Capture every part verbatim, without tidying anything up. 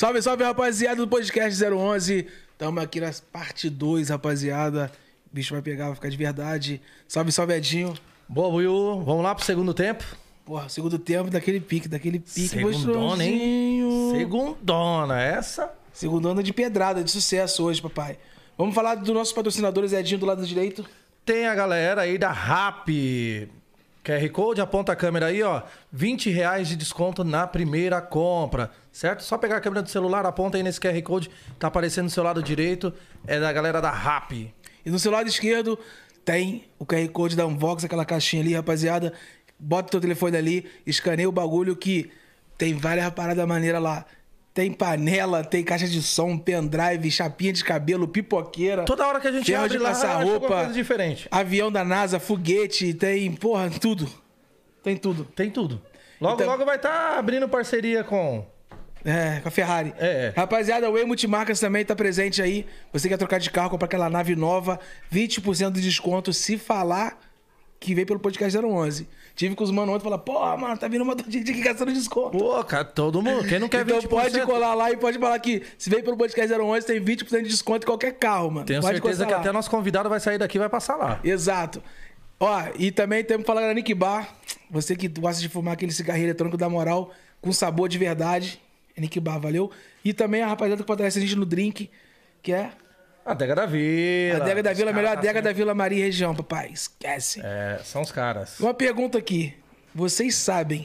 Salve, salve, rapaziada do podcast zero onze. Tamo aqui na parte dois, rapaziada. O bicho vai pegar, vai ficar de verdade. Salve, salve, Edinho. Boa, Will. Vamos lá pro segundo tempo? Porra, segundo tempo daquele pique, daquele pique Segundona, hein? Segundona, essa? Segundona de pedrada, de sucesso hoje, papai. Vamos falar dos nossos patrocinadores, Edinho, do lado direito. Tem a galera aí da Rappi. Q R Code, aponta a câmera aí, ó. vinte reais de desconto na primeira compra, certo? Só pegar a câmera do celular, aponta aí nesse Q R Code, tá aparecendo do seu lado direito. É da galera da Rappi. E no seu lado esquerdo tem o Q R Code da Unvox, aquela caixinha ali, rapaziada. Bota o teu telefone ali, escaneia o bagulho que tem várias paradas maneiras lá. Tem panela, tem caixa de som, pendrive, chapinha de cabelo, pipoqueira. Toda hora que a gente ferro abre de lá, passar acha alguma roupa, coisa diferente. Avião da NASA, foguete, tem, porra, tudo. Tem tudo. Tem tudo. Logo, Então- logo vai estar abrindo parceria com... É, com a Ferrari. É. Rapaziada, o Way Multimarcas também tá presente aí. Você quer trocar de carro, comprar aquela nave nova, vinte por cento de desconto se falar que veio pelo podcast zero onze. Tive com os mano ontem e falar, porra, mano, tá vindo uma de aqui gastando desconto. Pô, cara, todo mundo. Quem não quer Então vinte por cento? pode colar lá e pode falar que se veio pelo podcast zero onze, tem vinte por cento de desconto em qualquer carro, mano. Tenho pode certeza colar que lá. até nosso convidado vai sair daqui e vai passar lá. Exato. Ó, e também temos que falar da Nick Bar. Você que gosta de fumar aquele cigarrinho eletrônico da moral, com sabor de verdade. É Nick Bar, valeu? E também a rapaziada que fortalece a gente no drink, que é A Adega da Vila. a Adega da Vila, a Os melhor caras adega tá da Vila Maria e região, papai. Esquece. É, são os caras. Uma pergunta aqui. Vocês sabem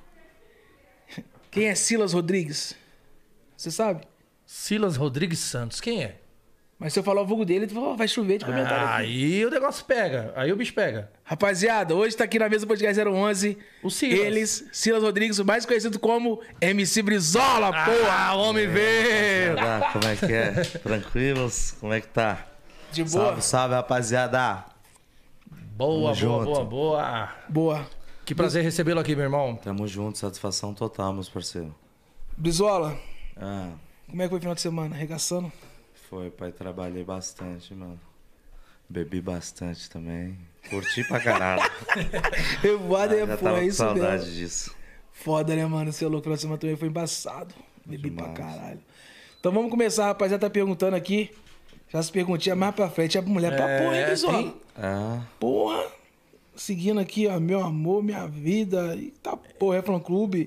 quem é Silas Rodrigues? Você sabe? Silas Rodrigues Santos, quem é? Mas se eu falar o vulgo dele, ele vai chover de comentário aqui. Aí o negócio pega. Aí o bicho pega. Rapaziada, hoje tá aqui na mesa do podcast zero onze. O Silas. Eles, Silas Rodrigues, o mais conhecido como M C Brizola, porra! Ah, homem veio! Rapaziada, como é que é? Tranquilos? Como é que tá? De boa? Salve, salve, rapaziada. Boa, boa, junto. boa, boa. Boa. Que prazer recebê-lo aqui, meu irmão. Tamo junto, satisfação total, meus parceiros. Brizola, Ah, como é que foi o final de semana? Arregaçando? foi, pai, trabalhei bastante, mano. Bebi bastante também. Curti pra caralho. Eu vou, Ah, né, já pô, tava é com isso saudade mesmo. disso. Foda, né, mano? Você é louco, o final de semana também foi embaçado. Bebi Demais. pra caralho. Então vamos começar, rapaziada, tá perguntando aqui. Já se perguntinha mais pra frente, é pra mulher. Pra É, porra, hein, Brizola? tem- Ah, Porra. Seguindo aqui, ó, meu amor, minha vida. Eita porra, é fã clube.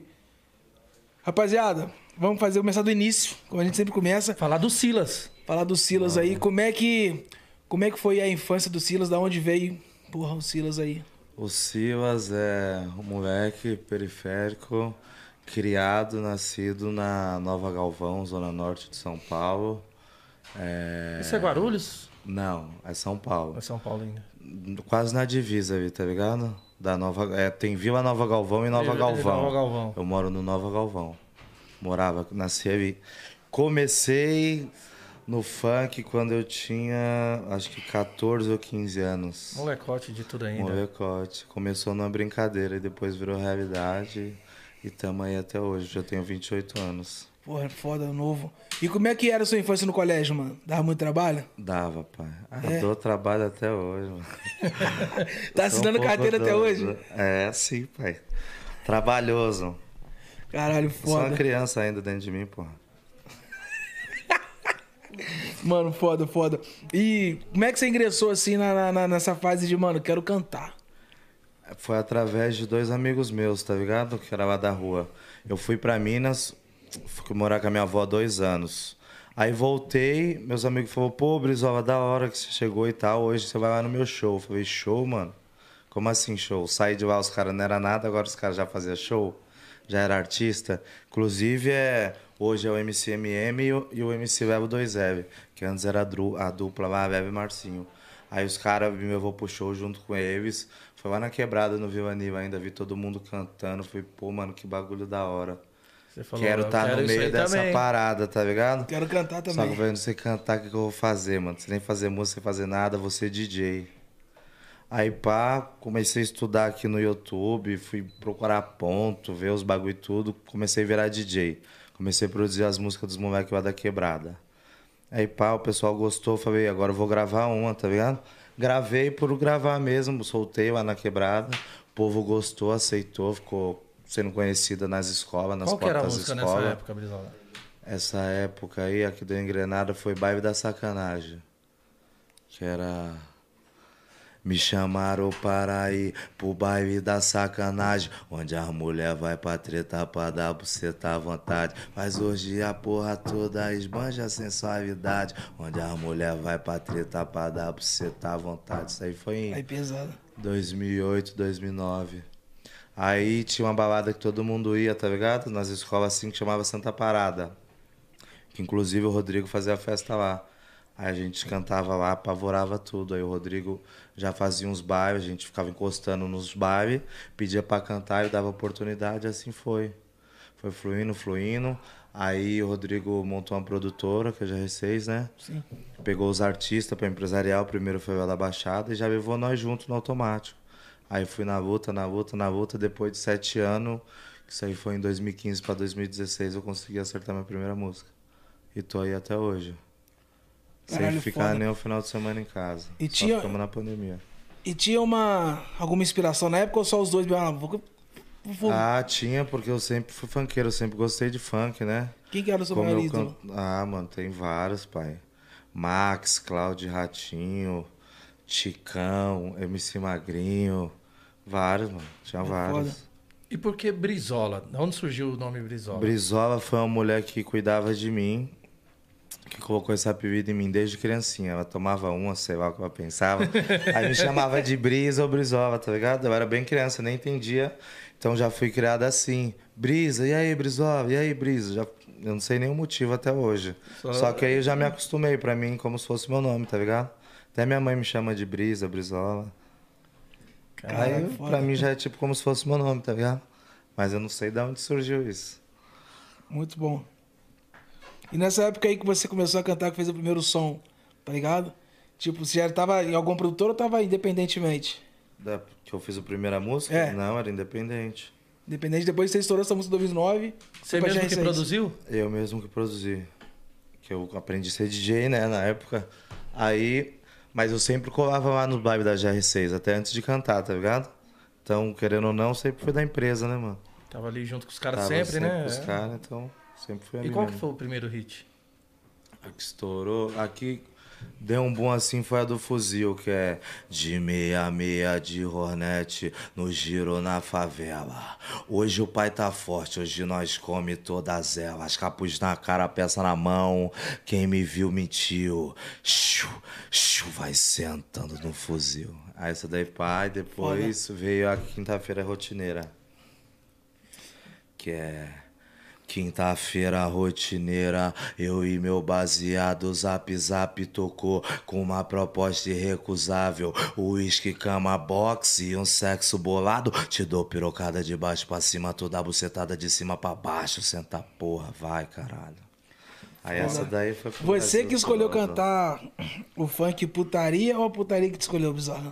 Rapaziada, vamos fazer começar do início, como a gente sempre começa. Falar do Silas. Falar do Silas aí. Como é que. Como é que foi a infância do Silas? Da onde veio? Porra, o Silas aí. o Silas é um moleque periférico, criado, nascido na Nova Galvão, zona norte de São Paulo. É... Isso é Guarulhos? Não, é São Paulo. É São Paulo ainda. Quase na divisa ali, tá ligado? Da Nova, é, tem Vila Nova Galvão e Nova E- e Galvão. Nova Galvão. Eu moro no Nova Galvão. Morava, nasci ali. Comecei no funk quando eu tinha, acho que catorze ou quinze anos. Molecote de tudo ainda. Molecote. Começou numa brincadeira e depois virou realidade. E tamo aí até hoje. Já tenho vinte e oito anos. Porra, foda, novo. E como é que era a sua infância no colégio, mano? Dava muito trabalho? Dava, pai. Ah, É? dou trabalho até hoje, mano. Tá Sou um assinando pouco carteira até doido. hoje? É, sim, pai. Trabalhoso. Caralho, Eu sou uma foda. criança ainda dentro de mim, porra. Mano, foda, foda. E como é que você ingressou assim na, na- nessa fase de, mano, quero cantar? Foi através de dois amigos meus, tá ligado? Que era lá da rua. Eu fui pra Minas, fui morar com a minha avó há dois anos. Aí voltei, meus amigos falaram, pô, Brizola, da hora que você chegou e tal, hoje você vai lá no meu show. Eu falei, show, mano? Como assim show? Saí de lá, os caras não era nada, agora os caras já faziam show? Já era artista? Inclusive, é, hoje é o M C M M e o, e o M C Levo dois Ev, que antes era a, dru, a dupla lá, Levo e Marcinho. Aí os caras me levou pro show junto com eles. Foi lá na quebrada, no Vila Niva ainda, vi todo mundo cantando. Falei, pô, mano, que bagulho da hora. Você falou, Quero eu estar no isso meio aí dessa também. parada, tá ligado? Quero cantar Só que também. eu não sei cantar, o que, que eu vou fazer, mano? Sem nem fazer música, sem fazer nada, vou ser D J. Aí, pá, comecei a estudar aqui no YouTube, fui procurar ponto, ver os bagulho e tudo. Comecei a virar D J. Comecei a produzir as músicas dos moleques lá da quebrada. Aí, pá, o pessoal gostou, falei, agora eu vou gravar uma, tá ligado? Gravei por gravar mesmo, soltei lá na quebrada. O povo gostou, aceitou, ficou sendo conhecida nas escolas, nas Qual que era a portas música da nessa escola. época, Brizola? Essa época aí, aqui do Engrenada, foi Baile da Sacanagem. Que era... Me chamaram para ir pro baile da sacanagem, onde as mulher vai pra treta pra dar buceta à vontade. Mas hoje a porra toda esbanja a sensualidade, onde as mulher vai pra treta pra dar buceta à vontade. Isso aí foi em Aí pesado. dois mil e oito, dois mil e nove. Aí tinha uma balada que todo mundo ia, tá ligado? Nas escolas assim que chamava Santa Parada. Que inclusive o Rodrigo fazia a festa lá. Aí a gente cantava lá, apavorava tudo. Aí o Rodrigo já fazia uns bailes, a gente ficava encostando nos bailes, pedia pra cantar e dava oportunidade, assim foi. Foi fluindo, fluindo. Aí o Rodrigo montou uma produtora, que é a G R seis, né? Sim. Pegou os artistas pra empresarial, o primeiro foi o da Baixada, e já levou nós juntos no automático. Aí fui na luta, na luta, na luta, depois de sete anos, que isso aí foi em dois mil e quinze pra dois mil e dezesseis, eu consegui acertar minha primeira música. E tô aí até hoje. Caralho, sem ficar foda. nem o final de semana em casa. E Só tinha- ficamos na pandemia. E tinha uma alguma inspiração na época ou só os dois? Ah, vou- vou- Ah, tinha, porque eu sempre fui funkeiro, eu sempre gostei de funk, né? Quem que era o seu Como maior eu ídolo? can- Ah, mano, tem vários, pai. Max, Cláudio Ratinho, Chicão, M C Magrinho. Vários, mano. Tinha vários. foda. E por que Brizola? De onde surgiu o nome Brizola? Brizola foi uma mulher que cuidava de mim, que colocou esse apelido em mim desde criancinha. Ela tomava uma, sei lá o que ela pensava. Aí me chamava de Brisa ou Brizola, tá ligado? Eu era bem criança, nem entendia. Então já fui criado assim. Brisa, e aí, Brizola? E aí, Brisa? Já... Eu não sei nem o motivo até hoje. Só- Só que aí eu já me acostumei pra mim como se fosse meu nome, tá ligado? Até minha mãe me chama de Brisa, Brizola. Caralho, Aí foda. pra mim já é tipo como se fosse meu nome, tá ligado? Mas eu não sei de onde surgiu isso. Muito bom. E nessa época aí que você começou a cantar, que fez o primeiro som, tá ligado? Tipo, você já tava em algum produtor ou tava independentemente? Da... Que eu fiz a primeira música? É. Não, era independente. Independente, depois você estourou essa música em dois mil e nove. Você foi pra mesmo G R que seis. produziu? Eu mesmo que produzi. Que eu aprendi a ser D J, né, na época. Aí, mas eu sempre colava lá no baile da G R seis, até antes de cantar, tá ligado? Então, querendo ou não, sempre fui da empresa, né, mano? Tava ali junto com os caras Tava sempre, né? com os É. caras, então sempre fui E ali qual que mesmo. foi o primeiro hit? A que estourou, aqui deu um boom assim, foi a do Fuzil, que é de meia meia de Hornet, no giro na favela. Hoje o pai tá forte, hoje nós come todas elas. Capuz na cara, peça na mão, quem me viu mentiu. Xiu, xiu, vai sentando no Fuzil. Aí essa daí, pai, depois veio a Quinta-feira Rotineira, que é... Quinta-feira rotineira, eu e meu baseado Zap Zap tocou com uma proposta irrecusável. Uísque, cama, boxe e um sexo bolado. Te dou pirocada de baixo pra cima, tu dá bucetada de cima pra baixo. Senta porra, vai caralho. Aí essa daí foi pro Você Brasil que escolheu todo. cantar o funk putaria ou a putaria que te escolheu, Bizarro?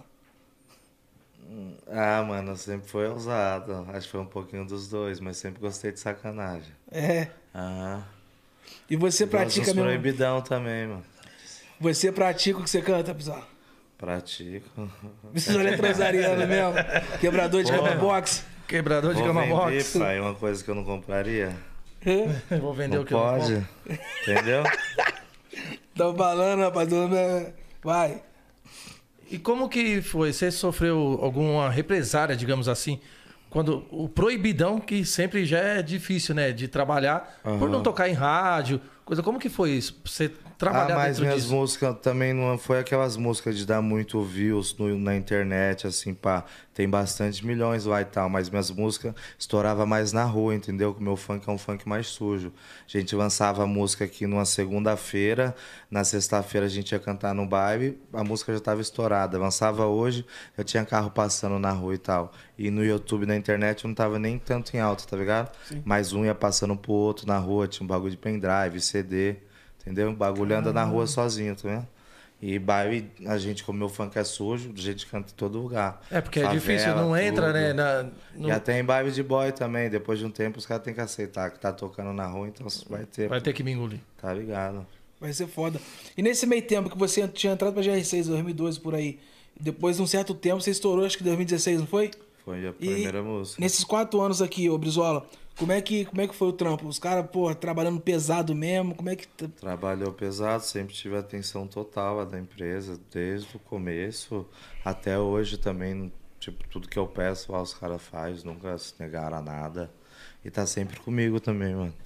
Ah, mano, sempre foi ousado. Acho que foi um pouquinho dos dois, mas sempre gostei de sacanagem. É. Ah. E você Gosto pratica dos mesmo? proibidão também, mano. Você pratica o que você canta, Bizarro? Pratico. Você olha transariano mesmo? Quebrador de Porra. cama box? Quebrador de Vou cama vender, box. pai, uma coisa que eu não compraria. Hã? Vou vender Não o que eu não pode. compro. Entendeu? Tá falando, rapaziada. Vai. E como que foi? Você sofreu alguma represária, digamos assim? Quando o proibidão, que sempre já é difícil, né? De trabalhar por não tocar em rádio, coisa. Como que foi isso? Você trabalhar Ah, mas dentro minhas disso? músicas também não foi aquelas músicas de dar muito views no- na internet, assim, pá. Tem bastante milhões lá e tal, mas minhas músicas estourava mais na rua, entendeu? Que o meu funk é um funk mais sujo. A gente lançava a música aqui numa segunda-feira, na sexta-feira a gente ia cantar no baile, a música já estava estourada. Lançava hoje, já tinha carro passando na rua e tal. E no YouTube, na internet, não tava nem tanto em alta, tá ligado? Mas um ia passando pro outro na rua, tinha um bagulho de pendrive, C D, entendeu? O bagulho anda na rua sozinho, tá vendo? E baile, a gente, como meu funk é sujo, a gente canta em todo lugar. É, porque é Favela, difícil, não entra, tudo. né? Na, no- E até em baile de boy também, depois de um tempo os caras têm que aceitar que tá tocando na rua, então vai ter, Vai ter que me engolir. tá ligado? Vai ser foda. E nesse meio tempo que você tinha entrado pra G R seis, dois mil e doze, por aí, depois de um certo tempo você estourou, acho que em dois mil e dezesseis, não foi? Foi a E primeira música. nesses quatro anos aqui, ô Brizola, Como é que, como é que foi o trampo? Os caras, pô, trabalhando pesado mesmo? Como é que... Trabalhou pesado, sempre tive atenção total da empresa, desde o começo até hoje também. Tipo, tudo que eu peço lá os caras fazem, nunca se negaram a nada. E tá sempre comigo também, mano.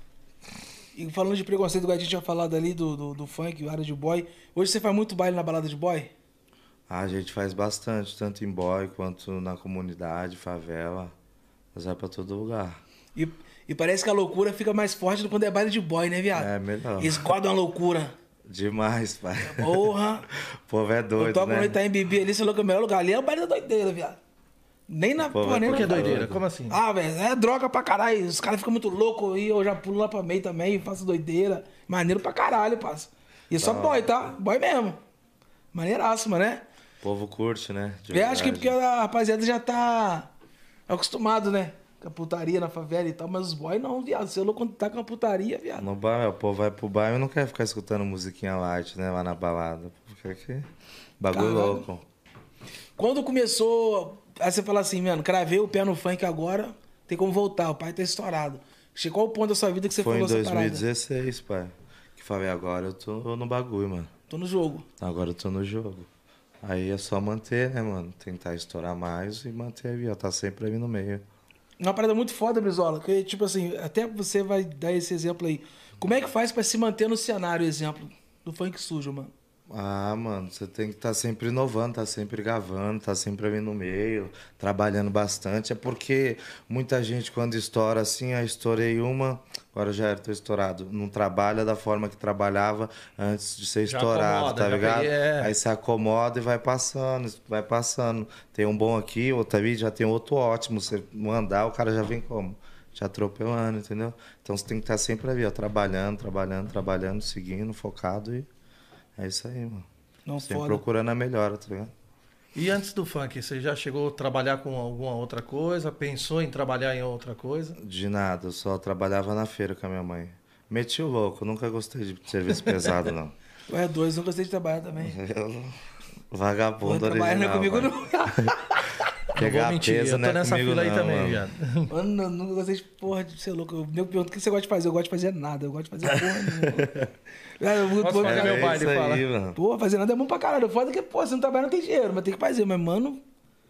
E falando de preconceito, igual a gente tinha falado ali do, do, do funk, área de boy. Hoje você faz muito baile na balada de boy? Ah, a gente faz bastante, tanto em boy quanto na comunidade, favela. Mas vai pra todo lugar. E, e parece que a loucura fica mais forte quando é baile de boy, né, viado? É, melhor. Eles gostam uma loucura. Demais, pai. Porra. O povo é doido, eu toco né? no Itaim Bibi ali, você louco, é o melhor lugar. Ali é o baile da doideira, viado. Nem na Pô, porra, nem Por que na doideira? Como assim? Ah, velho, é droga pra caralho. Os caras ficam muito loucos e eu já pulo lá pra meio também, faço doideira. Maneiro pra caralho, parça. E é só boy, tá? Boy mesmo. Maneiraço, mano, né? O povo curte, né? De Eu acho que verdade. porque a rapaziada já tá acostumado, né? Com a putaria na favela e tal, mas os boys não, viado. Você é louco quando tá com a putaria, viado. No bar, o povo vai pro bar e não quer ficar escutando musiquinha light, né? Lá na balada. Porque aqui... Bagulho Caralho. louco. Quando começou, aí você fala assim, mano, cravei o pé no funk agora, tem como voltar, o pai tá estourado. Chegou ao ponto da sua vida que você Foi em falou essa dois mil e parada. dezesseis, pai. Que falei, agora eu tô no bagulho, mano. Tô no jogo. Agora eu tô no jogo. Aí é só manter, né, mano? Tentar estourar mais e manter aí, ó. Tá sempre ali no meio. Uma parada muito foda, Brizola, que tipo assim, até você vai dar esse exemplo aí. Como é que faz pra se manter no cenário, exemplo, do funk sujo, mano? Ah, mano, você tem que estar sempre inovando, tá sempre gravando, tá sempre ali no meio, trabalhando bastante. É porque muita gente, quando estoura assim, ah, estourei uma, agora já era, tô estourado. Não trabalha da forma que trabalhava antes de ser Já estourado, acomoda, tá já ligado? peguei, é. Aí se acomoda e vai passando, vai passando. Tem um bom aqui, outro ali, já tem outro ótimo. Você mandar, o cara já vem como? Já atropelando, entendeu? Então você tem que estar sempre ali, ó, trabalhando, trabalhando, trabalhando, seguindo, focado e. É isso aí, mano. Não, Sempre foda. procurando a melhora, tá ligado? E antes do funk, você já chegou a trabalhar com alguma outra coisa? Pensou em trabalhar em outra coisa? De nada, eu só trabalhava na feira com a minha mãe. Meti o louco, nunca gostei de serviço pesado, não. Ué, dois, não gostei de trabalhar também. Eu, vagabundo Pô, trabalhar não é original. comigo pai. não. Pegar não vou mentir, peso eu tô não é nessa comigo fila aí não, também, mano. viado. Mano, eu nunca gostei de porra de ser louco. Eu me pergunto o que você gosta de fazer. Eu gosto de fazer nada. Eu gosto de fazer porra nenhuma. Cara, eu vou- Posso vou- fazer É, meu baile, isso fala. aí, mano. Pô, fazer nada é bom pra caralho. Foda que, pô, você não trabalha, não tem dinheiro, mas tem que fazer. Mas, mano,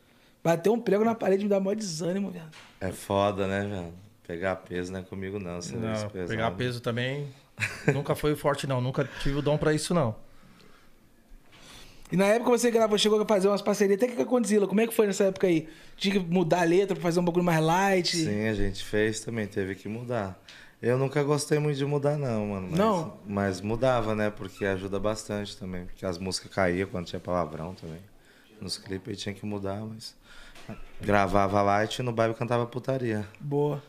bater um prego na parede me dá maior desânimo, velho. É foda, né, velho? Pegar peso não é comigo não, serviço Não, pesado. pegar peso também nunca foi forte, não. Nunca tive o dom pra isso, não. E na época você gravou, chegou a fazer umas parcerias até que com a Condzilla. Como é que foi nessa época aí? Tinha que mudar a letra pra fazer um bagulho mais light? Sim, a gente fez também, teve que mudar. Eu nunca gostei muito de mudar, não, mano. Mas, Não? Mas mudava, né? Porque ajuda bastante também. Porque as músicas caíam quando tinha palavrão também. Nos clipes aí tinha que mudar, mas. Gravava light e no bairro cantava putaria. Boa.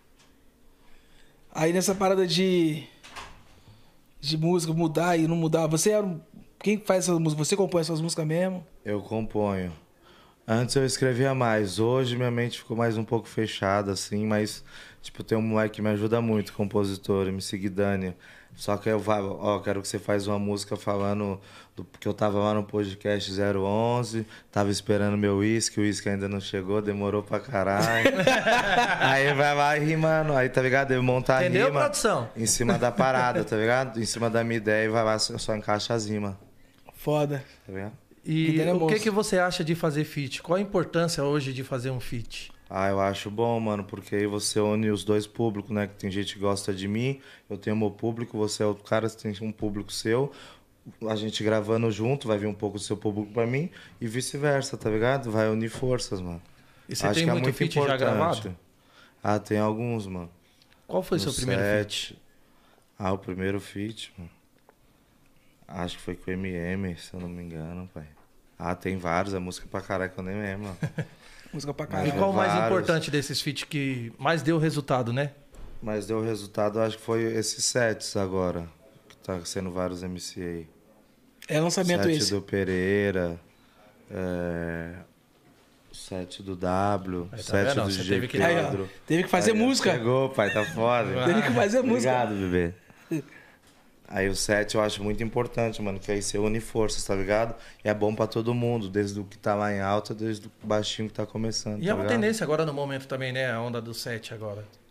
Aí nessa parada de. de música, mudar e não mudar, você era. um- Quem faz essas músicas? Você compõe essas músicas mesmo? Eu componho. Antes eu escrevia mais. Hoje minha mente ficou mais um pouco fechada, assim, mas, tipo, tem um moleque que me ajuda muito, compositor, M C Guidani. Só que eu falo, ó, quero que você faz uma música falando do que eu tava lá no podcast zero onze, tava esperando meu uísque, o uísque ainda não chegou, demorou pra caralho. Aí vai lá e rimando, aí tá ligado? Eu montar a Entendeu, rima produção? em cima da parada, tá ligado? Em cima da minha ideia e vai lá, só, só encaixa as rimas, Foda. tá ligado? E Guilherme é o que, monstro. que você acha de fazer feat? Qual a importância hoje de fazer um feat? Ah, eu acho bom, mano, porque aí você une os dois públicos, né? Que tem gente que gosta de mim, eu tenho meu público, você é outro cara, você tem um público seu. A gente gravando junto, vai vir um pouco do seu público pra mim e vice-versa, tá ligado? Vai unir forças, mano. E você Acho tem que é muito feat já importante. gravado? Ah, tem alguns, mano. Qual foi No seu primeiro feat? set. Ah, o primeiro feat, mano. Acho que foi com o M M, se eu não me engano, pai. Ah, tem vários, é música pra caralho que eu nem lembro, mano. Música pra E caralho. qual o mais vários. importante desses feat que mais deu resultado, né? Mas deu resultado, acho que foi esses sets agora. Que tá sendo vários M C aí. É lançamento Set esse. do Pereira, é, set do W, Aí tá set vendo? do Você D J teve que- Aí, ó, Pedro. teve que fazer Aí, música. Chegou, pai, tá foda. Teve que fazer música. Obrigado, bebê. Aí o set eu acho muito importante, mano, que aí você une forças, tá ligado? E é bom pra todo mundo, desde o que tá lá em alta, desde o baixinho que tá começando, E tá é uma ligado? tendência agora no momento também, né? A onda do set agora.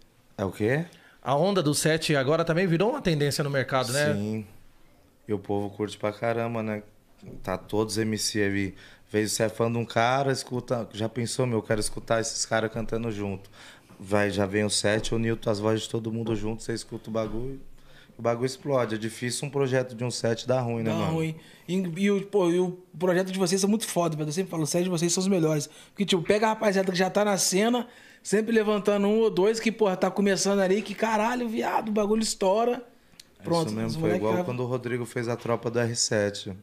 É o quê? A onda do set agora também virou uma tendência no mercado, né? Sim. E o povo curte pra caramba, né? Tá todos M C ali. Vez você é fã de um cara, escuta. Já pensou, meu? Eu quero escutar esses caras cantando junto. Vai, já vem o set, o Nilton, as vozes de todo mundo junto, você escuta o bagulho. O bagulho explode. É difícil um projeto de um set dar ruim, né, Dá mano? ruim. E, e o, pô, e o projeto de vocês é muito foda, velho. Eu sempre falo, os sets de vocês são os melhores. Porque, tipo, pega a rapaziada que já tá na cena, sempre levantando um ou dois que, porra, tá começando ali, que caralho, viado, o bagulho estoura. Pronto. Isso mesmo, os foi moleque igual gravam. quando o Rodrigo fez a tropa do R sete.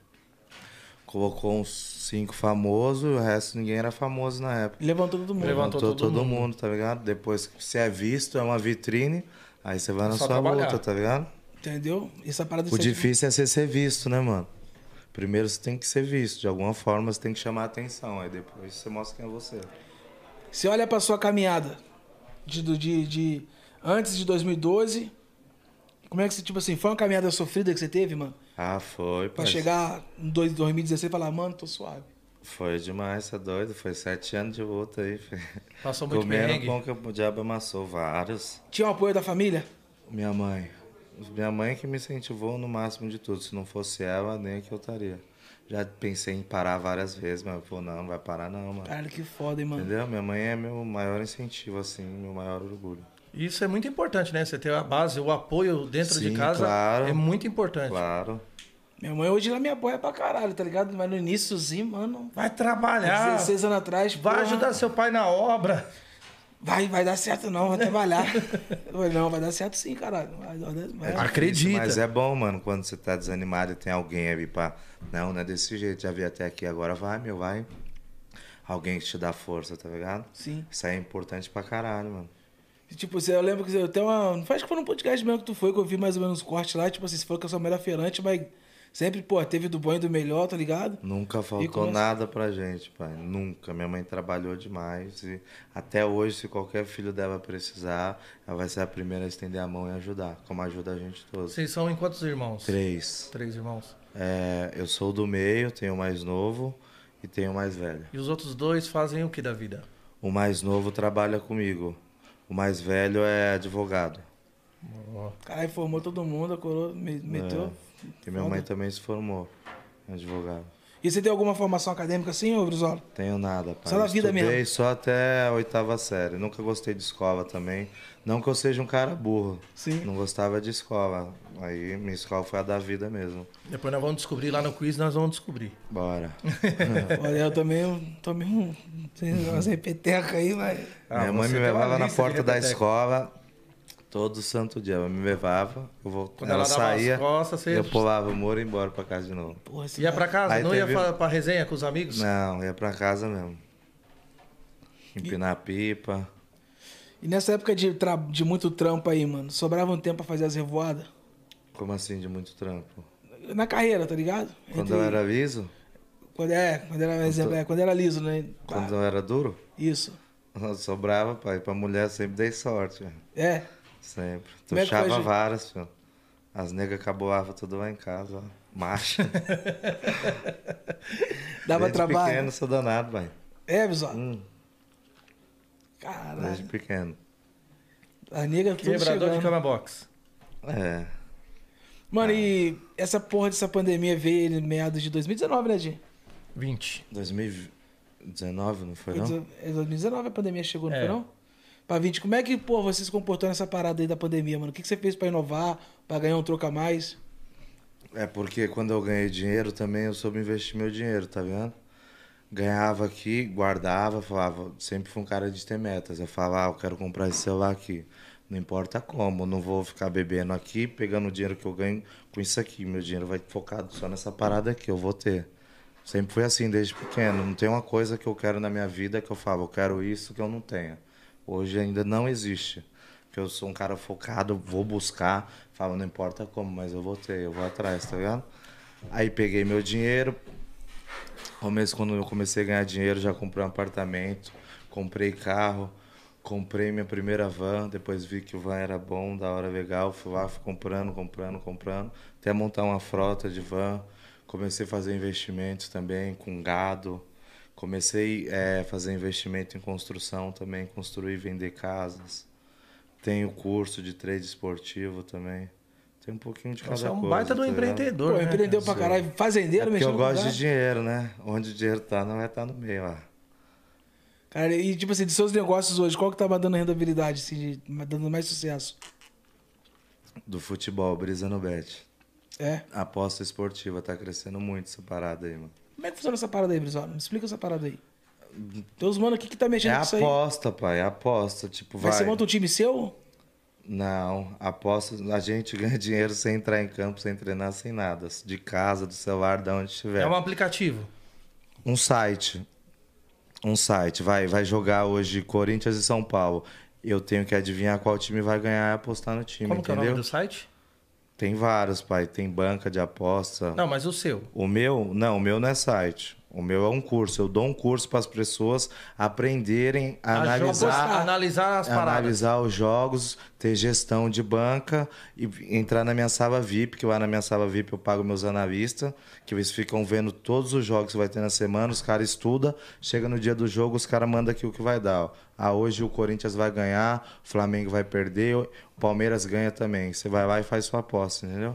Colocou uns cinco famosos, o resto ninguém era famoso na época. Levantou todo mundo. Levantou Levantou todo todo mundo. mundo, tá ligado? Depois que você é visto, é uma vitrine, aí você vai na Só sua trabalhar. luta, tá ligado? Entendeu? Essa parada do O set- difícil é você ser visto, né, mano? Primeiro você tem que ser visto, de alguma forma você tem que chamar a atenção, aí depois você mostra quem é você. Você olha pra sua caminhada de, do- de, de antes de dois mil e doze. Como é que você, tipo assim, foi uma caminhada sofrida que você teve, mano? Ah, foi, Pra pai. chegar em dois- dois mil e dezesseis e falar, mano, tô suave. Foi demais, você é doido? Foi sete anos de luta aí, filho. Passou muito Comendo perrengue. pão que o diabo amassou, vários. Tinha o apoio da família? Minha mãe. Minha mãe que me incentivou no máximo de tudo. Se não fosse ela, nem aqui eu estaria. Já pensei em parar várias vezes, mas pô, não, não vai parar não, mano. Caralho, que foda, hein, mano. Entendeu? Minha mãe é meu maior incentivo, assim, meu maior orgulho. Isso é muito importante, né? Você ter a base, o apoio dentro Sim, de casa claro. é muito importante. Claro. Minha mãe hoje ela me apoia pra caralho, tá ligado? Mas no iníciozinho, mano, Vai trabalhar. dezesseis anos atrás, Vai porra, ajudar seu pai na obra. Vai, vai dar certo não, vai trabalhar. Eu falei, não, vai dar certo sim, caralho. Vai, vai, vai. É Acredita. difícil, mas é bom, mano, quando você tá desanimado e tem alguém ali pra... Não, não é desse jeito, já vi até aqui, agora vai, meu, vai. Alguém que te dá força, tá ligado? Sim. Isso aí é importante pra caralho, mano. E, tipo, você, eu lembro que eu tenho uma... Não faz que foi num podcast mesmo que tu foi, que eu vi mais ou menos os cortes lá. Tipo assim, você falou que eu sou a melhor feirante, mas sempre, pô, teve do bom e do melhor, tá ligado? Nunca faltou começa- nada pra gente, pai. Nunca. Minha mãe trabalhou demais e até hoje, se qualquer filho dela precisar, ela vai ser a primeira a estender a mão e ajudar, como ajuda a gente todos. Vocês são em quantos irmãos? Três. Três irmãos. É, eu sou do meio, tenho o mais novo e tenho o mais velho. E os outros dois fazem o que da vida? O mais novo trabalha comigo. O mais velho é advogado. Caralho, formou todo mundo, a coroa me- meteu. E minha Foda. mãe também se formou em advogado. E você tem alguma formação acadêmica assim, ô Brizola? Tenho nada, pai. Só na vida Estudei mesmo? só até a oitava série. Nunca gostei de escola também. Não que eu seja um cara burro. Sim. Não gostava de escola. Aí minha escola foi a da vida mesmo. Depois nós vamos descobrir lá no quiz, nós vamos descobrir. Bora. Olha, eu também eu tomei um, tem umas repetecas aí, mas... Ah, minha mãe você me tem uma levava na lista de porta da repeteco. escola todo santo dia. Ela me levava, eu vou... Quando ela, ela dava as saía, costas, você- eu pulava o muro e ia embora pra casa de novo. Porra, esse Ia cara- pra casa? Aí não teve- ia pra, pra resenha com os amigos? Não, ia pra casa mesmo. Empinar pipa. E nessa época de, tra- de muito trampo aí, mano, sobrava um tempo pra fazer as revoadas? Como assim, de muito trampo? Na carreira, tá ligado? Quando Entre- eu era liso? Quando, é, quando era, exemplo, é, quando era liso, né? Quando Ah, eu era duro? Isso. Sobrava, pai. Pra mulher eu sempre dei sorte, velho. É. Sempre. Como é que foi, Tuxava gente? várias, filho. As negas caboavam tudo lá em casa, ó. Macha. Dava Desde trabalho. pequeno sou danado, pai. É, Brizola? Hum, Caralho. desde pequeno. A nega tudo Quebrador de chegando. cama box. É. Mano, e essa porra dessa pandemia veio em meados de dois mil e dezenove, né, Di? vinte. dois mil e dezenove, não foi, Foi não? dezo- é dois mil e dezenove a pandemia chegou, não É. foi não? Pra vinte. Como é que, pô, você se comportou nessa parada aí da pandemia, mano? O que, que você fez pra inovar, pra ganhar um troco a mais? É porque quando eu ganhei dinheiro também eu soube investir meu dinheiro, tá vendo? Ganhava aqui, guardava, falava, sempre fui um cara de ter metas. Eu falava, ah, eu quero comprar esse celular aqui. Não importa como, eu não vou ficar bebendo aqui, pegando o dinheiro que eu ganho com isso aqui. Meu dinheiro vai focado só nessa parada aqui, eu vou ter. Sempre fui assim, desde pequeno. Não tem uma coisa que eu quero na minha vida que eu falo, eu quero isso que eu não tenho. Hoje ainda não existe. Porque eu sou um cara focado, vou buscar, falo, não importa como, mas eu vou ter, eu vou atrás, tá ligado? Aí peguei meu dinheiro. Começo, quando eu comecei a ganhar dinheiro, já comprei um apartamento, comprei carro, comprei minha primeira van, depois vi que o van era bom, da hora legal, fui lá, fui comprando, comprando, comprando, até montar uma frota de van. Comecei a fazer investimentos também com gado. Comecei a fazer investimento em construção também, construir e vender casas. Tenho curso de trade esportivo também. Tem um pouquinho de cada Você é um coisa. baita do tá ligado? empreendedor, Pô, né? empreendeu pra caralho. Fazendeiro, É porque mexendo eu com gosto gado. de dinheiro, né? Onde o dinheiro tá, não vai estar no meio, ó. Cara, e tipo assim, de seus negócios hoje, qual que tá dando rentabilidade, assim, de, dando mais sucesso? Do futebol, brisa no bet. É? A aposta esportiva tá crescendo muito essa parada aí, mano. Como é que funciona essa parada aí, Brizola? Me explica essa parada aí. Tem uns mano aqui que tá mexendo É com isso aí. aposta, pai, é aposta. Tipo, Mas vai. você monta um time seu? Não, aposta. A gente ganha dinheiro sem entrar em campo, sem treinar, sem nada. De casa, do celular, de onde estiver. É um aplicativo. Um site. Um site. Vai, vai jogar hoje Corinthians e São Paulo. Eu tenho que adivinhar qual time vai ganhar e apostar no time, Como que é o entendeu? nome do site? Tem vários, pai. Tem banca de aposta. Não, mas o seu. O meu, não, o meu não é site. O meu é um curso. Eu dou um curso para as pessoas aprenderem a, A analisar, jogo- analisar as paradas. analisar os jogos, ter gestão de banca e entrar na minha sala V I P, que lá na minha sala V I P eu pago meus analistas, que eles ficam vendo todos os jogos que vai ter na semana, os caras estudam, chega no dia do jogo, os caras mandam aqui o que vai dar. Ó. Ah, hoje o Corinthians vai ganhar, o Flamengo vai perder, o Palmeiras ganha também. Você vai lá e faz sua aposta, entendeu?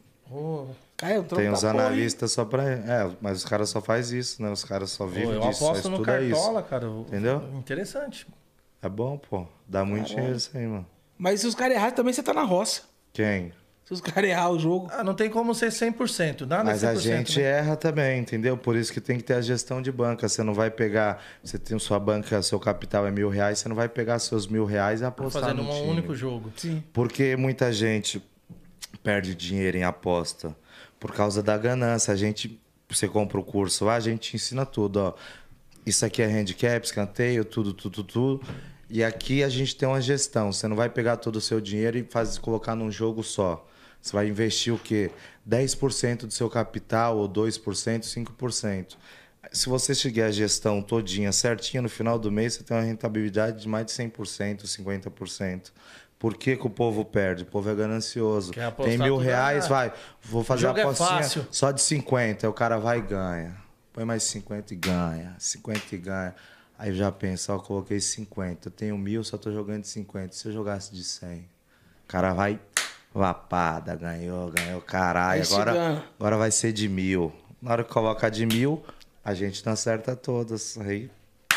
Oh, Cara, eu Tem os analistas só pra. É, mas os caras só faz isso, né? Os caras só vivem eu disso, só aposto no estuda Cartola, isso. cara. Eu- Entendeu? Interessante. É bom, pô. Dá muito dinheiro isso aí, mano. Mas se os caras errarem também, você tá na roça. Quem? Se os caras errarem o jogo. Ah, não tem como ser cem por cento. Nada Mas é a cem por cento, gente né? erra também, entendeu? Por isso que tem que ter a gestão de banca. Você não vai pegar. Você tem sua banca, seu capital é mil reais, você não vai pegar seus mil reais e apostar Fazendo no um time. único jogo. Sim. Porque muita gente perde dinheiro em aposta por causa da ganância. A gente, você compra o curso lá, a gente te ensina tudo, ó. Isso aqui é handicap, escanteio, tudo, tudo, tudo. E aqui a gente tem uma gestão. Você não vai pegar todo o seu dinheiro e faz, colocar num jogo só. Você vai investir o quê? dez por cento do seu capital, ou dois por cento, cinco por cento. Se você seguir a gestão todinha certinha, no final do mês você tem uma rentabilidade de mais de cem por cento, cinquenta por cento. Por que, que o povo perde? O povo é ganancioso. Quer apostar Tem mil tudo reais, na- vai. Vou fazer jogo a é apostinha fácil. só de cinquenta. Aí o cara vai e ganha. Põe mais cinquenta e ganha. cinquenta e ganha. Aí eu já penso, ó, eu coloquei cinquenta. Eu tenho mil, só tô jogando de cinquenta. Se eu jogasse de cem? O cara vai, lapada, ganhou, ganhou, caralho. Aí se Agora, ganha. agora vai ser de mil. Na hora que coloca de mil, a gente não acerta todas. Aí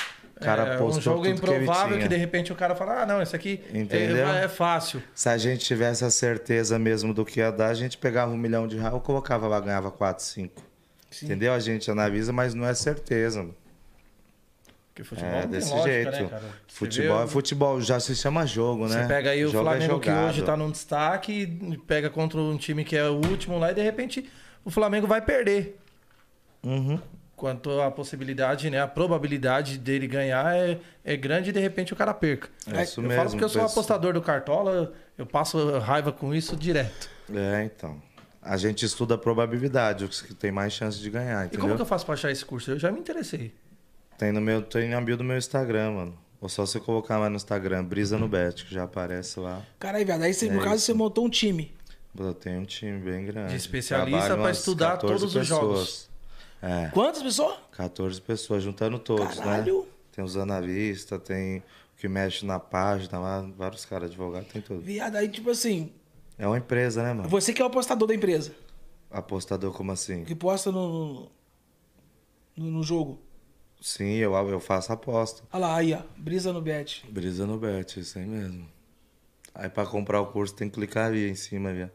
o cara é postou um jogo tudo que ele improvável tinha. que de repente o cara fala, ah, não, esse aqui é, Entendeu? é fácil. Se a gente tivesse a certeza mesmo do que ia dar, a gente pegava um milhão de reais, eu colocava lá, ganhava quatro, cinco. Sim. Entendeu? A gente analisa, mas não é certeza. Mano. Porque futebol É não tem desse lógica, jeito. né, cara? Você Futebol vê, é futebol, já se chama jogo, né? Você pega aí o Jogo é Flamengo que jogado. hoje tá num destaque, e pega contra um time que é o último lá e de repente o Flamengo vai perder. Uhum. Quanto a possibilidade, né? A probabilidade dele ganhar é, é grande e de repente o cara perca. É isso eu mesmo, falo porque eu sou pessoal. apostador do Cartola, eu passo raiva com isso direto. É, então. A gente estuda a probabilidade, o que tem mais chance de ganhar, E entendeu? como que eu faço pra achar esse curso? Eu já me interessei. Tem no meu, tem na bio do meu Instagram, mano. Ou só você colocar lá no Instagram, Brisa no Bet, que já aparece lá. Caralho, velho. Aí, você, no É caso, isso. você montou um time. Eu tenho um time bem grande. De especialista Trabalham pra umas estudar quatorze todos os jogos. É, Quantas pessoas? quatorze pessoas, juntando todos, Caralho. né? Tem os analistas, tem o que mexe na página lá, vários caras advogados, tem tudo. Viado, aí, tipo assim, É uma empresa, né, mano? você que é o apostador da empresa, Apostador como assim? que posta no, no, no jogo. Sim, eu, eu faço aposta. Olha lá, aí, ó. Brisa no bet. Brisa no Bet, isso aí mesmo. Aí pra comprar o curso tem que clicar ali em cima, viu?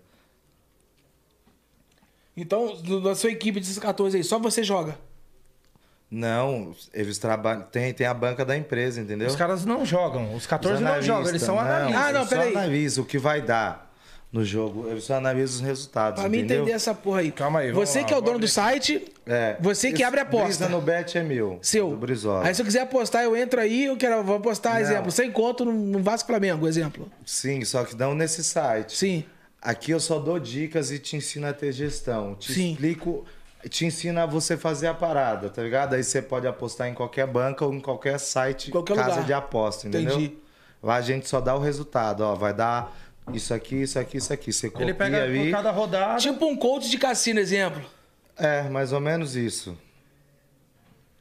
Então, no- na sua equipe desses quatorze aí, só você joga. Não, eles trabalham. Tem, tem a banca da empresa, entendeu? Os caras não jogam. Os quatorze Os não analistas, jogam, eles são não, analistas. Ah, não, eles peraí. só analisa o que vai dar no jogo. Eles só analisam os resultados, Pra mim entendeu? entender essa porra aí. Calma aí, vamos Você lá, que é o vou dono do abrir site, É, você que esse abre a aposta. Brisa no Bet é meu. Seu. Do Brizola. Aí se eu quiser apostar, eu entro aí, eu quero, vou apostar, Não. exemplo, sem conto no, no Vasco Flamengo, exemplo. Sim, só que não nesse site. Sim. Aqui eu só dou dicas e te ensino a ter gestão. Te Sim. explico, te ensino a você fazer a parada, tá ligado? Aí você pode apostar em qualquer banca ou em qualquer site, Qualquer casa lugar. de aposta, entendeu? Entendi. Lá a gente só dá o resultado, ó. Vai dar isso aqui, isso aqui, isso aqui. Você copia Ele pega ali. por cada rodada. Tipo um coach de cassino, exemplo. É, mais ou menos isso.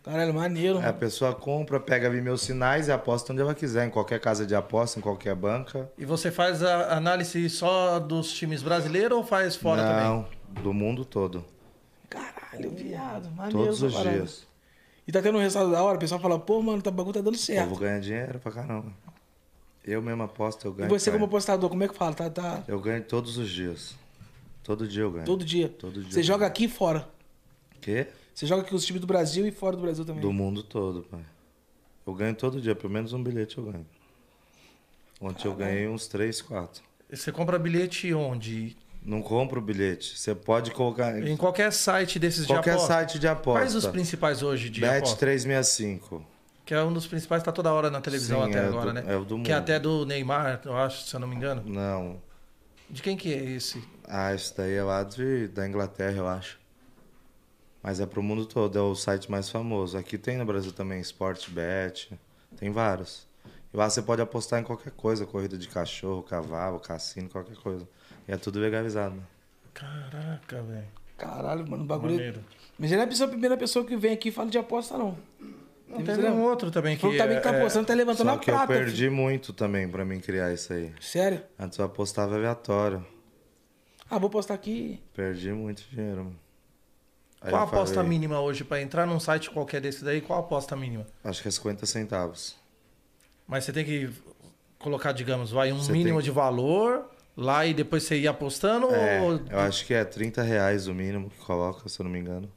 Caralho, maneiro, Aí a mano. pessoa compra, pega ali meus sinais e aposta onde ela quiser, em qualquer casa de aposta, em qualquer banca. E você faz a análise só dos times brasileiros ou faz fora também? Não, do mundo todo. Caralho, viado. Maneiro. Todos essa os parada. dias. E tá tendo um resultado da hora, o pessoal fala, pô, mano, tá bagulho tá dando O certo. povo ganha dinheiro pra caramba. Eu mesmo aposto, eu E ganho. você pai. como apostador, como é que fala? Tá, tá Eu ganho todos os dias. Todo dia eu ganho. todo dia. Todo dia Você eu joga ganho. aqui e fora. Quê? Você joga aqui os times do Brasil e fora do Brasil também. Do mundo todo, pai. Eu ganho todo dia, pelo menos um bilhete eu ganho. Ontem eu ganhei uns três, quatro. E você compra bilhete onde? Não compro o bilhete. Você pode colocar Em qualquer site desses qualquer de aposta. site de aposta. Quais os principais hoje de Bet aposta? trezentos e sessenta e cinco. Que é um dos principais, tá toda hora na televisão Sim, até é agora, do- né? é o do que é mundo. até do Neymar, eu acho, se eu não me engano. Não. De quem que é esse? Ah, isso daí é lá de, da Inglaterra, eu acho. Mas é pro mundo todo, é o site mais famoso. Aqui tem no Brasil também Sportbet, tem vários. E lá você pode apostar em qualquer coisa, corrida de cachorro, cavalo, cassino, qualquer coisa. E é tudo legalizado. Caraca, velho. Caralho, mano, o bagulho. Maneiro. Mas já não é a pessoa- a primeira pessoa que vem aqui e fala de aposta, não. Não, Você teve lembra? um outro também que... Falou que também que tá é- apostando, tá levantando Só a que prata. eu perdi muito também pra mim criar isso aí. filho. Sério? Antes eu apostava aleatório. Ah, vou postar aqui. Perdi muito dinheiro, mano. Aí Qual a eu aposta falei, mínima hoje pra entrar num site qualquer desse daí? Qual a aposta mínima? Acho que é cinquenta centavos. Mas você tem que colocar, digamos, vai um Você mínimo tem- de valor lá e depois você ir apostando É, ou... eu acho que é trinta reais o mínimo que coloca, se eu não me engano.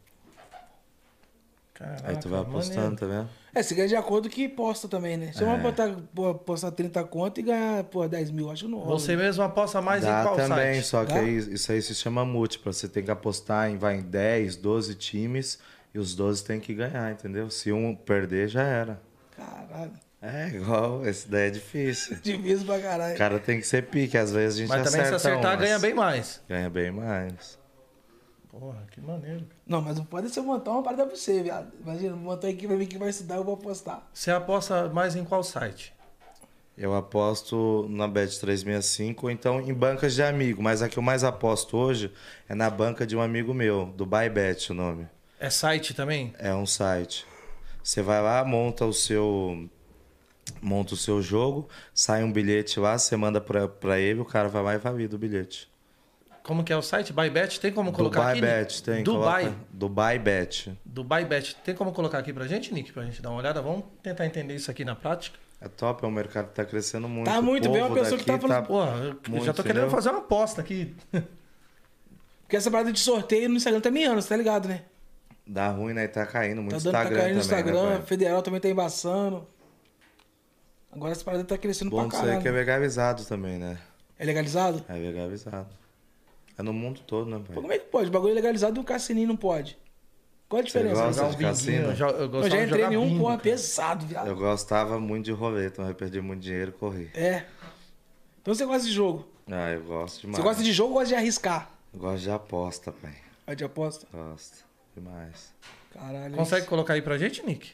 Caraca, Aí tu vai apostando, tá vendo? É, você ganha de acordo que posta também, né? Se eu É. vou botar, pô, postar trinta conto e ganhar, pô, dez mil, acho que não rola. Você mesmo aposta mais Dá em qual também, site? só que Dá? aí, isso aí se chama múltipla. Você tem que apostar em, vai, em dez, doze times e os doze tem que ganhar, entendeu? Se um perder, já era. Caralho. É igual, esse daí é difícil. Difícil pra caralho. O cara tem que ser pique, às vezes a gente Mas também se acerta acertar, umas. ganha bem mais. Ganha bem mais. Porra, que maneiro. Não, mas não pode ser eu montar uma parada pra você, viado. Imagina, montar aqui pra mim que vai estudar, eu vou apostar. Você aposta mais em qual site? Eu aposto na Bet trezentos e sessenta e cinco ou então em bancas de amigo, mas a que eu mais aposto hoje é na banca de um amigo meu, do Bybet o nome. É site também? É um site. Você vai lá, monta o seu monta o seu jogo, sai um bilhete lá, você manda pra, pra ele, o cara vai lá e valida o bilhete. Como que é o site? Bybet? Tem como colocar do aqui? Bybet, Nick? tem. Dubai. Coloca, do Bybet. Do Bybet. Tem como colocar aqui pra gente, Nick? Pra gente dar uma olhada? Vamos tentar entender isso aqui na prática? É top, é um mercado que tá crescendo muito. Tá O muito bem, uma povo pessoa que tá daqui falando, Porra, eu Muito, já tô querendo entendeu? fazer uma aposta aqui. Porque essa parada de sorteio no Instagram tá miando, você tá ligado, né? Dá ruim, né? Tá caindo muito Tá dando, tá Instagram caindo no também, Instagram, né, pai? Federal também tá embaçando. Agora essa parada tá crescendo Bom pra disso aí caralho. que é legalizado também, né? É legalizado? É legalizado. É no mundo todo, né, Pô, pai? como é que pode? O bagulho é legalizado e o cassininho não pode. Qual a diferença? gosta Jogar um de binguinho. cassino? Eu, jo- eu Eu gostava já de entrei jogar em um, bingo, porra, cara. pesado, viado. Eu gostava muito de roleta, mas eu perdi muito dinheiro e corri. É. Então você gosta de jogo. Ah, eu gosto demais. Você gosta de jogo ou gosta de arriscar? Eu gosto de aposta, pai. Gosta de aposta? Gosto. Demais. Caralho. Consegue colocar aí pra gente, Nick?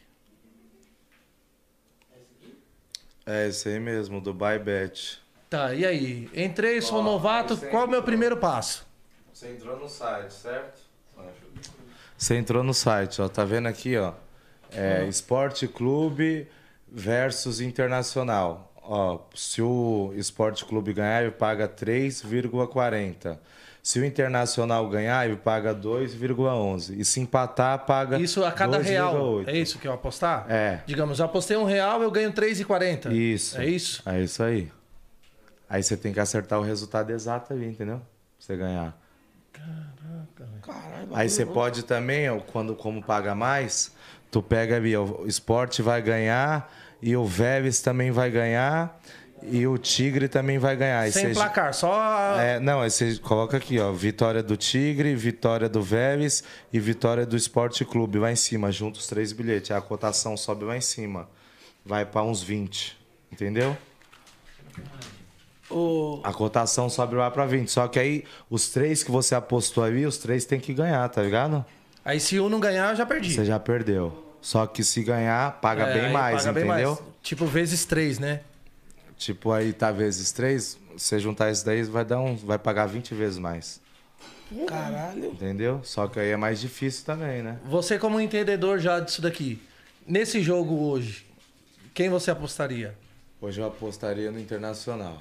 É esse aí mesmo, do Bybet. Tá, e aí? Entrei, sou Ó, novato, esse aí qual é o meu entrou. primeiro passo? Você entrou no site, certo? Você entrou no site, ó. Tá vendo aqui, ó? É Esporte Clube versus Internacional. Ó, se o Esporte Clube ganhar, ele paga três vírgula quarenta. Se o Internacional ganhar, ele paga dois vírgula onze. E se empatar, paga Isso a cada dois vírgula real. oito. É isso que eu apostar? É. Digamos, eu apostei um real, eu ganho três e quarenta. Isso. É isso? É isso aí. Aí você tem que acertar o resultado exato ali, entendeu? Pra você ganhar. Caralho, Aí você pode também, ó, quando como paga mais, tu pega ali, ó, o Sport vai ganhar e o Vélez também vai ganhar e o Tigre também vai ganhar. Aí Sem você- placar, só... É, não, aí você coloca aqui, ó, vitória do Tigre, vitória do Vélez e vitória do Esporte Clube lá em cima, juntos os três bilhetes. Aí a cotação sobe lá em cima, vai para uns vinte, entendeu? O... A cotação sobe lá para vinte, só que aí os três que você apostou ali, os três tem que ganhar, tá ligado? Aí se um não ganhar, eu já perdi. Você já perdeu. Só que se ganhar, paga É, bem aí mais, paga bem entendeu? mais. Tipo, vezes três, né? Tipo, aí tá vezes três, você juntar isso daí, vai dar um, vai pagar vinte vezes mais. Caralho. Entendeu? Só que aí é mais difícil também, né? Você como entendedor já disso daqui, nesse jogo hoje, quem você apostaria? Hoje eu apostaria no Internacional.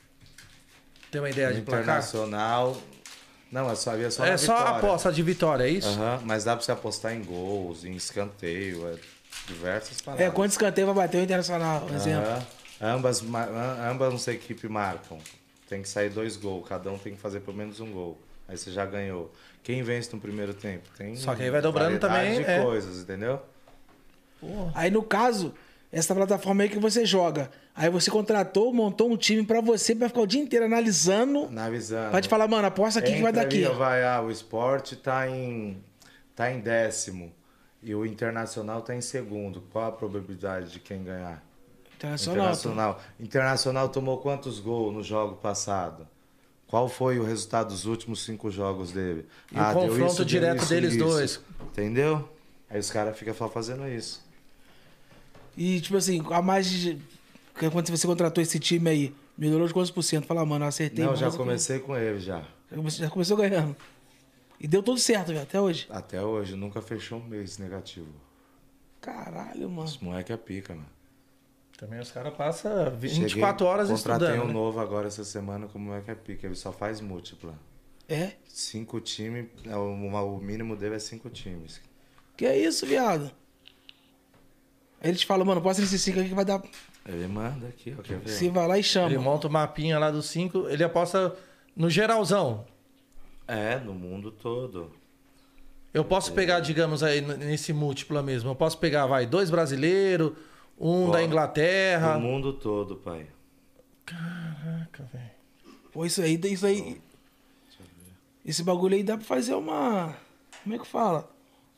Tem uma ideia No de placar? Internacional... Não, eu sabia só É na só vitória. aposta de vitória, é isso? Aham, mas dá pra você apostar em gols, em escanteio, é diversas paradas. É, quanto escanteio vai bater o Internacional, por exemplo. Aham. Ambas, ma- am- ambas equipes marcam. Tem que sair dois gols, cada um tem que fazer pelo menos um gol. Aí você já ganhou. Quem vence no primeiro tempo? Tem Só que aí vai dobrando variedade também, de é. coisas, entendeu? Aí, no caso, essa plataforma aí que você joga, aí você contratou, montou um time pra você, pra ficar o dia inteiro analisando, Analisando. pra te falar, mano, aposta aqui que vai dar aqui. Entra ali, vai, ah, o Sport tá em, tá em décimo e o Internacional tá em segundo. Qual a probabilidade de quem ganhar? Internacional. Internacional. Internacional tomou quantos gols no jogo passado? Qual foi o resultado dos últimos cinco jogos dele? E o confronto deu isso, deu direto isso, deles isso. dois. Entendeu? Aí os caras ficam só fazendo isso. E, tipo assim, a mais de... Quando você contratou esse time aí, melhorou de quantos por cento? Fala, mano, eu acertei. Não, mais já do que- comecei com ele já. Já comecei, já começou ganhando. E deu tudo certo, velho, até hoje. Até hoje, nunca fechou um mês negativo. Caralho, mano. Esse moleque é pica, mano. Também os caras passam vinte e Cheguei, quatro horas contratei estudando. um né? novo agora essa semana como o moleque é pica. Ele só faz múltipla. É? Cinco times, é, o, o mínimo dele é cinco times. Que é isso, viado? Aí ele te fala, mano, posta nesses cinco aqui que vai dar... Ele manda aqui, ó, quer ver? Você vai lá e chama. Ele monta o mapinha lá dos cinco, ele aposta no geralzão. É, no mundo todo. Eu posso pegar, digamos, aí n- nesse múltiplo mesmo. Eu posso pegar, vai, dois brasileiros, um Pode. da Inglaterra. No mundo todo, pai. Caraca, velho. Pô, isso aí, isso aí... Esse bagulho aí dá pra fazer uma... Como é que fala?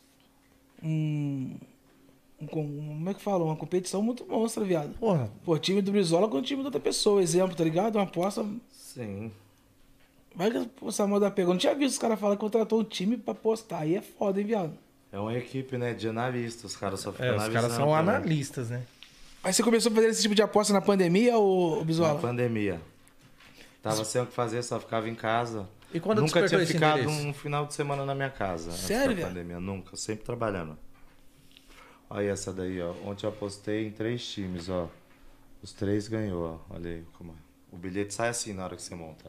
Um... um com- como é que fala? Uma competição muito monstra, viado. Porra, Pô, time do Brizola com o time da outra pessoa. Exemplo, tá ligado? Uma aposta... Sim. Vai que essa moda pegou. Não tinha visto os caras falar que contratou um time pra postar. Aí é foda, hein, viado? É uma equipe, né, de analistas. Os caras só ficam é, os analisando. caras são também. analistas, né? Aí você começou a fazer esse tipo de aposta na pandemia, ô, ô Na Brizola? pandemia. Tava sem o que fazer, só ficava em casa. E quando Nunca despertou tinha esse ficado interesse? um final de semana na minha casa. Sério, antes velho? da pandemia. Nunca, sempre trabalhando. Olha essa daí, ó. Ontem eu apostei em três times, ó. Os três ganhou, ó. Olha aí como é. O bilhete sai assim na hora que você monta.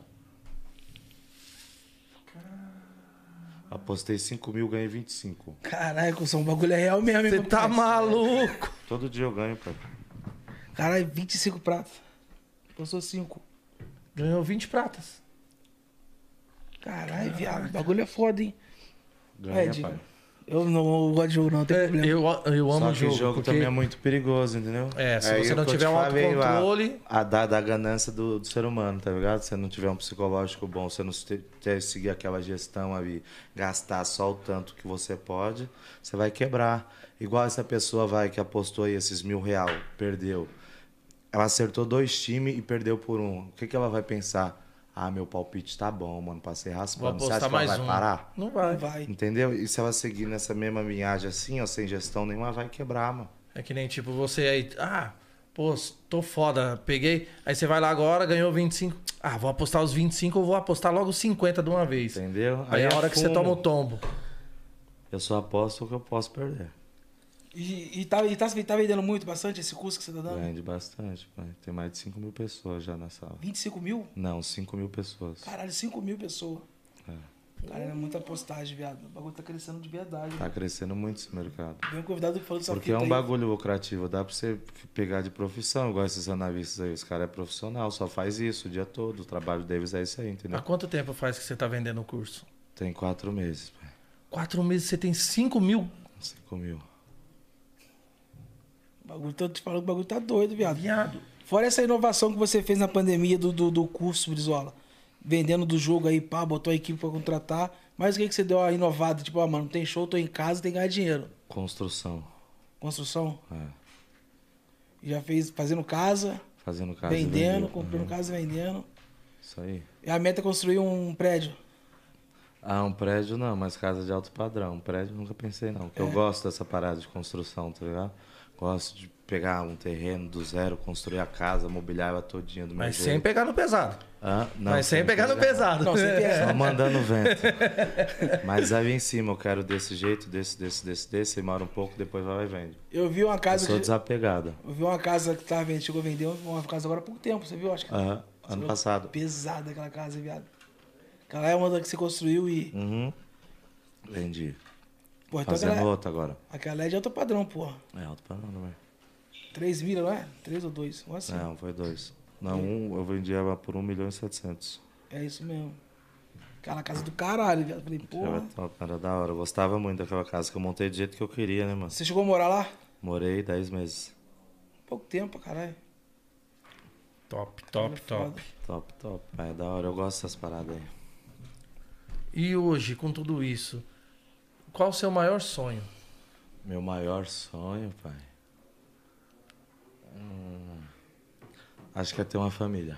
Apostei cinco mil, ganhei vinte e cinco. Caralho, o bagulho é real mesmo, hein, Você meu tá pai? maluco? Todo dia eu ganho, pai. Caralho, vinte e cinco pratos. Passou cinco. Ganhou vinte pratas. Caralho, viado, o bagulho é foda, hein? Ganha, Ed, pai. eu não gosto de jogo, não, não tem É, problema. eu, eu amo Só o que jogo. o jogo porque... também é muito perigoso, entendeu? É, se Aí você o não que eu tiver te um falei lá, autocontrole- A da, da ganância do, do ser humano, tá ligado? Se você não tiver um psicológico bom, você não te- te- seguir aquela gestão ali, gastar só o tanto que você pode, você vai quebrar. Igual essa pessoa vai que apostou aí esses mil real, perdeu. Ela acertou dois times e perdeu por um. O que, que ela vai pensar? Ah, meu palpite tá bom, mano, passei Vou raspando. Você apostar acha que ela mais vai um. parar? Não vai. Não vai. Entendeu? E se ela seguir nessa mesma linhagem assim, ó, sem gestão nenhuma, vai quebrar, mano. É que nem tipo você aí, ah, pô, tô foda, peguei. Aí você vai lá agora, ganhou vinte e cinco. Ah, vou apostar os vinte e cinco, eu vou apostar logo cinquenta de uma vez. Entendeu? Aí é a hora que você fumo. toma o tombo. Eu só aposto o que eu posso perder. E, e, tá, e tá, tá vendendo muito, bastante esse curso que você tá dando? Vende bastante, pai. Tem mais de cinco mil pessoas já na sala. vinte e cinco mil? Não, cinco mil pessoas. Caralho, cinco mil pessoas. É. Cara, é muita postagem, viado. O bagulho tá crescendo de verdade. Tá Né? crescendo muito esse mercado. Vem um convidado que falou dessa Porque fita é um aí. bagulho lucrativo. Dá pra você pegar de profissão, igual esses analistas aí. Os caras é profissional, só faz isso o dia todo. O trabalho deles é isso aí, entendeu? Há quanto tempo faz que você tá vendendo o curso? Tem quatro meses, pai. Quatro meses você tem cinco mil. Cinco mil. O bagulho, tô te falando que o bagulho tá doido, viado. Viado. Fora essa inovação que você fez na pandemia do, do, do curso, Brizola. Vendendo do jogo aí, pá, botou a equipe pra contratar. Mas o que, que você deu a inovada? Tipo, ah, mano, tem show, tô em casa, tem que ganhar dinheiro. Construção. Construção. É. Já fez fazendo casa, Fazendo casa. e vendendo, vendendo. comprando Uhum. casa e vendendo. Isso aí. E a meta é construir um prédio. Ah, um prédio não, mas casa de alto padrão. Um prédio nunca pensei não. Porque É. eu gosto dessa parada de construção, tá ligado? Gosto de pegar um terreno do zero, construir a casa, mobiliar ela todinha do meu Mas jeito. sem pegar no pesado. Ah, não, Mas sem pegar no pesado. Não, sem ter- Só mandando vento. Mas aí em cima eu quero desse jeito, desse, desse, desse, desse, e mora um pouco, depois vai e vende. Eu vi uma Eu casa sou que. desapegado. Eu vi uma casa que tava vendendo, chegou a vender uma casa agora há pouco tempo, você viu? Acho que. Aham, ano passado. Pesada aquela casa, viado. Aquela é uma da que você construiu e. Uhum. Vendi. Pô, então Fazendo aquela, outra agora. aquela é de alto padrão, porra. É alto pra não, velho. três mil, não é? três ou dois? Um assim. Não, foi dois. Não, um eu vendi ela por um milhão e setecentos. É isso mesmo. Aquela casa do caralho, viado. Falei, Era porra. top, era da hora. Eu gostava muito daquela casa que eu montei do jeito que eu queria, né, mano? Você chegou a morar lá? Morei dez meses. Pouco tempo, caralho. Top, top, Foda. top. Top, top. É da hora, eu gosto dessas paradas aí. E hoje, com tudo isso, qual o seu maior sonho? Meu maior sonho, pai. Hum, acho que é ter uma família.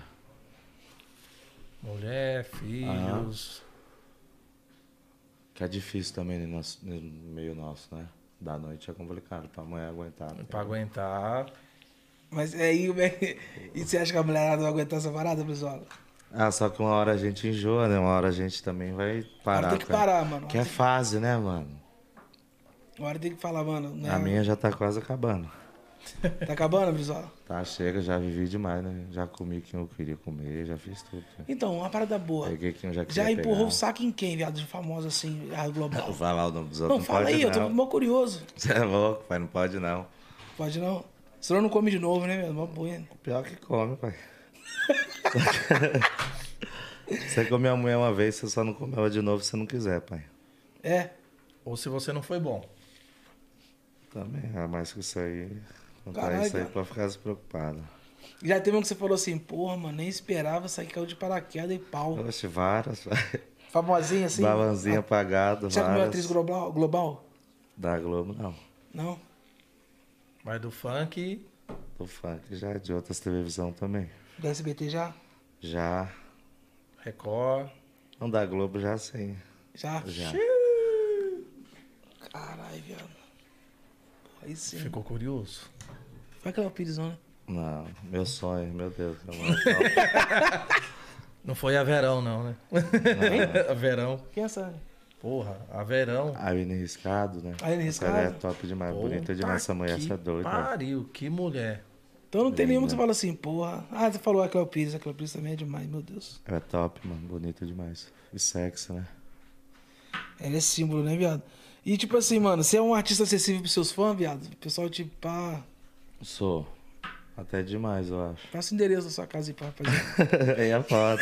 Mulher, filhos. Que é difícil também no, nosso, no meio nosso, né? Da noite é complicado pra mulher aguentar. Né? Pra aguentar. Mas aí, e você acha que a mulherada vai aguentar essa parada, pessoal? Ah, só que uma hora a gente enjoa, né? Uma hora a gente também vai parar. Tem que cara. parar, mano. Que é fase, né, mano? Uma hora tem que falar, mano. Né? A minha já tá quase acabando. Tá acabando, Brizola? Tá, chega, já vivi demais, né? Já comi quem eu queria comer, já fiz tudo. Né? Então, uma parada boa. Peguei quem eu já queria Já empurrou pegar. o saco em quem, viado? De famoso assim, a global. Não falar o nome dos Não, outros, não, fala pode aí, eu tô não. mó curioso. Você é louco, pai, não pode não. Pode não? Senão não come de novo, né, meu? Mó boa. Pior que come, pai. Você comeu a mulher uma vez, você só não comeu ela de novo se você não quiser, pai. É. Ou se você não foi bom. Também, é mais que isso aí. Contar Caralho, isso aí cara. pra ficar despreocupado. Já teve um que você falou assim, porra, mano, nem esperava, sair caiu de paraquedas e pau. Oxe, várias, pai. Famosinha assim? Balanzinha Ah, apagado, já comeu várias. atriz global? global? Da Globo, não. Não? Mas do funk, Do funk já, de outras televisão também. Da S B T já? Já. Record. Não, da Globo já sim. Já? Já. Caralho, viado. Pô, aí sim. Ficou curioso? Foi aquela Pires, não, né? Não, meu sonho, meu Deus. Meu maior Não foi a Verão, não, né? a Verão. Quem é essa? Porra, a Verão. A Aline Riscado, né? A Aline Essa ela é Riscado? top demais, Puta bonita demais essa mulher, que essa é doida. Pariu, que mulher. Então não tem Linda. nenhuma que você fala assim, porra. Ah, você falou a Cléo Pires, a Cléo Pires também é demais, meu Deus. Ela é top, mano, bonita demais. E sexy, né? Ela é símbolo, né, viado? E tipo assim, mano, você é um artista acessível pros seus fãs, viado? O pessoal, tipo, pá. Sou. Até demais, eu acho. Passa o endereço da sua casa aí pra rapaziada. Aí é foda.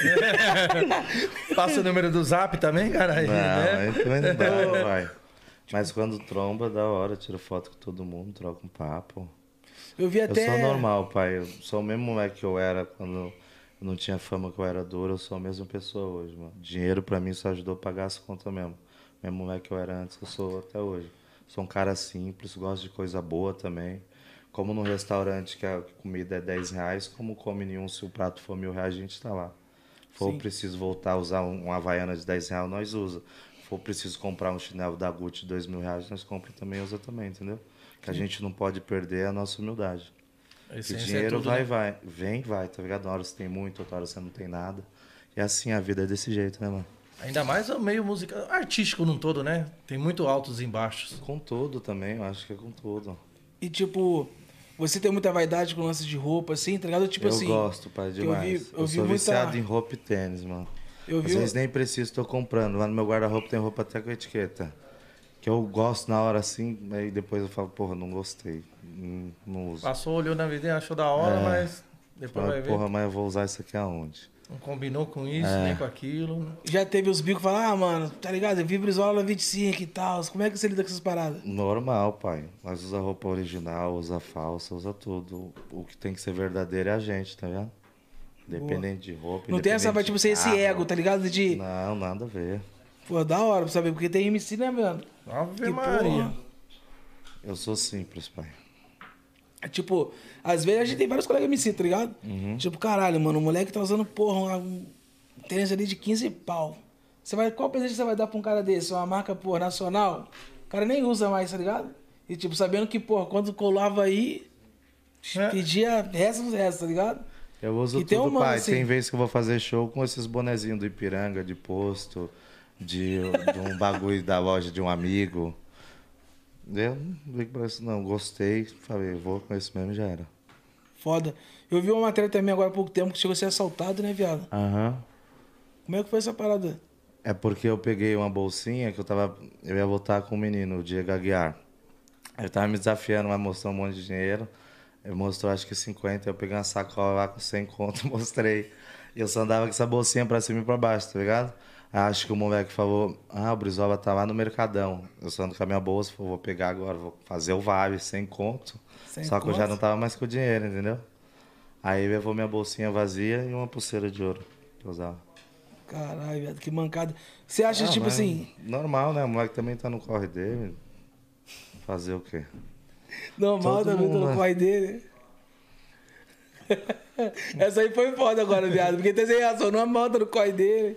Passa o número do zap também, caralho. Não, né? aí também não dá, vai. Mas quando tromba, da hora, tiro foto com todo mundo, troca um papo. Eu vi até. Eu sou normal, pai. Eu sou o mesmo moleque que eu era quando eu não tinha fama, que eu era duro. Eu sou a mesma pessoa hoje, mano. Dinheiro pra mim só ajudou a pagar as contas mesmo. O mesmo moleque que eu era antes, eu sou até hoje. Sou um cara simples, gosto de coisa boa também. Como num restaurante que a comida é dez reais, como come nenhum, se o prato for mil reais, a gente tá lá. For Sim. preciso voltar a usar um- uma Havaiana de dez reais, nós usa. For preciso comprar um chinelo da Gucci de dois mil reais, nós compra e também usa também, entendeu? Que a gente não pode perder a nossa humildade. A E essência é dinheiro tudo, vai, né? vai. Vem, vai, tá ligado? Uma hora você tem muito, outra hora você não tem nada. E assim, a vida é desse jeito, né, mano? Ainda mais o meio musical, artístico num todo, né? Tem muito altos e baixos. Com tudo também, eu acho que é com tudo. E tipo, você tem muita vaidade com lance de roupa, assim, tá ligado? Tipo eu assim. gosto, pai, que eu demais. vi- Eu, eu vi sou muita- viciado em roupa e tênis, mano. Eu Às vi. vezes nem preciso, tô comprando. Lá no meu guarda-roupa tem roupa até com etiqueta. Que eu gosto na hora assim, aí depois eu falo, porra, não gostei. Não, não uso. Passou, olhou na vidinha, achou da hora, É. mas depois vai Fala, ver. porra, mas eu vou usar isso aqui aonde? Não combinou com isso, É. nem com aquilo. Já teve os bicos que falam, ah, mano, tá ligado? Eu vi Brizola vinte e cinco e tal. Como é que você lida com essas paradas? Normal, pai. Mas usa roupa original, usa falsa, usa tudo. O que tem que ser verdadeiro é a gente, tá vendo? Independente de roupa. Não tem essa, vai, independente tipo, de ser esse carro. ego, tá ligado? De, Não, nada a ver. pô, da hora pra saber, porque tem M C, né, mano? Ave Que Maria. porra. Eu sou simples, pai. É, tipo, às vezes a gente tem vários colegas M C, tá ligado? Uhum. Tipo, caralho, mano, o moleque tá usando, porra, um tênis ali de quinze pau. Você vai, qual presente você vai dar pra um cara desse? Uma marca, porra, nacional? O cara nem usa mais, tá ligado? E, tipo, sabendo que, porra, quando colava aí, É. pedia resto dos restos, tá ligado? Eu uso E tem tudo, um mano, pai. assim- Tem vezes que eu vou fazer show com esses bonezinhos do Ipiranga, de posto, de, de um bagulho da loja de um amigo. Eu não ligo pra isso, não. Gostei, falei, vou com esse mesmo e já era. Foda. Eu vi uma matéria também agora há pouco tempo que chegou a ser assaltado, né, viado? Aham. Como é que foi essa parada? É porque eu peguei uma bolsinha que eu tava. Eu ia voltar com o menino, o Diego Aguiar. Ele tava me desafiando, mas mostrou um monte de dinheiro. Ele mostrou acho que cinquenta, eu peguei uma sacola lá com cem conto, mostrei. E eu só andava com essa bolsinha pra cima e pra baixo, tá ligado? Aí acho que o moleque falou, ah, o Brizola tá lá no Mercadão. Eu só ando com a minha bolsa, falei, vou pegar agora, vou fazer o vale, sem conto. Sem só que eu já conto? não tava mais com o dinheiro, entendeu? Aí ele levou minha bolsinha vazia e uma pulseira de ouro que eu usava. Caralho, viado, que mancada. Você acha, Ah, tipo mas assim... Normal, né? O moleque também tá no corre dele. Fazer o quê? Normal Todo também, tô mundo, no né? pai dele. Essa aí foi foda agora, viado. Porque tem sem reação, não manda no corre dele.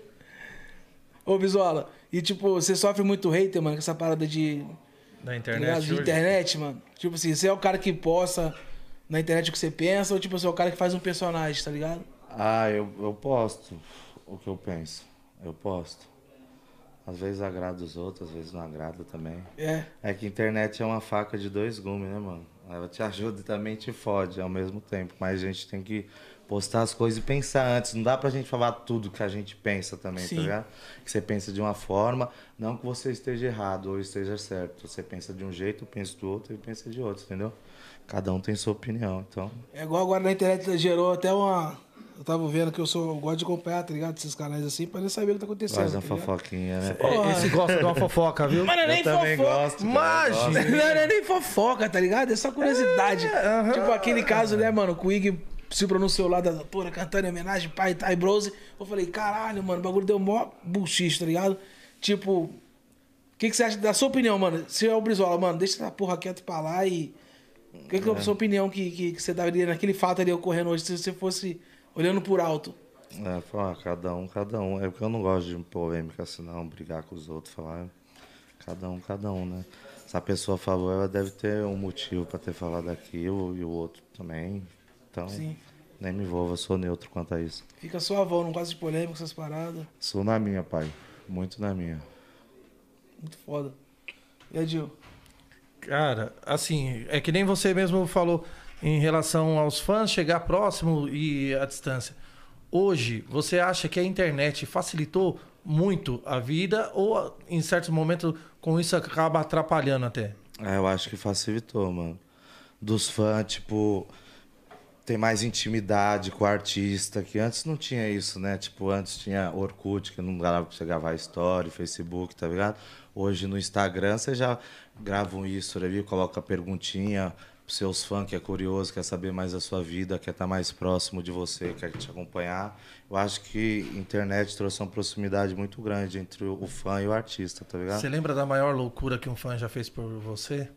Ô, Bisola, e tipo, você sofre muito hater, mano, com essa parada de. Da Tá internet ligado? De hoje. internet, mano. Tipo assim, você é o cara que posta na internet o que você pensa, ou tipo, você é o cara que faz um personagem, tá ligado? Ah, eu, eu posto o que eu penso. Eu posto. Às vezes agrada os outros, às vezes não agrada também. É. É que a internet é uma faca de dois gumes, né, mano? Ela te ajuda e também te fode ao mesmo tempo. Mas a gente tem que postar as coisas e pensar antes. Não dá pra gente falar tudo que a gente pensa também, Sim. tá ligado? Que você pensa de uma forma, não que você esteja errado ou esteja certo. Você pensa de um jeito, eu penso do outro e pensa de outro, entendeu? Cada um tem sua opinião, então... É igual agora na internet gerou até uma. Eu tava vendo que eu sou. Eu gosto de acompanhar, tá ligado? Esses canais assim, pra nem saber o que tá acontecendo. Faz uma tá ligado? fofoquinha, né? É, esse gosta de uma fofoca, viu? Mas não é nem Eu também fofoca. gosto. cara, Imagina. eu gosto. Não é nem fofoca, tá ligado? É só curiosidade. aham. Tipo aquele caso, né, mano? Que o Ig se pronunciou lá da porra, cantando em homenagem, pai, Ty Brose. Eu falei, caralho, mano, o bagulho deu mó buchicho, tá ligado? Tipo, o que, que você acha da sua opinião, mano? Se é o Brizola, mano, deixa essa porra quieta pra lá e. O que, que é a sua opinião que, que, que você daria naquele fato ali ocorrendo hoje, se você fosse olhando por alto? É, falar, cada um, cada um. É porque eu não gosto de polêmica assim, não, brigar com os outros, falar. Cada um, cada um, né? Se a pessoa falou, ela deve ter um motivo pra ter falado aquilo e o outro também. Então, Sim. nem me envolvo, eu sou neutro quanto a isso. Fica sua avó, não gosta de polêmica, essas paradas. Sou na minha, pai. Muito na minha. Muito foda. E Adil? Cara, assim, é que nem você mesmo falou em relação aos fãs, chegar próximo e a distância. Hoje, você acha que a internet facilitou muito a vida ou em certos momentos com isso acaba atrapalhando até? É, eu acho que facilitou, mano. Dos fãs, tipo, tem mais intimidade com o artista, que antes não tinha isso, né? Tipo, antes tinha Orkut, que não dava pra você gravar story, Facebook, tá ligado? Hoje no Instagram você já grava um isso ali, coloca a perguntinha pros seus fãs, que é curioso, quer saber mais da sua vida, quer estar mais próximo de você, quer te acompanhar. Eu acho que a internet trouxe uma proximidade muito grande entre o fã e o artista, tá ligado? Você lembra da maior loucura que um fã já fez por você?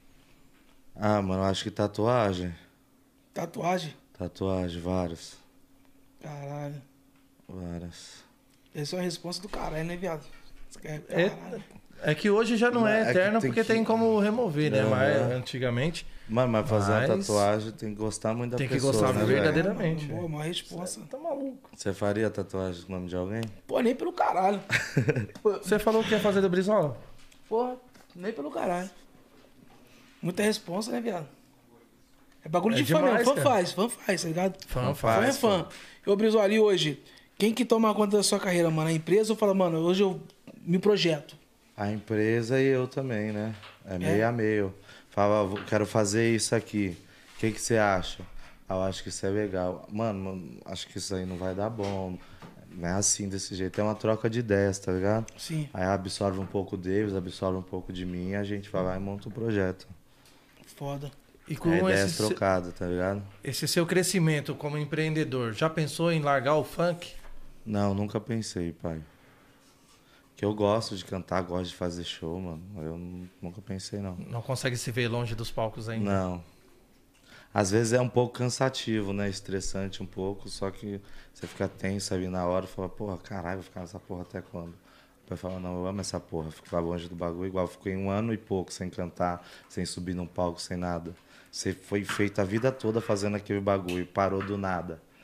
Ah, mano, eu acho que tatuagem. Tatuagem? Tatuagem, várias. Caralho. Várias. Essa é uma resposta do caralho, né, viado? Você quer- É, Caralho. é que hoje já não Não, é é que eterno tem porque que- tem como remover, né? Aham. Mas antigamente Mano, mas fazer Mas- uma tatuagem tem que gostar muito da tem que pessoa, gostar né, velho? verdadeiramente. Boa, velho. uma resposta. Tá maluco. Você faria tatuagem com o nome de alguém? Pô, nem pelo caralho. Você falou que ia fazer do Brizola? Porra, nem pelo caralho. Muita resposta, né, viado? É bagulho É de fã demais, mesmo. Fã cara. faz, fã faz, tá ligado? Fã Fã Fã é faz, fã. Eu, Brizola, ali hoje, quem que toma conta da sua carreira, mano? A empresa ou fala, mano, hoje eu me projeto? A empresa e eu também, né? É meio a meio. Fala, "Vou- quero fazer isso aqui. O que, que você acha? Ah, eu acho que isso é legal. Mano, mano, acho que isso aí não vai dar bom. Não é assim, desse jeito. É uma troca de ideias, tá ligado? Sim. Aí absorve um pouco deles, absorve um pouco de mim e a gente vai lá e monta um projeto. Foda. E com É ideias esse, se- trocadas, tá ligado? esse seu crescimento como empreendedor, já pensou em largar o funk? Não, nunca pensei, pai. Que eu gosto de cantar, gosto de fazer show, mano. Eu nu- nunca pensei, não. Não consegue se ver longe dos palcos ainda? Não. Às vezes é um pouco cansativo, né? Estressante um pouco, só que você fica tenso ali na hora e fala, porra, caralho, vou ficar nessa porra até quando? Depois fala, não, eu amo essa porra, ficar longe do bagulho, igual eu fiquei um ano e pouco sem cantar, sem subir num palco, sem nada. Você foi feito a vida toda fazendo aquele bagulho, parou do nada.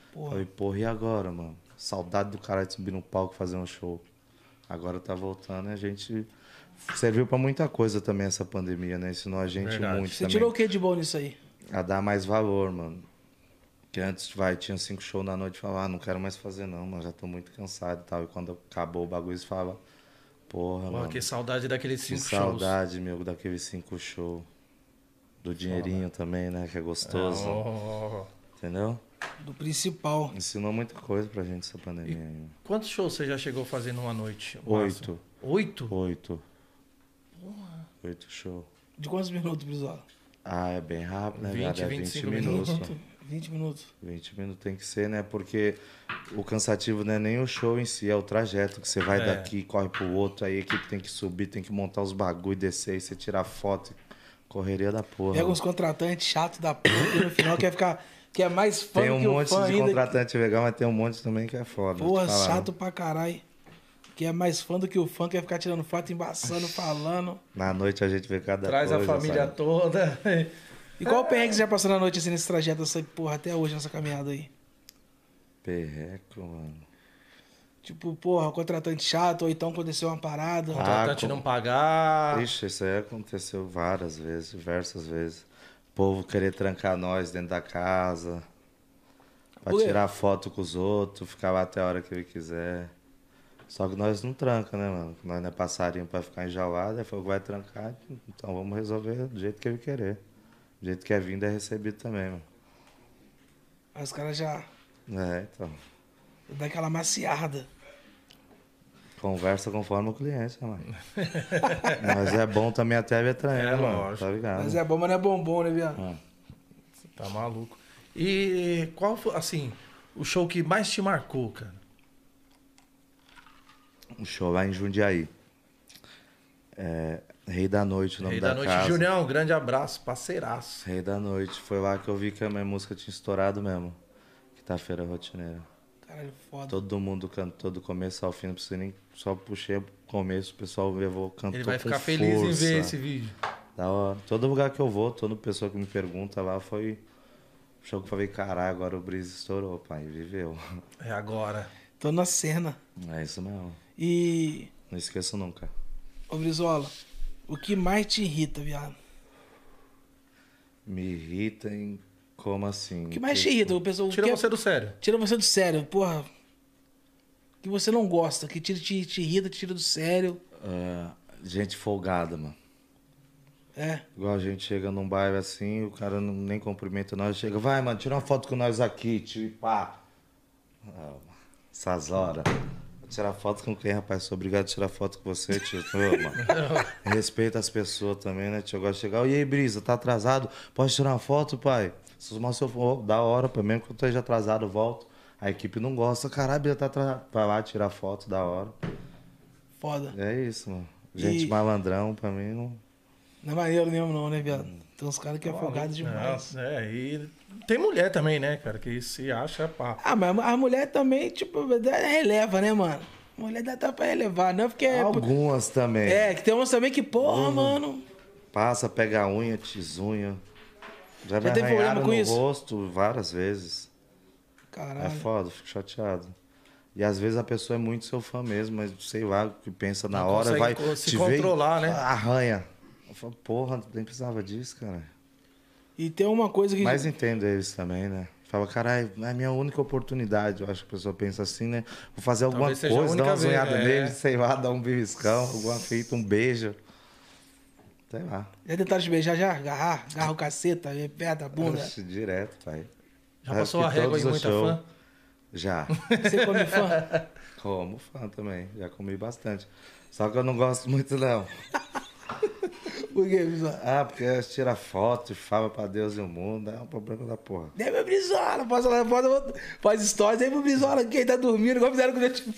Porra. Falei, porra, e agora, mano? Saudade do cara de subir no palco e fazer um show. Agora tá voltando e a gente... Serviu pra muita coisa também essa pandemia, né? Ensinou a gente Verdade. muito Você também. tirou o que de bom nisso aí? A dar mais valor, mano. Que antes, vai, tinha cinco shows na noite e falava, ah, não quero mais fazer não, mano, já tô muito cansado e tal. E quando acabou o bagulho, você falava, porra, Pô, mano. que saudade daqueles Que cinco shows. saudade, meu, daqueles cinco shows. Do dinheirinho também, né? Que é gostoso. Oh. Entendeu? Do principal. Ensinou muita coisa pra gente essa pandemia aí. mano. Quantos shows você já chegou a fazer numa noite? Oito. Oito? Oito. Oito shows. De quantos minutos, Brizola? Ah, é bem rápido, né, vinte, viado? É vinte e vinte cinco minutos. minutos. vinte minutos. vinte minutos tem que ser, né? Porque o cansativo não é nem o show em si, é o trajeto que você vai É. daqui, corre pro outro, aí a equipe tem que subir, tem que montar os bagulho, descer, aí você tirar foto. Correria da porra. Pega uns contratantes chatos da porra e no final quer ficar. Que é mais fã Tem do um que o monte fã de ainda. contratante legal, mas tem um monte também que é foda. vou Porra, te falar. chato pra caralho. Que é mais fã do que o fã, quer ficar tirando foto, embaçando, falando. Na noite a gente vê cada Traz coisa. a família sabe? toda. E qual perrengue que você já passou na noite assim nesse trajeto, essa porra, até hoje, nessa caminhada aí? Perreco, mano. Tipo, porra, contratante chato, ou então aconteceu uma parada. Ah, Contratante com- não pagar. Ixi, isso aí aconteceu várias vezes, diversas vezes. O povo querer trancar nós dentro da casa. Pra Por quê? tirar foto com os outros, ficar lá até a hora que ele quiser. Só que nós não tranca, né, mano? Nós não é passarinho pra ficar enjaulado, aí falou que vai trancar, então vamos resolver do jeito que ele querer. Do jeito que é vindo é recebido também, mano. Aí os caras já É, então. dão aquela maciada. Conversa conforme o cliente, né, mano? Mas é bom também até ver trem, É, né, mano? lógico. Tá ligado? Mas é bom, mas não é bombom, né, viado? Ah. Você tá maluco. E qual foi, assim, o show que mais te marcou, cara? Um show lá em Jundiaí. É, Rei da Noite, o nome Rei da, da Noite, casa. Julião, grande abraço, parceiraço. Rei da Noite. Foi lá que eu vi que a minha música tinha estourado mesmo. Quinta-feira rotineira. Caralho, foda. Todo mundo cantou do começo ao fim, não precisa nem... Só puxei o começo, o pessoal levou, cantou Ele vai com ficar feliz em força. ver esse vídeo. Da hora. Todo lugar que eu vou, toda pessoa que me pergunta lá foi... O show que eu falei, caralho, agora o Breeze estourou, pai. Viveu. É agora. Tô na cena. É isso mesmo. E, Não esqueço nunca. ô Brizola, o que mais te irrita, viado? Me irrita em... Como assim? O que mais te irrita? O pessoal Tira que é- você do sério. Tira você do sério, porra. Que você não gosta, que te, te, te irrita, te tira do sério. Ah, gente folgada, mano. É. Igual a gente chega num bairro assim, o cara não, nem cumprimenta nós, chega, vai, mano, tira uma foto com nós aqui, tio, e pá. Ah, essas horas. Vou tirar foto com quem, rapaz? Sou obrigado a tirar foto com você, tio. Ô, mano. Respeita as pessoas também, né, tio? Eu gosto de chegar, e aí, Brisa, tá atrasado? Pode tirar uma foto, pai? Se o seu for da hora, pra mesmo que eu esteja atrasado, eu volto. A equipe não gosta, caralho, Brisa tá atrasado. Vai lá tirar foto, da hora. Foda. É isso, mano. Gente E- malandrão, pra mim, não... Não é maneiro nenhum, não, né, viado? Tem uns caras que é folgado demais. Não, é, e tem mulher também, né, cara, que se acha pá. Ah, mas a mulher também, tipo, releva, né, mano? A mulher dá até pra relevar, não é porque. É, Algumas também. é, que tem uns também que, porra, Uhum. mano. Passa, pega a unha, tisunha. Já me tem problema arranharam com no isso? rosto várias vezes. Caralho. É foda, fico chateado. E às vezes a pessoa é muito seu fã mesmo, mas sei lá, o que pensa na Não hora, consegue vai co- se te controlar, ver, e né? arranha. Eu falo, porra, nem precisava disso, cara. E tem uma coisa que. Mas entendo eles também, né? Fala, caralho, é a minha única oportunidade. Eu acho que a pessoa pensa assim, né? Vou fazer alguma Talvez seja a coisa, dar única uma zunhada vez, é. nele, sei lá, dar um beliscão, alguma feita, um beijo. Sei lá. Já tentaram te beijar já? Agarrar? Agarra o caceta, perto da bunda. Oxe, direto, pai. Já Acho passou que a régua em todos os muita shows- fã? Já. Você come fã? Como fã também. Já comi bastante. Só que eu não gosto muito, não. Por quê, Brizola? Ah, porque tira foto e fala pra Deus e o mundo. É um problema da porra. Dê meu Brizola, faz, faz, faz stories, aí meu Brizola, quem tá dormindo, igual fizeram com o Deus.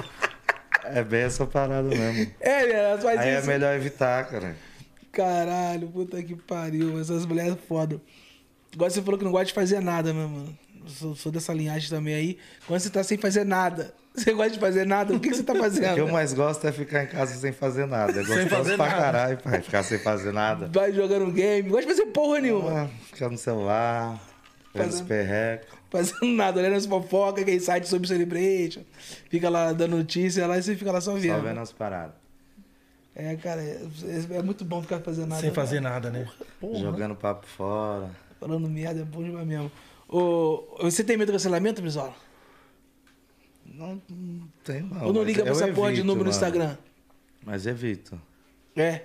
É bem essa parada mesmo. É, né? Elas fazem Aí é isso. melhor evitar, cara. Caralho, puta que pariu. Essas mulheres foda. Igual você falou que não gosta de fazer nada, meu mano. Eu sou, sou dessa linhagem também aí. Quando você tá sem fazer nada, você gosta de fazer nada, o que, que você tá O que eu fazendo? mais gosto é ficar em casa sem fazer nada. É gostoso fazer pra nada. caralho, pai. Ficar sem fazer nada. Vai jogando um game, não gosta de fazer porra nenhuma. Ah, ficar no celular, fazendo os Fazendo- perrecos. Fazendo nada, olhando as fofocas, aquele site sobre Celebration. Fica lá dando notícia lá e você fica lá só vendo. Só vendo as paradas. É, cara, é, é muito bom ficar fazendo nada. Sem fazer cara. nada, né? Porra. Jogando papo fora. Falando merda é bom demais mesmo. Ô, você tem medo do cancelamento, Brizola? Não, não tem não. Ou não mas liga pra eu essa porra de evito, número no mano. Instagram? Mas evito. É.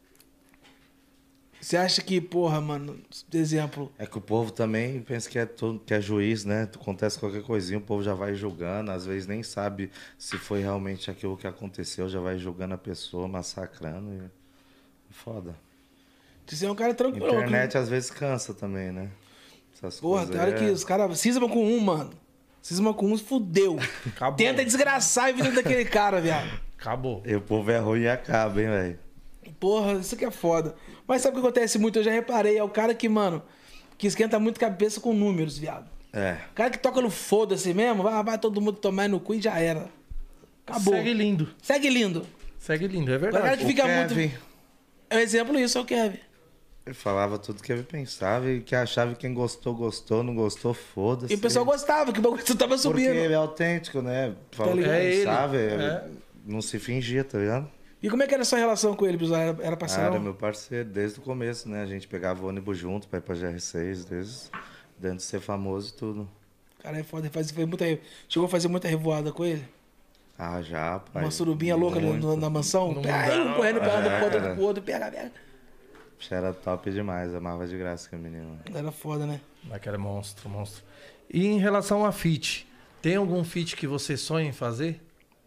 Você acha que, porra, mano, por exemplo... É que o povo também pensa que é, todo, que é juiz, né? Acontece qualquer coisinha, o povo já vai julgando. Às vezes nem sabe se foi realmente aquilo que aconteceu. Já vai julgando a pessoa, massacrando. E... Foda. Você é um cara tranquilo. Internet às vezes cansa também, né? Essas Porra, coisas tem hora aí que é- os caras cismam com um, mano. Cismam com um, fudeu. Acabou. Tenta desgraçar a vida daquele cara, viado. Acabou. E o povo é ruim e acaba, hein, velho? Porra, isso que é foda. Mas sabe o que acontece muito? Eu já reparei. É o cara que, mano, que esquenta muito cabeça com números, viado. É. O cara que toca no foda-se mesmo, vai, vai todo mundo tomar no cu e já era. Acabou. Segue lindo. Segue lindo. Segue lindo, é O cara verdade. que fica O Kevin, muito... É um exemplo isso, é o Kevin. ele falava tudo que ele pensava e que achava que quem gostou, gostou, não gostou, foda-se. E o pessoal gostava, que o bagulho tava Porque subindo. ele é autêntico, né? Falou que ligado? É ele, pensava, ele é. não se fingia, tá ligado? E como é que era a sua relação com ele, Brizola? Era, era Ah, parceirão? era meu parceiro desde o começo, né? A gente pegava o ônibus junto pra ir pra G R seis, desde dentro de ser famoso e tudo. Cara, é foda. Faz, fez muita, chegou a fazer muita revoada com ele? Ah, já, pai. Uma surubinha louca Muito. no- na mansão? No Pega, mundão. um correndo pra um É, outro, cara. pro outro, pega, pega. Era top demais, amava de graça aquele menino. Era foda, né? Mas que era monstro, monstro. E em relação a feat, tem algum feat que você sonha em fazer?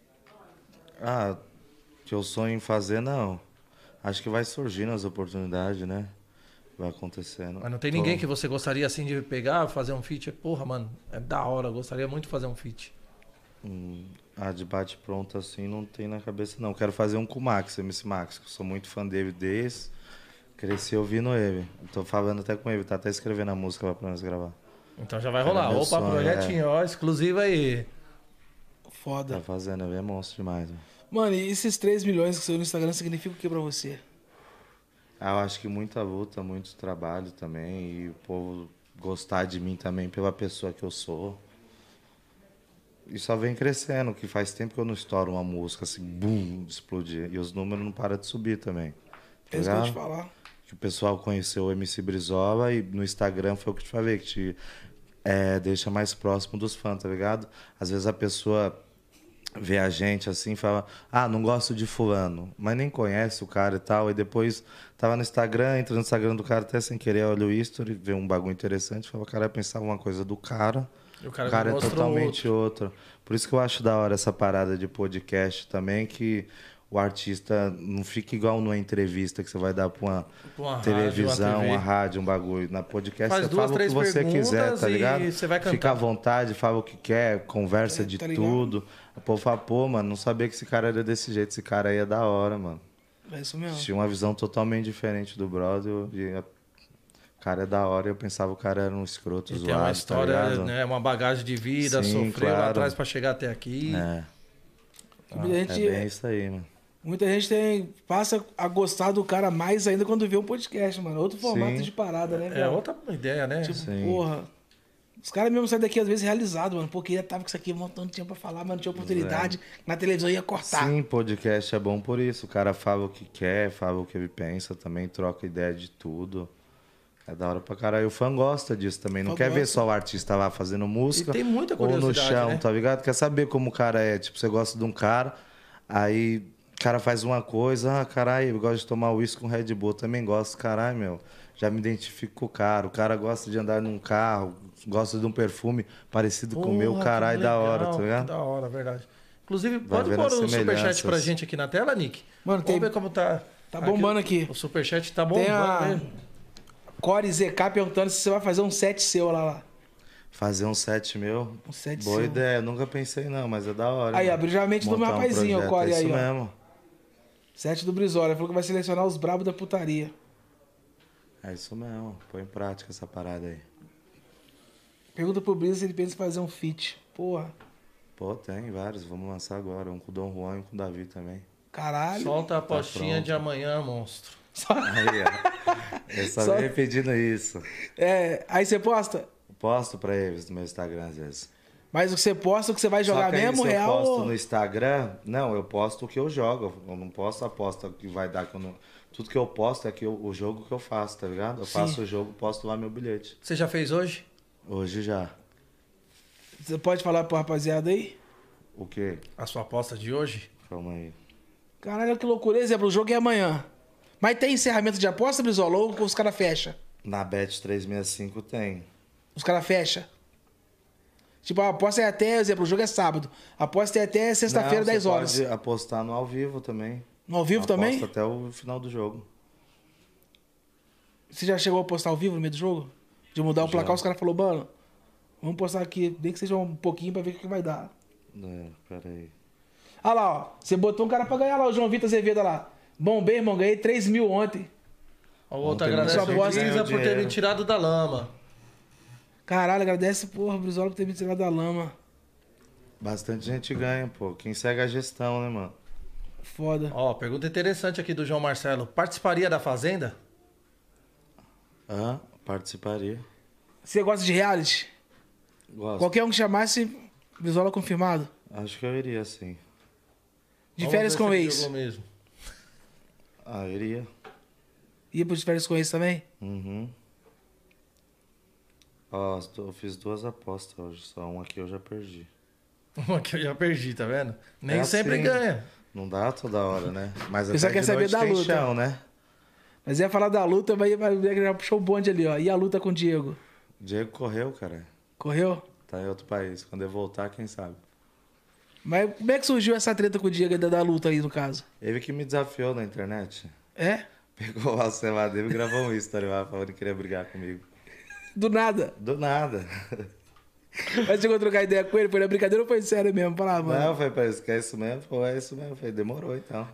Ah, que eu sonho em fazer, não. Acho que vai surgindo as oportunidades, né? Vai acontecendo. Mas não tem Tô- ninguém que você gostaria assim de pegar, fazer um feat? Porra, mano, é da hora, eu gostaria muito de fazer um feat. Hum, ah, de bate pronto assim não tem na cabeça, não. Quero fazer um com o Max, M C Max, que eu sou muito fã dele desde. Cresci ouvindo ele. Tô falando até com ele, tá até escrevendo a música lá pra nós gravar. Então já vai Era rolar. meu Opa, sonho, projetinho, ó, exclusivo aí. Foda. Tá fazendo, ele é monstro demais. Mano. Mano, e esses três milhões que saiu no Instagram significa o que pra você? Ah, eu acho que muita luta, muito trabalho também. E o povo gostar de mim também pela pessoa que eu sou. E só vem crescendo, que faz tempo que eu não estouro uma música assim, bum, explodir. E os números não param de subir também. Tá É isso que eu ia te ligado? falar. Que o pessoal conheceu o M C Brizola e no Instagram foi o que eu te falei, que te é, deixa mais próximo dos fãs, tá ligado? Às vezes a pessoa vê a gente assim e fala, ah, não gosto de fulano, mas nem conhece o cara e tal, e depois tava no Instagram, entra no Instagram do cara até sem querer, olha o history, vê um bagulho interessante, fala, cara, pensava uma coisa do cara, E o o cara, cara, me é mostrou totalmente outro. Por isso que eu acho da hora essa parada de podcast também, que o artista não fica igual numa entrevista que você vai dar pra uma, Pra uma televisão, rádio, uma T V. uma rádio, um bagulho. Na podcast Faz você duas, fala o que três você quiser, perguntas tá e ligado? você vai cantar. Fica à vontade, fala o que quer, conversa É, de tá ligado? tudo. O povo fala, pô, mano, não sabia que esse cara era desse jeito, esse cara aí é da hora, mano. É isso mesmo. Tinha uma visão totalmente diferente do brother e a- o cara é da hora e eu pensava que o cara era um escroto, E zoado, tem uma tá história, ligado? né, uma bagagem de vida, Sim, sofreu lá claro. atrás pra chegar até aqui. É, Muita é gente, bem isso aí, mano. muita gente tem, passa a gostar do cara mais ainda quando vê um podcast, mano. Outro formato Sim. de parada, né, É velho? outra ideia, né? Tipo, Sim. porra. Os caras mesmo saem daqui às vezes realizados, mano. Porque já tava com isso aqui um montão de tempo pra falar, mas não tinha oportunidade. Na televisão ia cortar. Sim, podcast é bom por isso. O cara fala o que quer, fala o que ele pensa também, troca ideia de tudo. É da hora pra caralho. O fã gosta disso também. Não Fã quer ver gosta. só o artista lá fazendo música. E tem muita ou no curiosidade, chão, né? tá ligado? Quer saber como o cara é. Tipo, você gosta de um cara, aí o cara faz uma coisa, ah, caralho, eu gosto de tomar uísque com Red Bull. Também gosto, caralho, meu. Já me identifico com o cara. O cara gosta de andar num carro, gosta de um perfume parecido com o meu, Porra, caralho, que da hora, legal, tá que ligado? da hora, verdade. Inclusive, Vai pode ver pôr as um superchat semelhanças. pra gente aqui na tela, Nick? Mano, Vamos tem- ver como tá. tá bombando aqui. O superchat tá Tem bombando a mesmo. Core Z K perguntando se você vai fazer um set seu lá. lá. Fazer um set meu. Um set Boa seu. ideia, nunca pensei não, mas é da hora. Aí, mano. abriu já a mente do meu Montar um rapazinho, o projeto, Core é aí, isso ó. mesmo. Set do Brizola. Ele falou que vai selecionar os brabos da putaria. É isso mesmo. Põe em prática essa parada aí. Pergunta pro Brisa se ele pensa em fazer um feat. Porra. Pô, tem vários. Vamos lançar agora. Um com o Dom Juan e um com o Davi também. Caralho. Solta a apostinha pronto. de amanhã, monstro. Só- Aí, ó. Eu só Só- venho pedindo isso. É, aí você posta? Posto pra eles no meu Instagram às vezes. Mas o que você posta, o que você vai jogar Só que aí, mesmo, se real? eu posto ou- no Instagram, não, eu posto o que eu jogo. Eu não posto a aposta que vai dar quando. Tudo que eu posto é que eu- o jogo que eu faço, tá ligado? Eu Sim. faço o jogo, posto lá meu bilhete. Você já fez hoje? Hoje já. Você pode falar pro rapaziada aí? O quê? A sua aposta de hoje? Calma aí. Caralho, que loucura. Exemplo, o jogo é amanhã. Mas tem encerramento de aposta, Brizola? Ou os caras fecham? Na Bet trezentos e sessenta e cinco tem. Os caras fecham? Tipo, a aposta é até, exemplo, o jogo é sábado. A aposta é até sexta-feira, Não, dez você horas. pode apostar no ao vivo também. No ao vivo Aposta também? até o final do jogo. Você já chegou a postar ao vivo no meio do jogo? De mudar o Já. placar, os caras falaram, mano, vamos postar aqui, nem que seja um pouquinho pra ver o que que vai dar. É, peraí. Olha lá, ó. Você botou um cara pra ganhar lá, o João Vitor Azevedo lá. Bom, bem, irmão, ganhei três mil ontem. O outro Ontem agradece só o aposta- Brisa por ter dinheiro. me tirado da lama. Caralho, agradece, porra, Brizola por ter me tirado da lama. Bastante gente ganha, pô. Quem segue a gestão, né, mano? Foda. Ó, pergunta interessante aqui do João Marcelo. Participaria da Fazenda? Hã? Participaria. Você gosta de reality? Gosto. Qualquer um que chamasse, Brizola confirmado. Acho que eu iria, sim. De Vamos férias ver com se ele ex. jogou mesmo. Ah, eu iria. Ia pros férias com ex também? Uhum. Ó, eu fiz duas apostas hoje, só uma aqui eu já perdi. Uma que eu já perdi, tá vendo? Nem É sempre assim. ganha. Não dá toda hora, né? Mas Você só até quer de saber noite da tem luta. chão, né? Mas ia falar da luta, mas ia- já puxou o bonde ali, ó. E a luta com o Diego? Diego correu, cara. Correu? Tá em outro país. Quando eu voltar, quem sabe? Mas como é que surgiu essa treta com o Diego da, da luta aí, no caso? Ele que me desafiou na internet. É? Pegou o Alcemar dele e gravou um story lá falando que queria brigar comigo. Do nada. Do nada. Mas chegou a trocar ideia com ele, foi na brincadeira ou foi sério mesmo? Fala, ah, mano. Não, foi pra isso, que é isso mesmo? Pô, é isso mesmo. Eu falei, demorou então.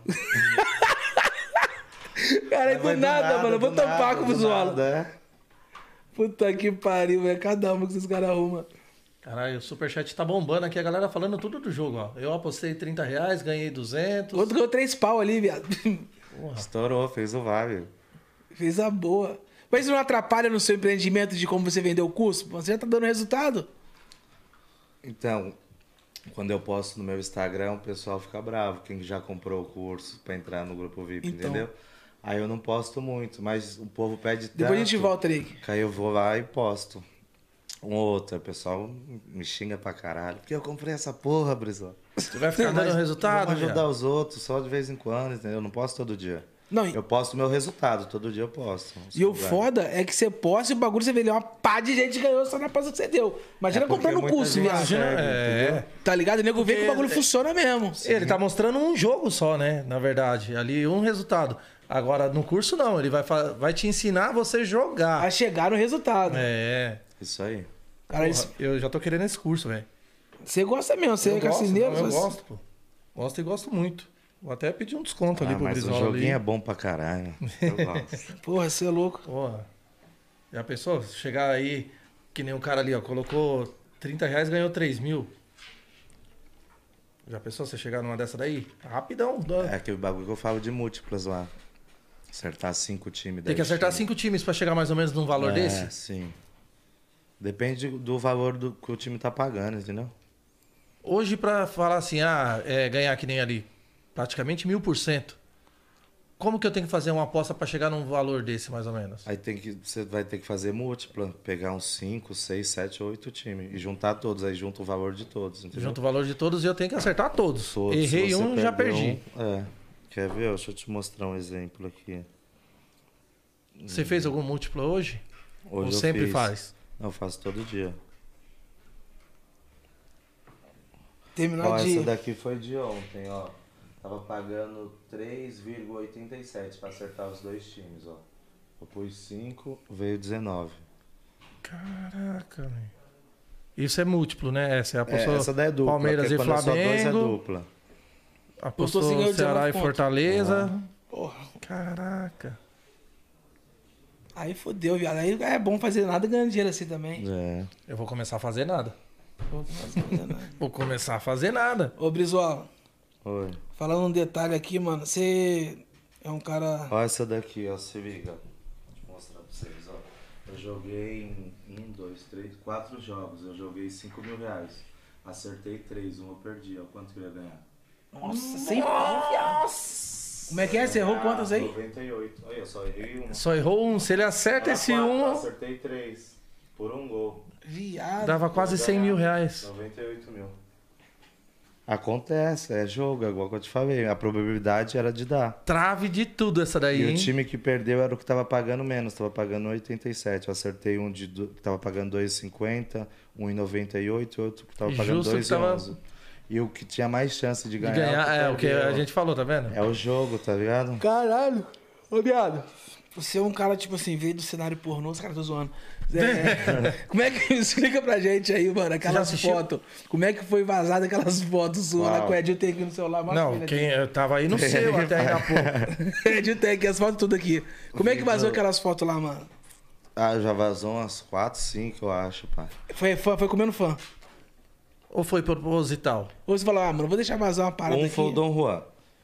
Cara, do, Foi nada, mano. Eu vou do tampar nada, com o do visual. nada, é. Puta que pariu, velho. Cada uma que esses caras arrumam. Caralho, o Superchat tá bombando aqui, a galera falando tudo do jogo, ó. Eu apostei trinta reais, ganhei duzentos. Outro ganhou três pau ali, viado. Estourou, fez o vale. Fez a boa. Mas isso não atrapalha no seu empreendimento de como você vendeu o curso? Você já tá dando resultado. Então, quando eu posto no meu Instagram, o pessoal fica bravo. Quem já comprou o curso pra entrar no grupo V I P, Então. entendeu? Aí eu não posto muito, mas o povo pede tanto. Depois a gente volta ali. Que aí eu vou lá e posto. Um ou outro, o pessoal me xinga pra caralho. Porque eu comprei essa porra, Brizola. Você vai ficar dando resultado, Vamos ajudar viado? os outros só de vez em quando, entendeu? Eu não posto todo dia. Não, e- Eu posto o meu resultado, todo dia eu posto. E o foda é que você posta e o bagulho você vê ali, uma pá de gente ganhou só na aposta que você deu. Imagina É porque comprando o muita curso, gente viado. segue, É. entendeu? Tá ligado? O nego vê que o bagulho Porque- funciona mesmo. Ele tá mostrando um jogo só, né? Na verdade, ali um resultado. Agora, no curso não, ele vai, fa- vai te ensinar a você jogar. A chegar no resultado. É. Isso aí. Cara, eles- Porra, eu já tô querendo esse curso, velho. você gosta mesmo, você Eu é gosto, cassineiro. não, eu você- gosto, pô. Gosto e gosto muito. Vou até pedir um desconto ali Ah, pro mas o Brizola joguinho ali. é bom pra caralho. Eu gosto. Porra, você é louco. Porra. Já pensou? Chegar aí, que nem um cara ali, ó, colocou trinta reais e ganhou três mil. Já pensou você chegar numa dessa daí? Rapidão. dá. É aquele bagulho que eu falo de múltiplas lá. Acertar cinco times. Tem que dez acertar times. cinco times pra chegar mais ou menos num valor é, desse? Sim. Depende do valor do que o time tá pagando, entendeu? Hoje, pra falar assim, ah, é, ganhar que nem ali, praticamente mil por cento. Como que eu tenho que fazer uma aposta pra chegar num valor desse, mais ou menos? Aí tem que, você vai ter que fazer múltipla, pegar uns cinco, seis, sete, oito times e juntar todos, aí junta o valor de todos, entendeu? Junto o valor de todos e eu tenho que acertar todos. Todos, se Errei você um, já perder perdi. um- é. Quer ver? Deixa eu te mostrar um exemplo aqui. Você fez algum múltiplo hoje? Hoje Ou eu sempre fiz. faz? Não, eu faço todo dia. Terminar Ó, de. essa daqui foi de ontem, ó. Tava pagando três vírgula oitenta e sete pra acertar os dois times, ó. Eu pus cinco, veio dezenove. Caraca, velho. Isso é múltiplo, né? Essa é a É, apostou essa daí é dupla. Palmeiras porque e quando é só dois é Flamengo. dupla. Apostou Apostou cinco, Ceará e dezenove Fortaleza. Porra. Caraca. Aí fodeu, viado. Aí é bom fazer nada ganhando dinheiro assim também. É. Eu vou começar a fazer nada. Vou fazer nada. Vou começar a fazer nada. Ô, Brizola, Oi. falando um detalhe aqui, mano. Você é um cara. Ó essa daqui, ó. Se liga. Deixa eu mostrar pra vocês, ó. Eu joguei em um, dois, três, quatro jogos. Eu joguei cinco mil reais. Acertei três, um eu perdi. Ó, quanto que eu ia ganhar? Nossa, sem viado. Como é que é? Você errou quantas aí? noventa e oito. Olha, eu só errei um. Só errou um. Se ele acerta Era esse quatro, um, Acertei três. Por um gol. Viado. dava quase cem mil reais. noventa e oito mil. Acontece, é jogo, é igual que eu te falei. A probabilidade era de dar. Trave de tudo essa daí, E hein? o time que perdeu era o que tava pagando menos, tava pagando oitenta e sete. Eu acertei um de do- que tava pagando dois e cinquenta, um e noventa e oito e outro que tava pagando Justo que dois e tava- onze. E o que tinha mais chance de De ganhar, ganhar, é o que perdeu. a gente falou, tá vendo? É o jogo, tá ligado? Caralho. Ô, viado. Você é um cara, tipo assim, veio do cenário pornô, os caras tô zoando. É, como é que... Explica pra gente aí, mano, aquelas assistiu? fotos. Como é que foi vazada aquelas fotos suas lá Uau. com o Edil tem aqui no celular? Mostra Não, ele quem eu tava aí no seu até aí na porra. aqui. Edil tem aqui as fotos tudo aqui. Como é que vazou aquelas fotos lá, mano? Ah, já vazou umas quatro, cinco, eu acho, pai. Foi, foi, foi comendo fã. Ou foi proposital? Ou você falou, ah, mano, vou deixar vazar uma parada Um aqui. foi o Dom Juan.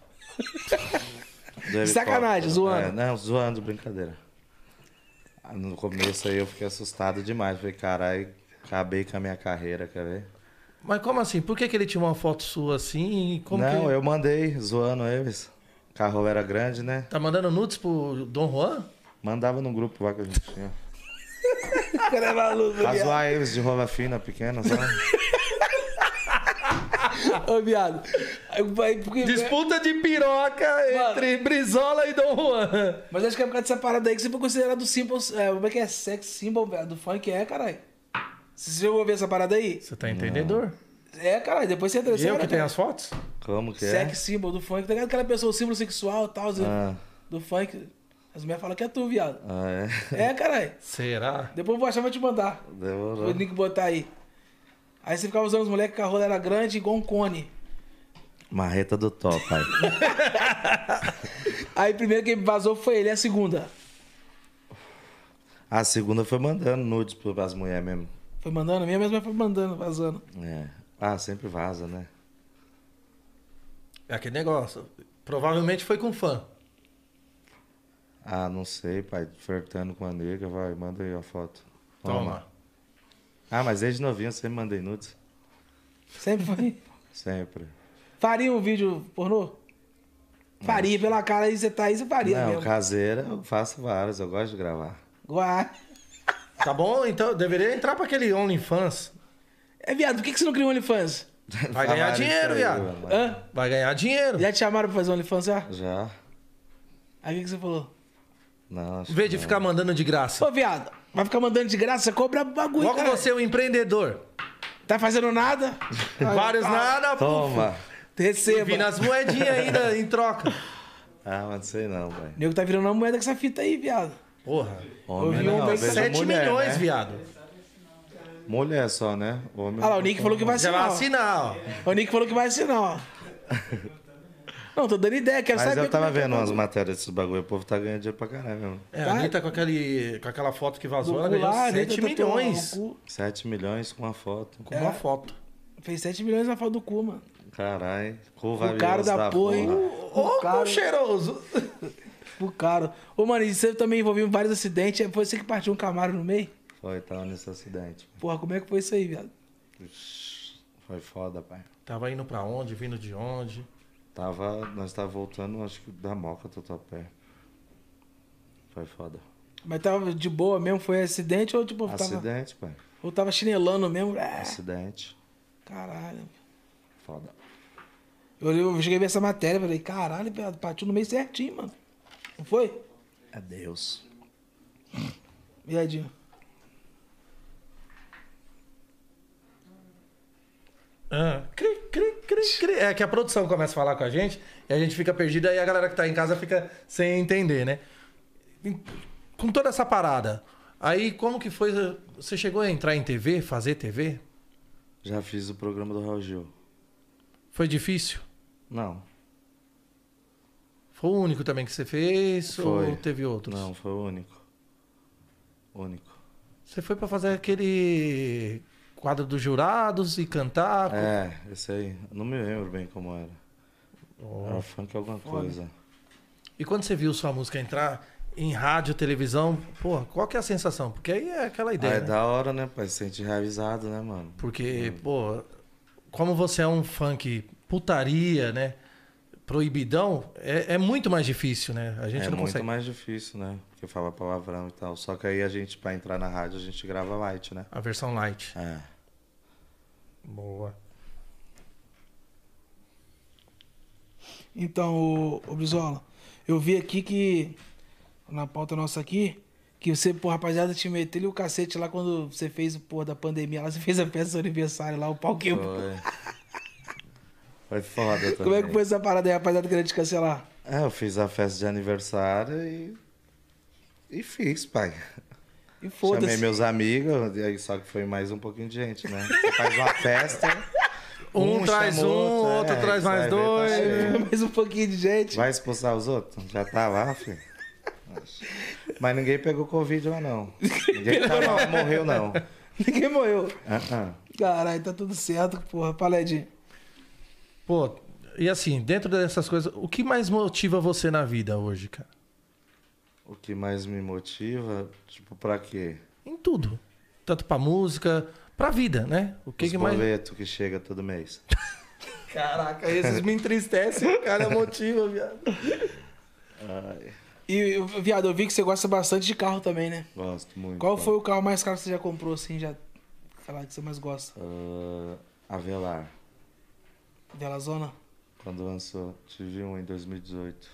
Do helicóptero. Sacanagem, zoando. É, não, zoando, brincadeira. Ah, no começo aí eu fiquei assustado demais. Falei, caralho, acabei com a minha carreira, quer ver? Mas como assim? Por que, que ele tinha uma foto sua assim? Como não, que... eu mandei, zoando eles. O carro era grande, né? Tá mandando nudes pro Dom Juan? Mandava no grupo lá que a gente tinha. O cara é maluco, Pra viado. zoar eles de rola fina, pequena, sabe? Ô, viado. Aí, vai- porque- Disputa de piroca entre Brizola e Dom Juan. Mas acho que é por causa dessa parada aí que você foi considerado o símbolo. É, como é que é? Sex symbol, velho, do funk, é, caralho. Você já ouviu essa parada aí? Você tá entendedor? É, caralho, depois você entra E eu que tenho as fotos? Como que é? Sex symbol do funk, tá ligado? Aquela pessoa, o símbolo sexual e tal, Ah, do funk. As mulheres falam que é tu, viado. ah, é? É, caralho. Será? Depois eu vou achar e vou te mandar. Demorou. O link botar aí. Aí você ficava usando os moleques que a rola era grande igual um cone. Marreta do top, pai. Aí primeiro que vazou foi ele, a segunda. A segunda foi mandando nudes pras mulheres mesmo. Foi mandando, a minha mesma foi mandando, vazando. É. Ah, sempre vaza, né? É aquele negócio. Provavelmente foi com fã. Ah, não sei, pai. Flertando com a nega, vai, manda aí a foto. Toma. Ah, mas desde novinho eu sempre mandei nudes. Sempre foi. Sempre. Faria um vídeo pornô? Faria, pela cara aí você tá aí, você faria Não, mesmo. caseira eu faço várias, eu gosto de gravar. Guá. Tá bom? Então deveria entrar pra aquele OnlyFans. É, viado, por que que você não criou um OnlyFans? Vai ganhar Falaram dinheiro, isso aí, viado. mano. Hã? Vai ganhar dinheiro. Já te chamaram pra fazer um OnlyFans já? Já? Aí o que que você falou? Não, acho Em vez que de não. ficar mandando de graça. Ô, viado, vai ficar mandando de graça, você cobra bagulho, Logo cara. você, o empreendedor. Tá fazendo nada? Vários Ah, nada, pô. Toma! Receba. Vindo as moedinhas ainda em troca. Ah, mas não sei não, pai. O nego tá virando uma moeda com essa fita aí, viado. Porra. Homem vi um não, bem- eu vejo sete mulher, milhões, né? viado. Mulher só, né? Homem Olha lá, o Nick falou que vai Já vai assinar. ó. assinar, ó. O Nick falou que vai assinar, ó. Não, tô dando ideia, quero Mas saber. eu tava como é que vendo é o umas bagulho. matérias desses bagulho, o povo tá ganhando dinheiro pra caralho mesmo. É, Tá. a Anitta com, aquele, com aquela foto que vazou, ela Do cu ganhou lá, sete né, tatuou milhões. o cu. sete milhões com uma foto. Com uma foto. Fez sete milhões na foto do cu, mano. Caralho. Cu O cara da porra, hein? Ô, O cara- ô, cheiroso. O cara. Ô, mano, e você também envolveu em vários acidentes. Foi você que partiu um Camaro no meio? Foi, tava nesse acidente. Porra, como é que foi isso aí, viado? Foi foda, pai. Tava indo pra onde, vindo de onde. Tava, nós tava voltando, acho que da Moca, Tatuapé. Foi foda. Mas tava de boa mesmo? Foi acidente ou tipo, tava, Acidente, pai. ou tava chinelando mesmo? É, Acidente. caralho. Foda. Eu, eu cheguei a ver essa matéria, falei, caralho, viado, partiu no meio certinho, mano. Não foi? É Deus. Viadinho. Ah, cri, cri, cri, cri. É que a produção começa a falar com a gente e a gente fica perdido, aí a galera que tá em casa fica sem entender, né? Com toda essa parada, aí como que foi? Você chegou a entrar em T V, fazer T V? Já fiz o programa do Raul Gil. Foi difícil? Não, Foi o único também que você fez Foi. ou teve outros? não, foi o único. Único. Você foi pra fazer aquele quadro dos jurados e cantar? É, esse aí. Não me lembro bem como era. Oh. Era funk alguma Foda. coisa. E quando você viu sua música entrar em rádio, televisão, pô, qual que é a sensação? Porque aí é aquela Ah, ideia, é né? da hora, né, pai? Se sentir realizado, né, mano? Porque, pô, como você é um funk putaria, né? Proibidão, é, é muito mais difícil, né? A gente É não muito consegue. mais difícil, né? Porque fala palavrão e tal. Só que aí a gente, pra entrar na rádio, a gente grava light, né? A versão light. É. Boa. Então, ô, ô Brizola, eu vi aqui que, na pauta nossa aqui, que você, pô, rapaziada, te meteu o cacete lá quando você fez, pô, da pandemia lá, você fez a festa do seu aniversário lá, o pau quebrou. Foi. Foi foda também. Como é que foi essa parada aí, rapaziada, querendo te cancelar? É, eu fiz a festa de aniversário e... E fiz, pai. E Chamei foda-se. meus amigos, e aí só que foi mais um pouquinho de gente, né? Você faz uma festa... Um traz chama um, outro, outro é, traz você mais vai ver, tá dois. cheio. Mais um pouquinho de gente. Vai expulsar os outros? Já tá lá, filho. Mas ninguém pegou Covid lá, não. Ninguém que tava lá morreu, não. Ninguém morreu. Ah, ah. Caralho, tá tudo certo, porra. Paledinho. Pô, e assim, dentro dessas coisas, o que mais motiva você na vida hoje, cara? O que mais me motiva, tipo, pra quê? Em tudo. Tanto pra música, pra vida, né? O que, Os que mais. boletos que chega todo mês. Caraca, esses me entristecem, o cara motiva, viado. Ai, E, viado, eu vi que você gosta bastante de carro também, né? gosto muito. Qual foi o carro mais caro que você já comprou, assim, já... Sei lá, que você mais gosta? Uh, Avelar. Dela Zona? Quando lançou, tive um em dois mil e dezoito.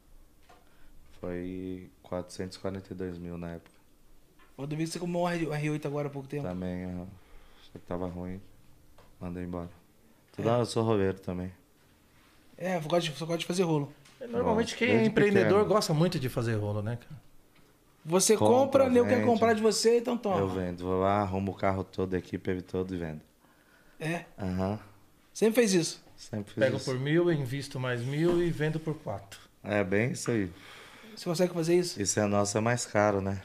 Foi quatrocentos e quarenta e dois mil na época. Eu vi que você comprou um R oito agora há pouco tempo. Também, eu achei que tava ruim. Mandei embora. Toda hora eu sou roleiro também. É, eu gosto de, eu gosto de fazer rolo. Normalmente Gosto, quem é desde empreendedor pequeno. gosta muito de fazer rolo, né, cara? Você Compra, compra, nem eu quero vende. comprar de você, então toma. Eu vendo. Vou lá, arrumo o carro todo, a equipe todo e vendo. É, Aham. sempre fez isso. Sempre fiz Pego isso. por mil, invisto mais mil e vendo por quatro. É bem isso aí. Você consegue fazer isso? Isso é nosso, é mais caro, né?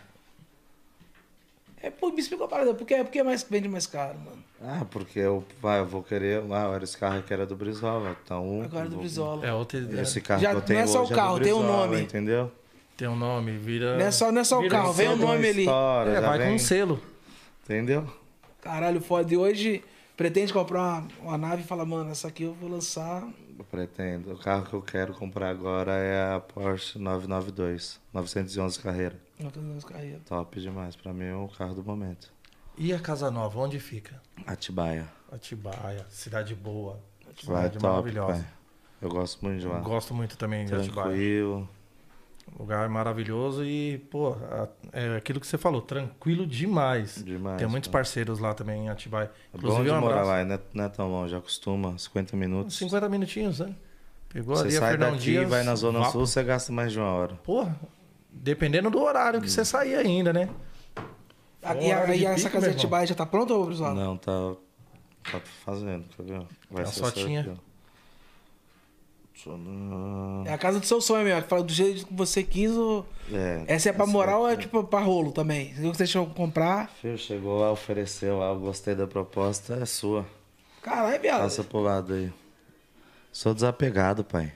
É, pô, me explica a parada. Por que, por que mais, vende mais caro, mano? Ah, porque eu, vai, eu vou querer. Ah, era esse carro que era do Brizola. Então. Agora do vou- Brizola. É outra ideia. Esse carro Já que eu tenho não é só hoje o carro, do tem um Brizola, nome. Entendeu? Tem um nome, vira. Não é só, não é só o Vira carro, vem o selo, nome ali. História, É, já vai vem, com um selo. Entendeu? Caralho, foda. E hoje pretende comprar uma, uma nave e fala, mano, essa aqui eu vou lançar. Eu pretendo. O carro que eu quero comprar agora é a Porsche novecentos e noventa e dois. novecentos e onze carreira. Não tô fazendo carreira. Top demais. Pra mim é o carro do momento. E a Casa Nova, onde fica? Atibaia. Atibaia, cidade boa. Vai Cidade top, maravilhosa. pai. Eu gosto muito de lá. Gosto muito também de Atibaia. Tranquilo. Lugar maravilhoso e, pô, a- é aquilo que você falou, tranquilo demais. Demais. Tem muitos pô. parceiros lá também em Atibaia. É bom Inclusive, de um morar abraço. lá, não é, não é tão longe, acostuma, cinquenta minutos. cinquenta minutinhos, né? Pegou Você ali a sai Fernão daqui, Dias. vai na Zona vapo. Sul, você gasta mais de uma hora. Porra, dependendo do horário que você sair ainda, né? Ah, Fora e a- de e essa pique, casa meu de irmão. Atibaia já tá pronta, ô Brizola? Não, tá, tá fazendo, quer ver? Vai É ser a só Sotinha. aqui, ó. Deixa eu não- É a casa do seu sonho mesmo. Fala do jeito que você quis. Ou... É, Essa é pra essa moral ou é daqui. tipo pra rolo também? Se você deixou comprar. Filho, chegou lá, ofereceu lá, eu gostei da proposta, é sua. Caralho, viado. Passa pro lado aí. Sou desapegado, pai.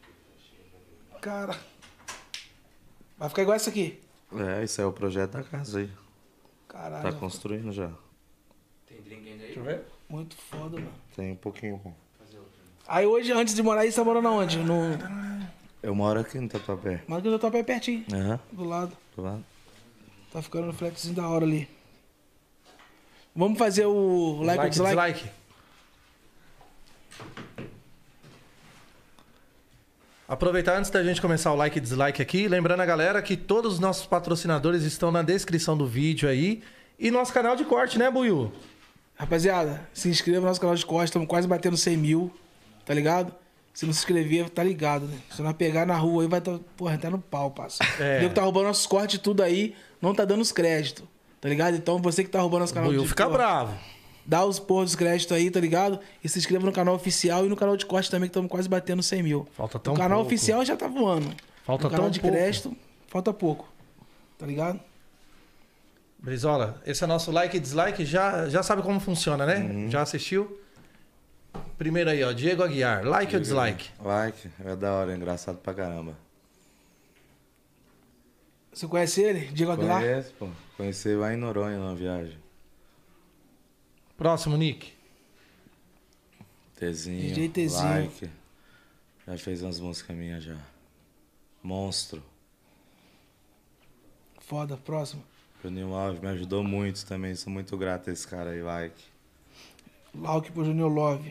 Cara. Vai ficar igual essa aqui. É, isso é o projeto da casa aí. Caralho. Tá construindo já. Deixa eu ver. Muito foda, mano. Tem um pouquinho. pô. Aí hoje, antes de morar aí, você tá morando aonde? No. Eu moro aqui no Tatuapé. Mas que eu tô bem pertinho. Aham, Do lado. do lado. Tá ficando no flatzinho da hora ali. Vamos fazer o like, ou dislike? dislike. Aproveitar antes da gente começar o like e dislike aqui, lembrando a galera que todos os nossos patrocinadores estão na descrição do vídeo aí e nosso canal de corte, né, Buiu? Rapaziada, se inscreva no nosso canal de corte. Estamos quase batendo cem mil. Tá ligado? Se não se inscrever, tá ligado, né? Se não pegar na rua aí, vai tá, porra, tá no pau, parça. É. O nego tá roubando nossos cortes e tudo aí, não tá dando os créditos. Tá ligado? Então você que tá roubando nosso canal Buiu de fica porra, bravo. dá os porra dos créditos aí, tá ligado? E se inscreva no canal oficial e no canal de corte também, que estamos quase batendo cem mil. Falta tão O canal pouco. oficial já tá voando. Falta no canal tão de pouco. crédito, falta pouco. Tá ligado? Brizola, esse é nosso like e dislike, já, já sabe como funciona, né? Uhum. Já assistiu? Primeiro aí, ó, Diego Aguiar, like ou dislike? Like, é da hora, é engraçado pra caramba. Você conhece ele? Diego Aguilar? Conheço, pô. Conheci lá em Noronha, numa viagem. Próximo, Nick. Tezinho, D J Tezinho. Like. Já fez umas músicas minhas já. Monstro. Foda, próximo. Juninho Alves me ajudou muito também. Sou muito grato a esse cara aí, Like. Lauk pro Junior Love.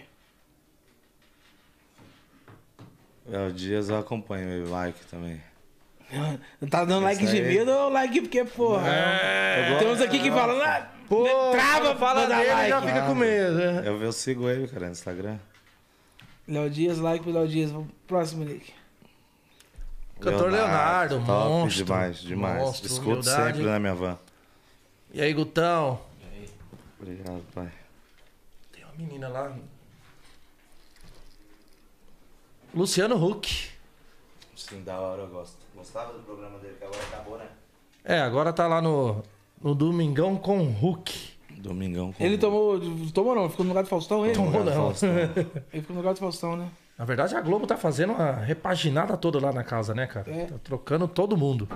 Léo Dias eu acompanho ele, Like também. Tá dando like Esse de aí- medo ou like porque, porra? É, Tem uns aqui que falam, ah, Pô, trava, fala pra dar dele like. já fica com medo. né? Eu, eu sigo ele, cara, no Instagram. Léo Dias, like pro Léo Dias. Próximo, Nick. Cantor Leonardo, top monstro. demais, demais. Monstro, Escuto humildade. sempre na minha van. E aí, Gutão? Obrigado, pai. Tem uma menina lá. Luciano Huck. Sim, da hora, eu gosto. Gostava do programa dele, que agora acabou, né? É, agora tá lá no, no Domingão com Huck. Domingão com Ele tomou. Tomou não, ficou no lugar do Faustão, ele? Tomou, não. Faustão. Ele ficou no lugar do Faustão, né? Na verdade, a Globo tá fazendo uma repaginada toda lá na casa, né, cara? É. Tá trocando todo mundo.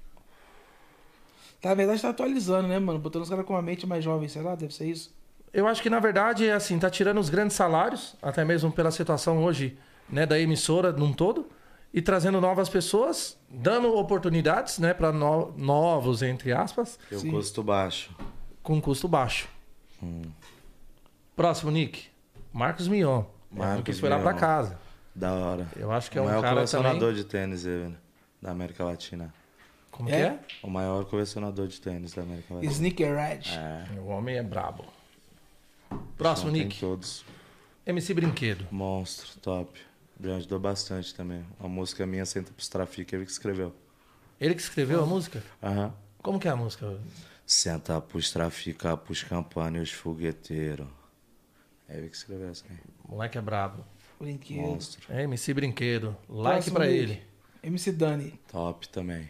Tá, na verdade, tá atualizando, né, mano? Botando os caras com uma mente mais jovem, sei lá, deve ser isso. Eu acho que, na verdade, é assim, tá tirando os grandes salários, até mesmo pela situação hoje, né, da emissora num todo, e trazendo novas pessoas, dando oportunidades, né, para no- novos, entre aspas, Eu Sim. custo baixo. com custo baixo. Hum. Próximo, Nick. Marcos Mion. Marcos que foi lá Mion. pra casa. Da hora. Eu acho que é o um maior cara colecionador também... de tênis ele, né? Da América Latina. Como É? que é? O maior colecionador de tênis da América Latina. Sneakerhead. É. O homem é brabo. Próximo, Tem Nick. todos. M C Brinquedo. Monstro, top. Me ajudou bastante também. A música minha, Senta pros Trafica, ele que escreveu. Ele que escreveu a música? Aham. Como que é a música? Senta pros trafica, pros campanha e os fogueteiros. É ele que escreveu essa aí. O moleque é brabo. Brinquedo. Monstro. É M C Brinquedo. Like Próximo, pra Nick. ele. M C Dani. Top também.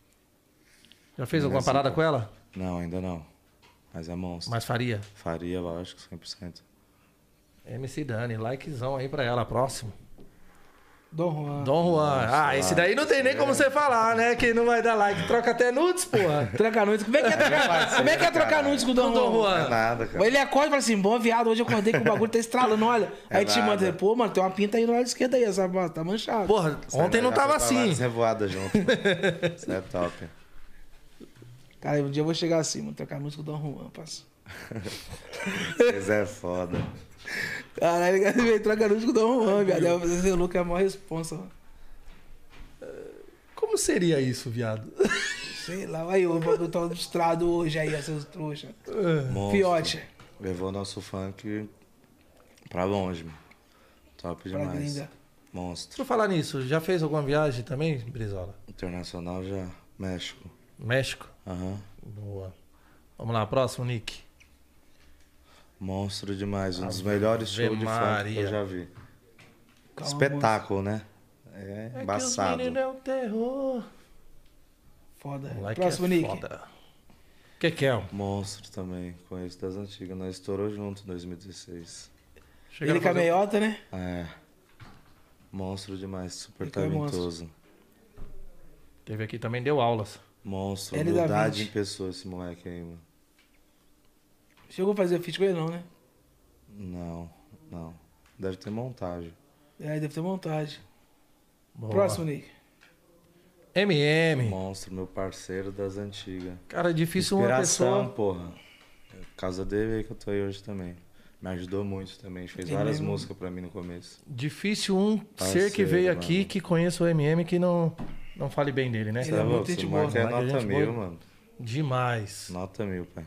Já fez alguma Essa- parada com ela? Não, ainda não. Mas é monstro. Mas faria. Faria, lógico, cem por cento. M C Dani, likezão aí pra ela. Próximo. Dom Juan. Dom Juan. Nossa, Ah, esse daí não tem nem como você falar, né? Que não vai dar like. Troca até nudes, porra. Trocar nudes. Como é que é trocar, como é que é trocar nudes com o Dom Com o Dom Juan? Não é Juan. nada, cara. Ele acorda e fala assim, bom viado, hoje eu acordei que o bagulho tá estralando, olha. É Aí te nada. manda, pô, mano, tem uma pinta aí no lado esquerdo aí, essa bosta tá manchada. Porra, ontem não tava assim. Revoada junto. Isso é top. Cara, um dia eu vou chegar assim, mano, trocar nudes com o Dom Juan, parça. Vocês é foda. Caralho, ele veio trocar nudes com o Dom Juan, viado. Aí eu vou ser louco, é a maior responsa, mano. Como seria isso, viado? Sei lá, aí eu eu tô ilustrado hoje aí, seus trouxa. Monstro. Fiote. Levou nosso funk pra longe, mano. Top Pra demais. gringa. Monstro. Deixa eu falar nisso. Já fez alguma viagem também, Brizola? Internacional já. México. México? Aham. Boa. Vamos lá, próximo, Nick. Monstro demais. Um dos melhores Ave shows de funk que Maria. eu já vi. Calma, Espetáculo, né? É, É embaçado. que os meninos é o terror. Foda. Moleque Próximo, é Nick. foda. Que que é? Monstro também. Conheço das antigas. Nós estourou junto em dois mil e dezesseis. Chegaram Ele a fazer- cameiota, né? É. Monstro demais. Super Ele que é talentoso. Teve aqui também, deu aulas. Monstro. L da Humildade vinte. em pessoa esse moleque aí, mano. Chegou a fazer feat com ele não, né? Não, não. Deve ter montagem. É, deve ter montagem. Boa. Próximo, Nick. M M. Monstro, meu parceiro das antigas. Cara, é difícil uma Inspiração, pessoa... porra. É por causa dele aí que eu tô aí hoje também. Me ajudou muito também. Fez Ele várias mesmo. músicas pra mim no começo. Difícil um ser que Parceiro, veio mano. aqui que conheça o M M que não, não fale bem dele, né? Ele Cê é é muito louco? gente Esse boa, moleque é moleque é nota gente mil, boa. mano. Demais. Nota mil, pai.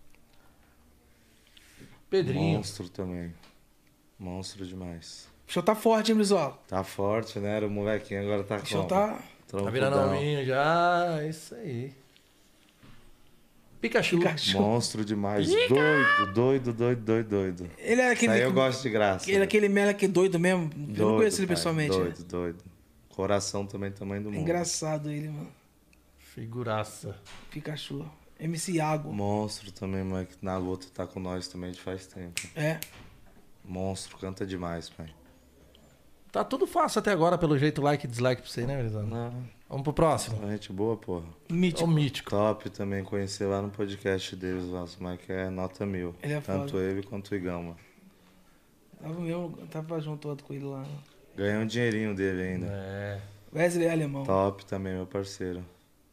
Pedrinho. Monstro também. Monstro demais. O show tá forte, hein, Brizola? Tá forte, né? Era o molequinho, agora tá O show como? tá... Tá virando Troncudão. hominho já. É isso aí. Pikachu. Pikachu. Monstro demais. Doido, doido, doido, doido, doido. Ele é Isso aquele... aí eu gosto de graça. Ele é né? aquele mela que é doido mesmo. eu não Doido, conheço ele pai, pessoalmente. né? Doido, doido. Coração também, tamanho do É mundo. engraçado ele, mano. Figuraça. Pikachu. M C Iago. Monstro também, moleque. Na luta tá com nós também de faz tempo. É. Monstro, canta demais, pai. Tá tudo fácil até agora, pelo jeito, like e dislike pra você, né, Brizano? Não, Vamos pro próximo. Gente boa, porra. Mítico. O mítico. Top também, conheci lá no podcast deles, nossa, mas que é nota mil. Ele é Tanto foda. ele quanto o Igão, mano. Tava, mesmo, tava junto outro com ele lá. Ganhei um dinheirinho dele ainda. É. Wesley é alemão. Top também, meu parceiro.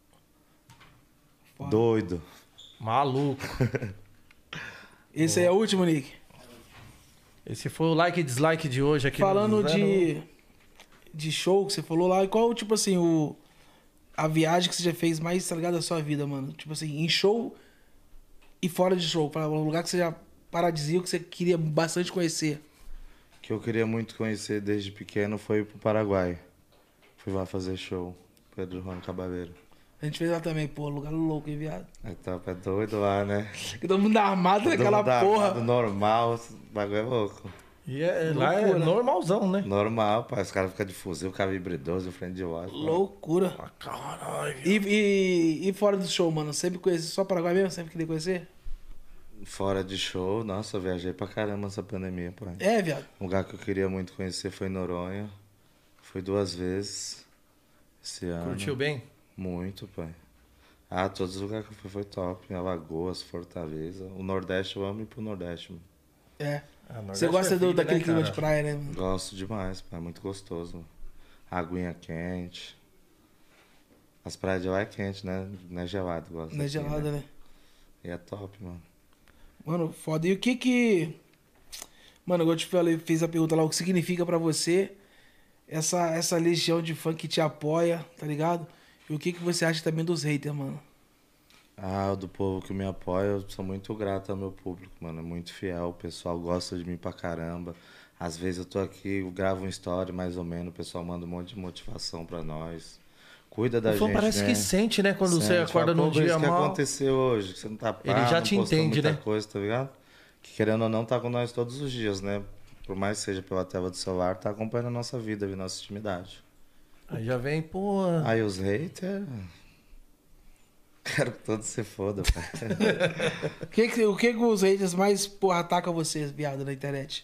Foda. Doido. Maluco. Esse aí é o último, Nick. Esse foi o like e dislike de hoje aqui. Falando no... de, de show que você falou lá, e qual, tipo assim, o, a viagem que você já fez mais, tá ligado, da sua vida, mano? Tipo assim, em show e fora de show. Para um lugar que você já paradisíaco, que você queria bastante conhecer. Que eu queria muito conhecer desde pequeno foi pro Paraguai. Fui lá fazer show. Pedro Juan Cabaleiro. A gente fez lá também, pô, lugar louco, hein, viado? Aí tá é doido lá, né? Que todo mundo armado Todo naquela mundo porra. armado, normal, o bagulho é louco. E é, lá é Loucura. normalzão, né? Normal, pai. Os caras ficam de fuzil, calibre doze, frente de watch. Loucura. Ah, caralho. E, e, e fora do show, mano? Sempre conheci só Paraguai mesmo? Sempre queria conhecer? Fora de show, nossa, eu viajei pra caramba essa pandemia, pai. É, viado. Um lugar que eu queria muito conhecer foi Noronha. Fui duas vezes esse ano. Curtiu bem? Muito, pai. Ah, todos os lugares que eu fui foi top. Alagoas, Fortaleza. O Nordeste, eu amo ir pro Nordeste, mano. É. Ah, Nordeste Você gosta é do, vida, daquele né, clima cara? de praia, né, mano? Gosto demais, pai. Muito gostoso. Aguinha quente. As praias de lá é quente, né? Não é gelado, gosto. Não é daqui, gelada, né? E é top, mano. Mano, foda. E o que que... Mano, igual eu te falei, fiz a pergunta lá, o que significa pra você essa, essa legião de fã que te apoia, tá ligado? E o que que você acha também dos haters, mano? Ah, do povo que me apoia, eu sou muito grato ao meu público, mano. É muito fiel, o pessoal gosta de mim pra caramba. Às vezes eu tô aqui, eu gravo uma história mais ou menos, o pessoal manda um monte de motivação pra nós. Cuida da O fã gente, parece né? que sente, né? Quando você Sente, acorda fala, num "Pô, dia isso que mal. aconteceu hoje, que você não tá pá, Ele já não te postou entende, muita né? coisa, tá ligado? Que querendo ou não, tá com nós todos os dias, né? Por mais que seja pela tela do celular, tá acompanhando a nossa vida, a nossa intimidade. Aí já vem, pô. Aí os haters... Quero que todos se fodam, pai. O que que, o que que os haters mais, porra, atacam vocês, viado, na internet?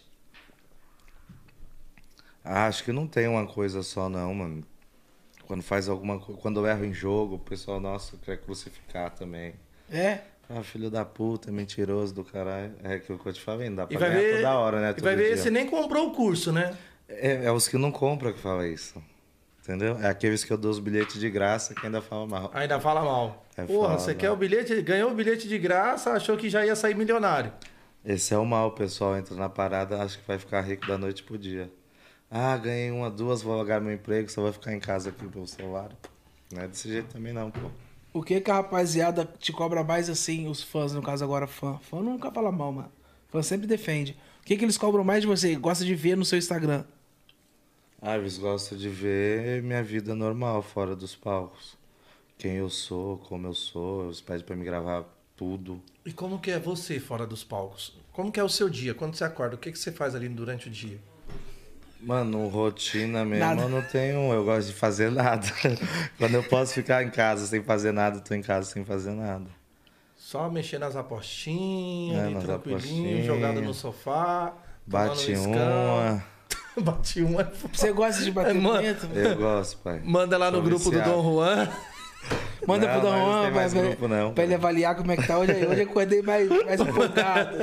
Ah, acho que não tem uma coisa só, não, mano. Quando faz alguma coisa, quando eu erro em jogo, o pessoal, nossa, quer crucificar também. É? Ah, filho da puta, mentiroso do caralho. É aquilo que eu te falei, não dá E pra vai ganhar ver, toda hora, né? e todo vai ver, dia. você nem comprou o curso, né? É, é os que não compram que falam isso. Entendeu? É aqueles que eu dou os bilhetes de graça que ainda falam mal. Ainda fala mal. É Porra, foda. você quer o bilhete, ganhou o bilhete de graça, achou que já ia sair milionário. Esse é o mal, o pessoal entra na parada, acha que vai ficar rico da noite pro dia. Ah, ganhei uma, duas, vou largar meu emprego, só vou ficar em casa aqui pelo celular. Não é desse jeito também não, pô. O que que a rapaziada te cobra mais assim, os fãs, no caso agora fã? Fã nunca fala mal, mano. Fã sempre defende. O que que eles cobram mais de você? Gosta de ver no seu Instagram? Ah, eles gostam de ver minha vida normal, fora dos palcos. Quem eu sou, como eu sou, eles pedem pra me gravar tudo. E como que é você fora dos palcos? Como que é o seu dia? Quando você acorda, o que, que você faz ali durante o dia? Mano, rotina mesmo Nada. eu não tenho, eu gosto de fazer nada. Quando eu posso ficar em casa sem fazer nada, eu tô em casa sem fazer nada. Só mexer nas apostinhas, É, ali nas tranquilinho, apostinhas. jogado no sofá. Bate tomando um uma. escão. Bate uma. é foda. Você gosta de bater É, mano. punheta? Eu gosto, pai. Manda lá no Sou grupo do viciado. Dom Juan. Manda Não, pro Dom mas não Juan tem mais pra, grupo, não, pra ele cara. avaliar como é que tá. Hoje, hoje eu acordei mais, mais empolgado.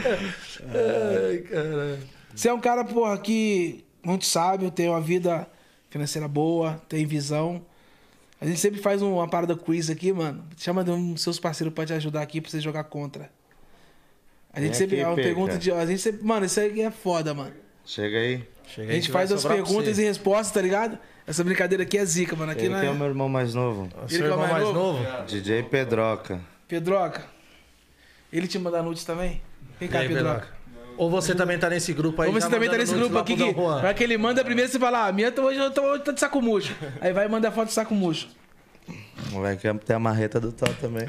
Ai, caralho. Você é um cara, porra, que muito sábio, tem uma vida financeira boa, tem visão. A gente sempre faz uma parada quiz aqui, mano. Chama de um dos seus parceiros pra te ajudar aqui, pra você jogar contra. A gente Vem sempre. aqui, é uma Peca. pergunta de. A gente sempre, mano, isso aí é foda, mano. Chega aí. Chega A aí gente que vai faz as sobrar pra perguntas você. e respostas, tá ligado? Essa brincadeira aqui é zica, mano. Aqui Ele não que é o é. meu irmão mais novo. O Ele seu que é o irmão mais mais novo? novo? D J Pedroca. Pedroca. Ele te manda nudes também? Vem E cá, aí, Pedroca. Pedroca? Ou você também tá nesse grupo aí? Ou você já também tá mandando nesse nudes grupo lá aqui pro que, Dom Juan? vai que ele manda primeiro você fala, ah, a minha tá- hoje eu tô, hoje tá de saco murcho. Aí vai e manda foto de saco murcho. O moleque tem a marreta do Tó também.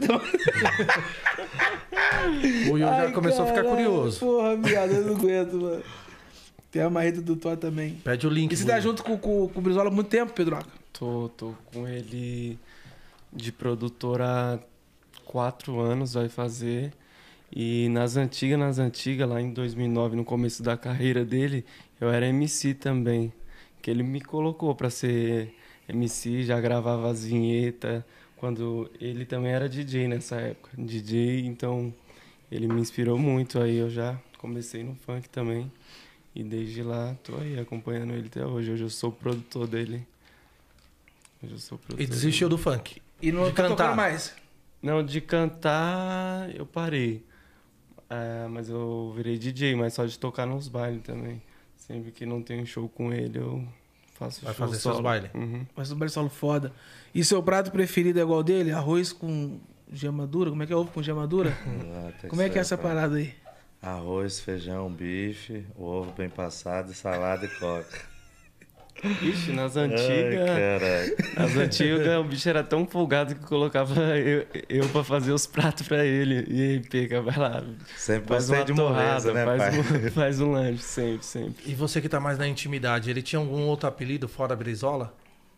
O Will já Ai, começou a ficar caralho, curioso. Porra, viado, eu não aguento, mano. Tem a marreta do Thor também. Pede o link. E você Will. tá junto com, com, com o Brizola há muito tempo, Pedroca? Tô, tô com ele de produtor há quatro anos, vai fazer. E nas antigas, nas antigas, lá em dois mil e nove, no começo da carreira dele, eu era M C também. Que ele me colocou pra ser M C, já gravava as vinhetas, quando ele também era D J nessa época. D J, então ele me inspirou muito, aí eu já comecei no funk também. E desde lá tô aí acompanhando ele até hoje. Hoje eu sou o produtor dele. Hoje eu sou o produtor E desistiu dele. do funk. E não De tá cantar. tocando mais. Não, de cantar eu parei. É, mas eu virei D J, mas só de tocar nos bailes também. Sempre que não tem show com ele, eu faço Vai show fazer solo. seus bailes. Uhum. Mas o solo foda. E seu prato preferido é igual dele? Arroz com gema dura? Como é que é ovo com gema dura? Ah, tem Como é que é ser, essa pai. parada aí? Arroz, feijão, bife, ovo bem passado, salada e coca. Ixi, nas Ai, antigas. caralho. Nas antigas o bicho era tão folgado que eu colocava eu, eu pra fazer os pratos pra ele. E aí, pega, vai lá. Sempre Faz gostei uma de moleza, torrada, né, faz, pai? um, faz um lanche, sempre, sempre. E você que tá mais na intimidade, ele tinha algum outro apelido fora Brizola?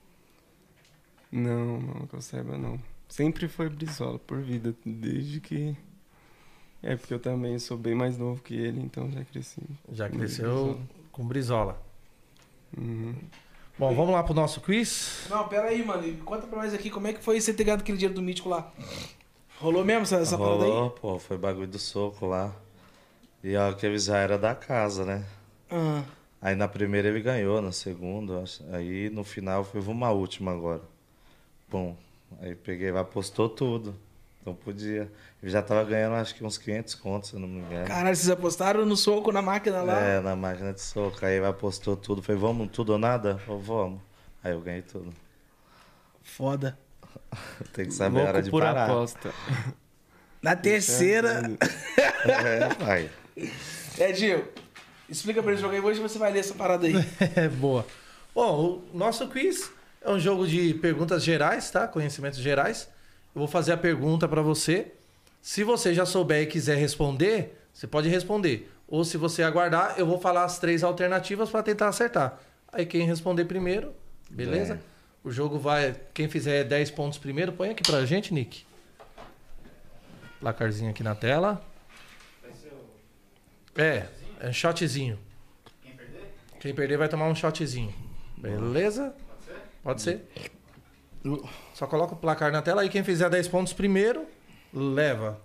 Não, não, que eu saiba não. Sempre foi Brizola por vida, desde que... É, porque eu também sou bem mais novo que ele, então já cresci. Já com cresceu Brizola. com Brizola. Uhum. Bom, vamos lá pro nosso quiz? Não, pera aí, mano. Conta pra nós aqui como é que foi você ter ganhado aquele dinheiro do Mítico lá. Rolou mesmo essa, essa parada aí? Rolou, pô, foi bagulho do soco lá. E ó, aquele já era da casa, né? Ah, Aí na primeira ele ganhou, na segunda, acho. Aí no final foi uma última agora. Bom, aí peguei lá, apostou tudo. Então podia. Ele já tava ganhando acho que uns quinhentos contos, se eu não me engano. caralho, vocês apostaram no soco na máquina lá? É, na máquina de soco. Aí ele apostou tudo. Falei, vamos tudo ou nada? Eu, vamos. Aí eu ganhei tudo. Foda. Tem que saber a hora Louco de por parar. aposta. Na terceira. É, pai. É, Gil, explica pra eles jogar aí hoje você vai ler essa parada aí. É, boa. Bom, o nosso quiz é um jogo de perguntas gerais, tá? Conhecimentos gerais. Eu vou fazer a pergunta pra você. Se você já souber e quiser responder, você pode responder. Ou se você aguardar, eu vou falar as três alternativas pra tentar acertar. Aí quem responder primeiro, beleza? É. O jogo vai... Quem fizer dez pontos primeiro, põe aqui pra gente, Nick. Placarzinho aqui na tela. É, é um shotzinho. Quem perder? Quem perder vai tomar um shotzinho. Beleza? Pode ser? Pode ser? Só coloca o placar na tela e quem fizer dez pontos primeiro, leva.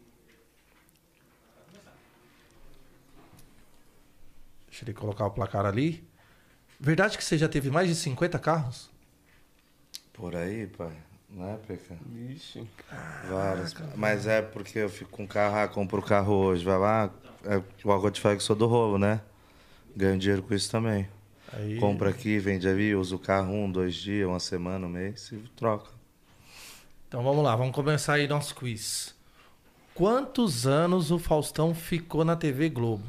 Deixa ele colocar o placar ali. Verdade que você já teve mais de cinquenta carros? Por aí, pai. Não é, Peca? Vixe. Vários. Mas é porque eu fico com carro, ah, compro o carro hoje, vai lá. É igual eu te falei que sou do rolo, né? Ganho dinheiro com isso também. Aí... Compra aqui, vende ali, usa o carro um, dois dias, uma semana, um mês e troca. Então vamos lá, vamos começar aí nosso quiz. Quantos anos o Faustão ficou na T V Globo?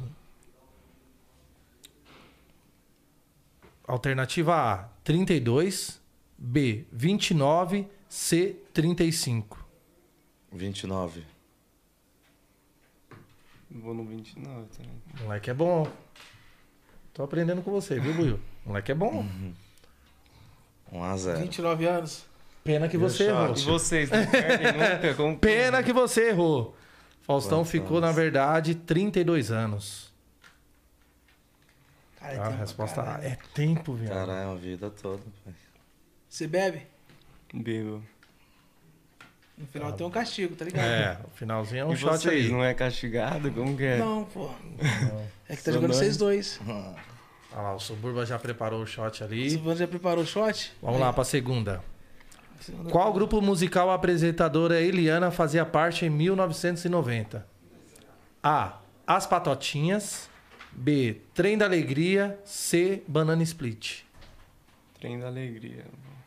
Alternativa A, trinta e dois. B, vinte e nove. C, trinta e cinco. vinte e nove. Vou no vinte e nove também. Moleque é bom. Tô aprendendo com você, viu, Buiu? Moleque é bom. um a zero. vinte e nove anos. Pena que E o você errou. E vocês, não perdem nunca? Como que- Pena que você errou. Faustão Quantos ficou, anos? na verdade, trinta e dois anos. Cara, é A tempo pra resposta A caralho. é tempo, viado. Caralho, é uma vida toda, pai. Você bebe? Bebo. No final tem um castigo, tá ligado? É, o finalzinho é um E shot vocês, ali. não é castigado? Como que é? Não, pô. É que tá Só jogando nós. vocês dois. Olha lá, o Suburba já preparou o shot O ali. Silvano já preparou o shot? Vamos lá pra segunda. Segunda- Qual grupo musical a apresentadora Eliana fazia parte em mil novecentos e noventa? A. As Patotinhas. B. Trem da Alegria. C. Banana Split. Trem da alegria.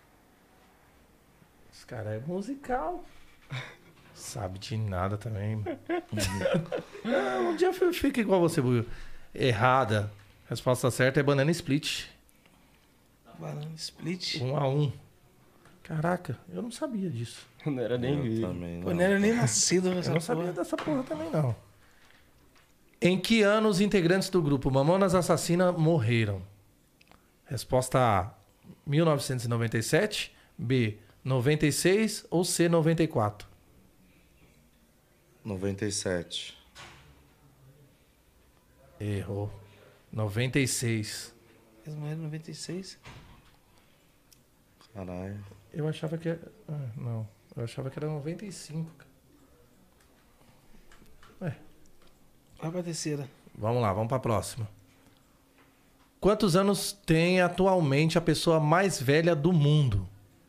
Esse cara é musical. Sabe de nada também. mano. Ah, um dia eu fico igual você, Buiu. Errada. Resposta certa é Banana Split. Banana Split. Um a um. Caraca, eu não sabia disso. Eu não era nem Eu vivo. também Pô, não. não era nem nascido Eu nessa não sabia porra. dessa porra também, não. Em que ano os integrantes do grupo Mamonas Assassina morreram? Resposta A, mil novecentos e noventa e sete. B, noventa e seis. Ou C, noventa e quatro. noventa e sete. Errou. noventa e seis. Eles morreram em noventa e seis. Caralho. Eu achava que era... Ah, não. Eu achava que era noventa e cinco, cara. É. Vai pra terceira. Vamos lá, vamos pra próxima. Quantos anos tem atualmente a pessoa mais velha do mundo?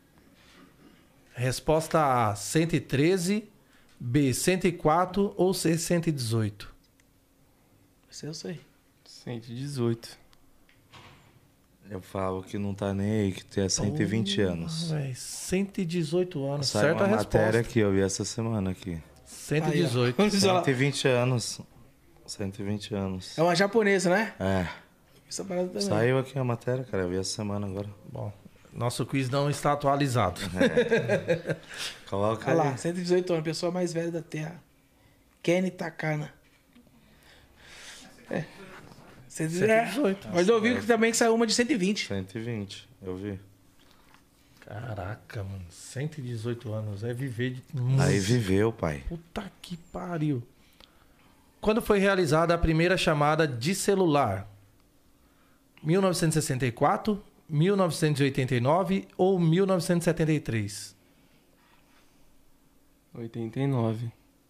Resposta A, cento e treze, B, cento e quatro ou C, cento e dezoito? Esse eu sei. cento e dezoito. Eu falo que não tá nem aí, que tem cento e vinte anos. Véi, cento e dezoito anos, Saiu certa uma resposta. matéria aqui, eu vi essa semana aqui. cento e dezoito. Aí, ó. cento e vinte anos. cento e vinte anos. É uma japonesa, né? É. Essa parada também. Saiu aqui a matéria, cara. Eu vi essa semana agora. Bom, nosso quiz não está atualizado. Coloca Olha aí. lá, cento e dezoito anos, pessoa mais velha da Terra. Kenny Takana. É. cento e dezoito. Mas eu vi que também que saiu uma de cento e vinte. cento e vinte, eu vi. Caraca, mano. cento e dezoito anos. É viver de música. Aí viveu, pai. Puta que pariu. Quando foi realizada a primeira chamada de celular? mil novecentos e sessenta e quatro, mil novecentos e oitenta e nove ou mil novecentos e setenta e três? oitenta e nove.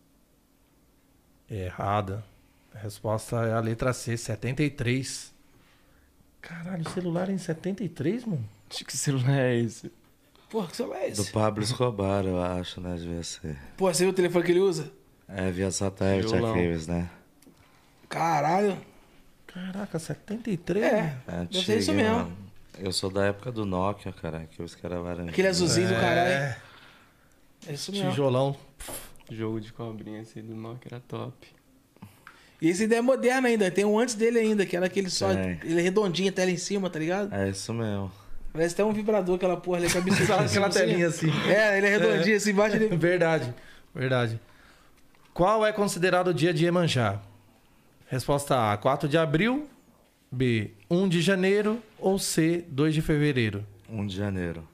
Errada. A resposta é a letra C, setenta e três. Caralho, o celular é em setenta e três, mano? Acho que celular é esse. Porra, que celular é Do esse? Pablo Escobar, eu acho, né? Devia ser. Pô, você viu o telefone que ele usa? É, via satélite Violão. aqueles, né? Caralho. Caraca, setenta e três? É. mano? Deve ser isso antiguinho, mesmo. mano. Eu sou da época do Nokia, cara. Aqueles que era laranja. Aquele azulzinho do caralho. É, É isso mesmo. tijolão. Jogo de cobrinha esse do Nokia era top. E esse ainda é moderno ainda. Tem um antes dele ainda, que era aquele só. Tem. Ele é redondinho, a tela em cima, tá ligado? É isso mesmo. Parece até um vibrador, aquela porra ali, cabeça. Aquela telinha assim. É, ele é redondinho, assim, embaixo ele. Verdade, verdade. Qual é considerado o dia de Iemanjá? Resposta A, quatro de abril. B, um de janeiro. Ou C, dois de fevereiro? um de janeiro.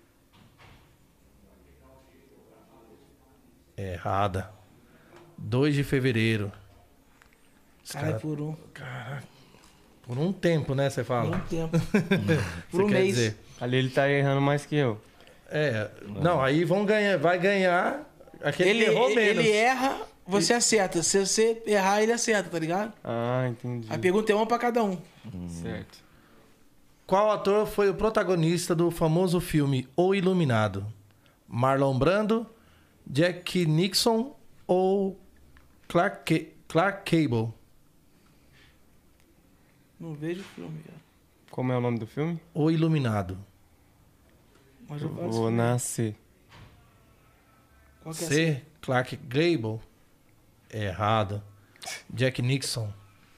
Errada. dois de fevereiro. Os Caralho, cara- por um. Por um tempo, né, você Por fala? um tempo. Por Você um quer mês. dizer. Ali ele tá errando mais que eu. É, não, aí vão ganhar, vai ganhar aquele Ele, que errou menos. ele erra, você acerta. Se você errar, ele acerta, tá ligado? Ah, entendi. A pergunta é uma pra cada um. Certo. Qual ator foi o protagonista do famoso filme O Iluminado? Marlon Brando, Jack Nixon ou Clark, Ca- Clark Cable? Não vejo o filme, cara. Como é o nome do filme? O Iluminado. Mas Eu eu faço vou filme. nascer. Qual que é C. Clark Gable. Errado. Jack Nixon.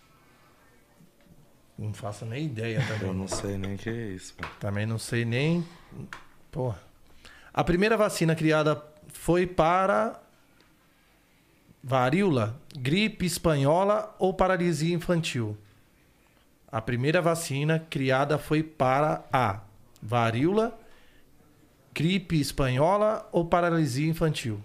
Não faço nem ideia Eu também. não sei nem o que é isso, mano. Também não sei nem. Porra. A primeira vacina criada foi para varíola, gripe espanhola ou paralisia infantil? A primeira vacina criada foi para a varíola, gripe espanhola ou paralisia infantil?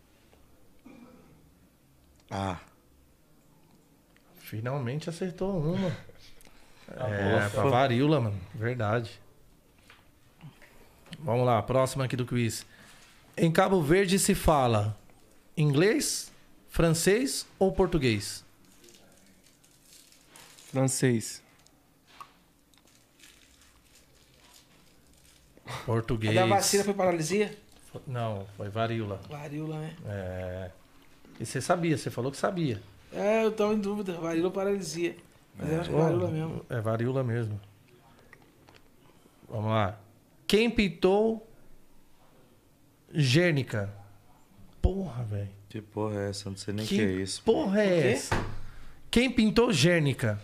Ah, Finalmente acertou uma. Tá É, pra varíola, mano. Verdade. Vamos lá, próxima aqui do quiz. Em Cabo Verde se fala inglês, francês ou português? Francês. A Português. da vacina foi paralisia? Não, foi varíola. Varíola, né? É. E você sabia, você falou que sabia. É, eu tô em dúvida. Varíola ou paralisia. Mas eu acho que é varíola mesmo. É varíola mesmo. Vamos lá. Quem pintou Gérnica? Porra, velho. que porra é essa? Eu não sei nem o que, Que é isso. porra é O quê? essa? Quem pintou Gérnica?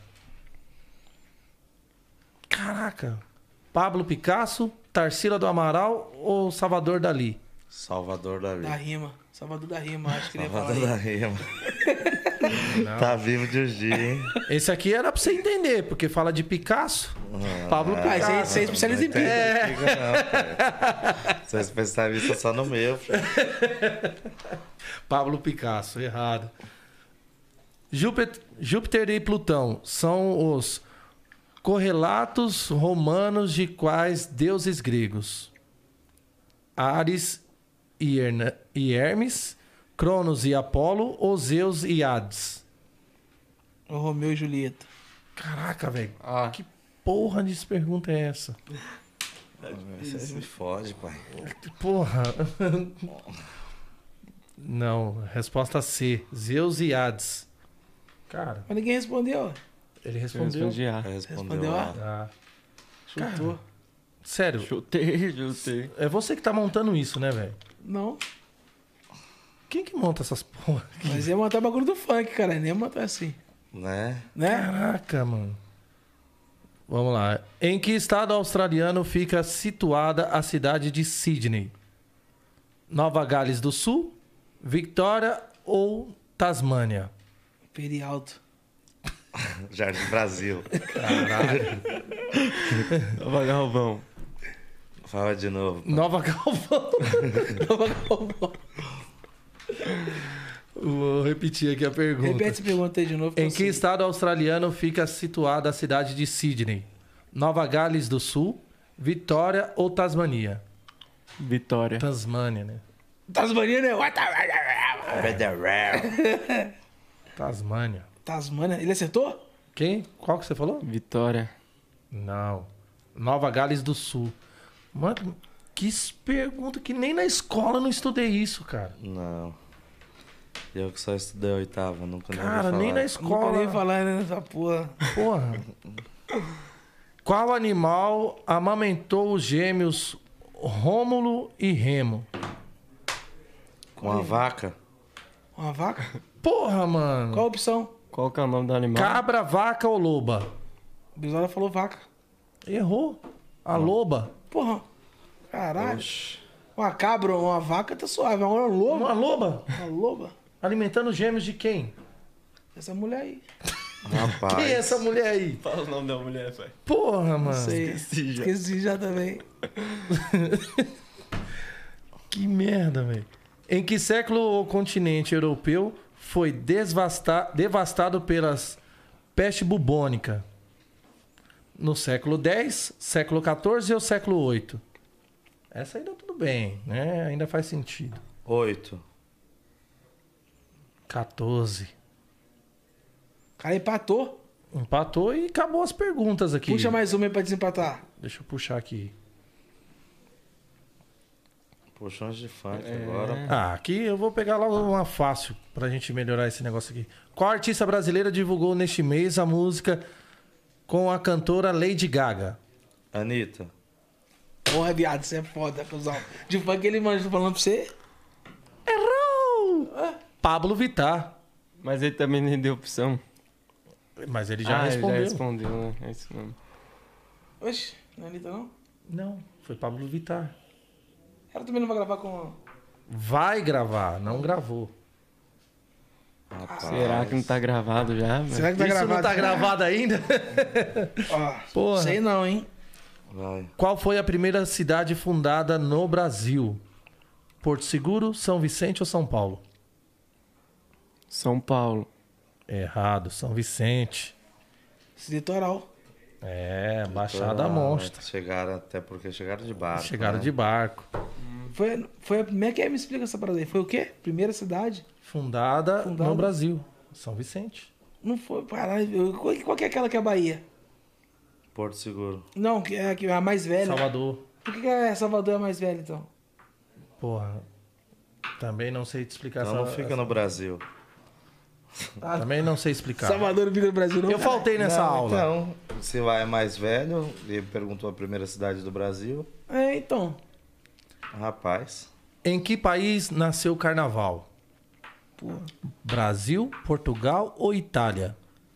Caraca. Pablo Picasso, Tarsila do Amaral ou Salvador Dalí? Salvador Dali. Da rima. Salvador da rima, acho que ele ia falar Salvador da aí. Rima. Tá vivo de hoje, hein? Esse aqui era pra você entender, porque fala de Picasso. Pablo Ah, Picasso. você, você é especialista em Não tem pinta. briga, não, pai. Você é especialista só no meu. filho. Pablo Picasso, errado. Júpiter, Júpiter e Plutão são os correlatos romanos de quais deuses gregos? Ares e, Herna- e Hermes, Cronos e Apolo ou Zeus e Hades? O Romeu e Julieta. Caraca, velho. Ah, Que porra de pergunta é essa? Você me fode, pai. Porra. Não, resposta C. Zeus e Hades. Cara, Mas ninguém respondeu. ele eu respondeu. respondi A. Respondeu Respondeu lá. Ah, Chutou. sério, Chutei, chutei. é você que tá montando isso, né, velho? Não. Quem que monta essas porra? Mas ia montar bagulho do funk, cara. Nem ia montar assim. Né? Né? Caraca, mano. Vamos lá. Em que estado australiano fica situada a cidade de Sydney? Nova Gales do Sul, Victoria ou Tasmânia? Imperial. Jardim Brasil. Nova Galvão. Fala de novo. pai. Nova Galvão. Nova Galvão. Vou repetir aqui a pergunta. Repete essa pergunta aí de novo. Em eu que sei. estado australiano fica situada a cidade de Sydney? Nova Gales do Sul, Vitória ou Tasmania? Vitória. Tasmânia, né? Tasmania, né? Tasmânia. Tasmania. Ele acertou? Quem? Qual que você falou? Vitória. Não. Nova Gales do Sul. Mano, que pergunta que nem na escola eu não estudei isso, cara. Não. Eu que só estudei a oitava, nunca nem ouvi Cara, falar. nem na Não escola. parei de falar nessa porra. Porra. Qual animal amamentou os gêmeos Rômulo e Remo? Uma vaca? Uma vaca? Porra, mano. Qual a opção? Qual que é o nome do animal? Cabra, vaca ou loba? O Brizola falou vaca. Errou. A loba. Porra. Caralho. Uma cabra ou uma vaca tá suave. Agora uma loba. Uma loba? Uma loba. Alimentando os gêmeos de quem? Essa mulher aí. Rapaz. Quem é essa mulher aí? Fala o nome da mulher, pai. Porra, Não mano. sei. esqueci já. Esqueci já também. Que merda, velho. Em que século o continente europeu foi desvasta- devastado pelas peste bubônica? No século dez, século quatorze ou século oito? Essa ainda tudo bem, né? Ainda faz sentido. Oito. quatorze. O cara empatou. Empatou e acabou as perguntas aqui. Puxa mais uma aí pra desempatar. Deixa eu puxar aqui. Puxões de funk É. agora. Ah, aqui eu vou pegar logo uma fácil pra gente melhorar esse negócio aqui. Qual artista brasileira divulgou neste mês a música com a cantora Lady Gaga? Anitta. Porra, viado, você é foda, cuzão. De funk ele manja, tô falando pra você. Errou! Ah, Pablo Vittar. Mas ele também nem deu opção. Mas ele já ah, respondeu. Ele já respondeu, né? É isso mesmo. oxe, não é Anitta não? Não, foi Pablo Vittar. Ela também não vai gravar com... Vai gravar, não gravou. Rapaz. Será que não tá gravado já? velho? Será que tá Isso gravado? não tá gravado ainda? Ó, Porra. sei não, hein? Vai. Qual foi a primeira cidade fundada no Brasil? Porto Seguro, São Vicente ou São Paulo? São Paulo. Errado, São Vicente. Esse litoral. É, Baixada Ah, Monstra. Chegaram até porque chegaram de barco. Chegaram né? de barco. Foi, foi a primeira que me explica essa parada aí. Foi o quê? Primeira cidade? Fundada, Fundada. no Brasil. São Vicente. Não foi, caralho. Qual, qual que é aquela que é a Bahia? Porto Seguro. Não, que é a, que é a mais velha. Salvador. Por que, que a Salvador é a mais velha, então? Porra. Também não sei te explicar Então essa- não fica essa- no Brasil. Também não sei explicar. Salvador não fica no Brasil, não? Eu cara? faltei nessa Não, aula. Então, se lá é mais velho, ele perguntou a primeira cidade do Brasil. É, então. Rapaz. Em que país nasceu o carnaval? Porra. Brasil, Portugal ou Itália?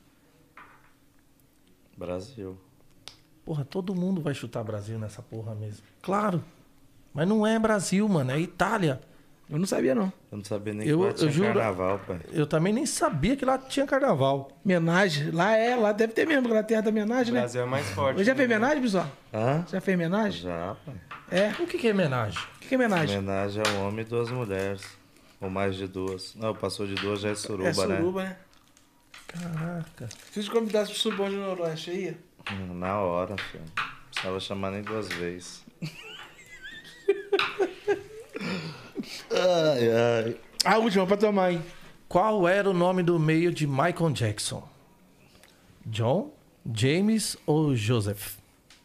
Brasil. Porra, todo mundo vai chutar Brasil nessa porra mesmo. Claro. Mas não é Brasil, mano. É Itália. Eu não sabia, não. Eu não sabia nem Eu- que lá eu tinha juro- carnaval, pai. Eu também nem sabia que lá tinha carnaval. Homenagem. Lá é, lá deve ter mesmo, porque lá tem a da O homenagem, né? Brasil é mais forte. Eu já né? fez homenagem, pessoal? Hã? Já fez homenagem? Já, pai. É. O que que é homenagem? O que que é homenagem? Homenagem a um homem e duas mulheres. Ou mais de duas. Não, passou de duas já é suruba, é suruba, né? Caraca. Se eu te convidasse pro Surubão de Noroeste aí, né? Hum, Na hora, filho. Não precisava chamar nem duas vezes. Ai, ai. A última pra tua mãe. Qual era o nome do meio de Michael Jackson? John, James ou Joseph?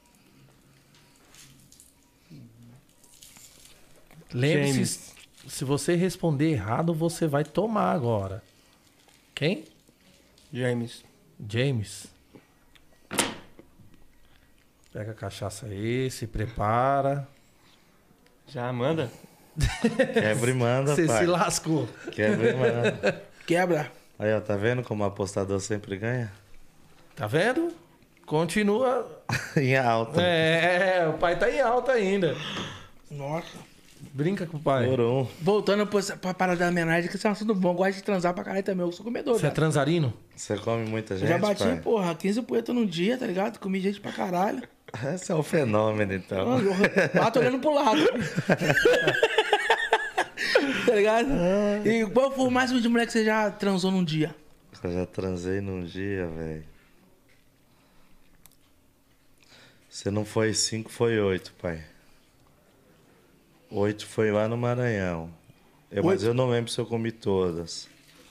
Lembre-se, James. se você responder errado, você vai tomar agora. Quem? James. James. Pega a cachaça aí, se prepara. Já manda? Quebra e manda, Você pai. se lascou. Quebra e manda. Quebra. Aí, ó, tá vendo como o apostador sempre ganha? Tá vendo? Continua. Em alta. É, o pai tá em alta ainda. Nossa. Brinca com o pai. Por um. Voltando pra, pra parada da homenagem, que isso é um assunto bom. Gosto de transar pra caralho também. Eu sou comedor, Você é cara. transarino? Você come muita Eu gente, já bati, pai? porra, quinze punhetas num dia, tá ligado? Comi gente pra caralho. Esse é um fenômeno, então. Ah, tô olhando pro lado. Tá ligado? E qual foi o máximo de mulher que você já transou num dia? Eu já transei num dia, velho. Se não foi cinco, foi oito, pai. Oito foi lá no Maranhão. Eu, mas Oito? eu não lembro se eu comi todas.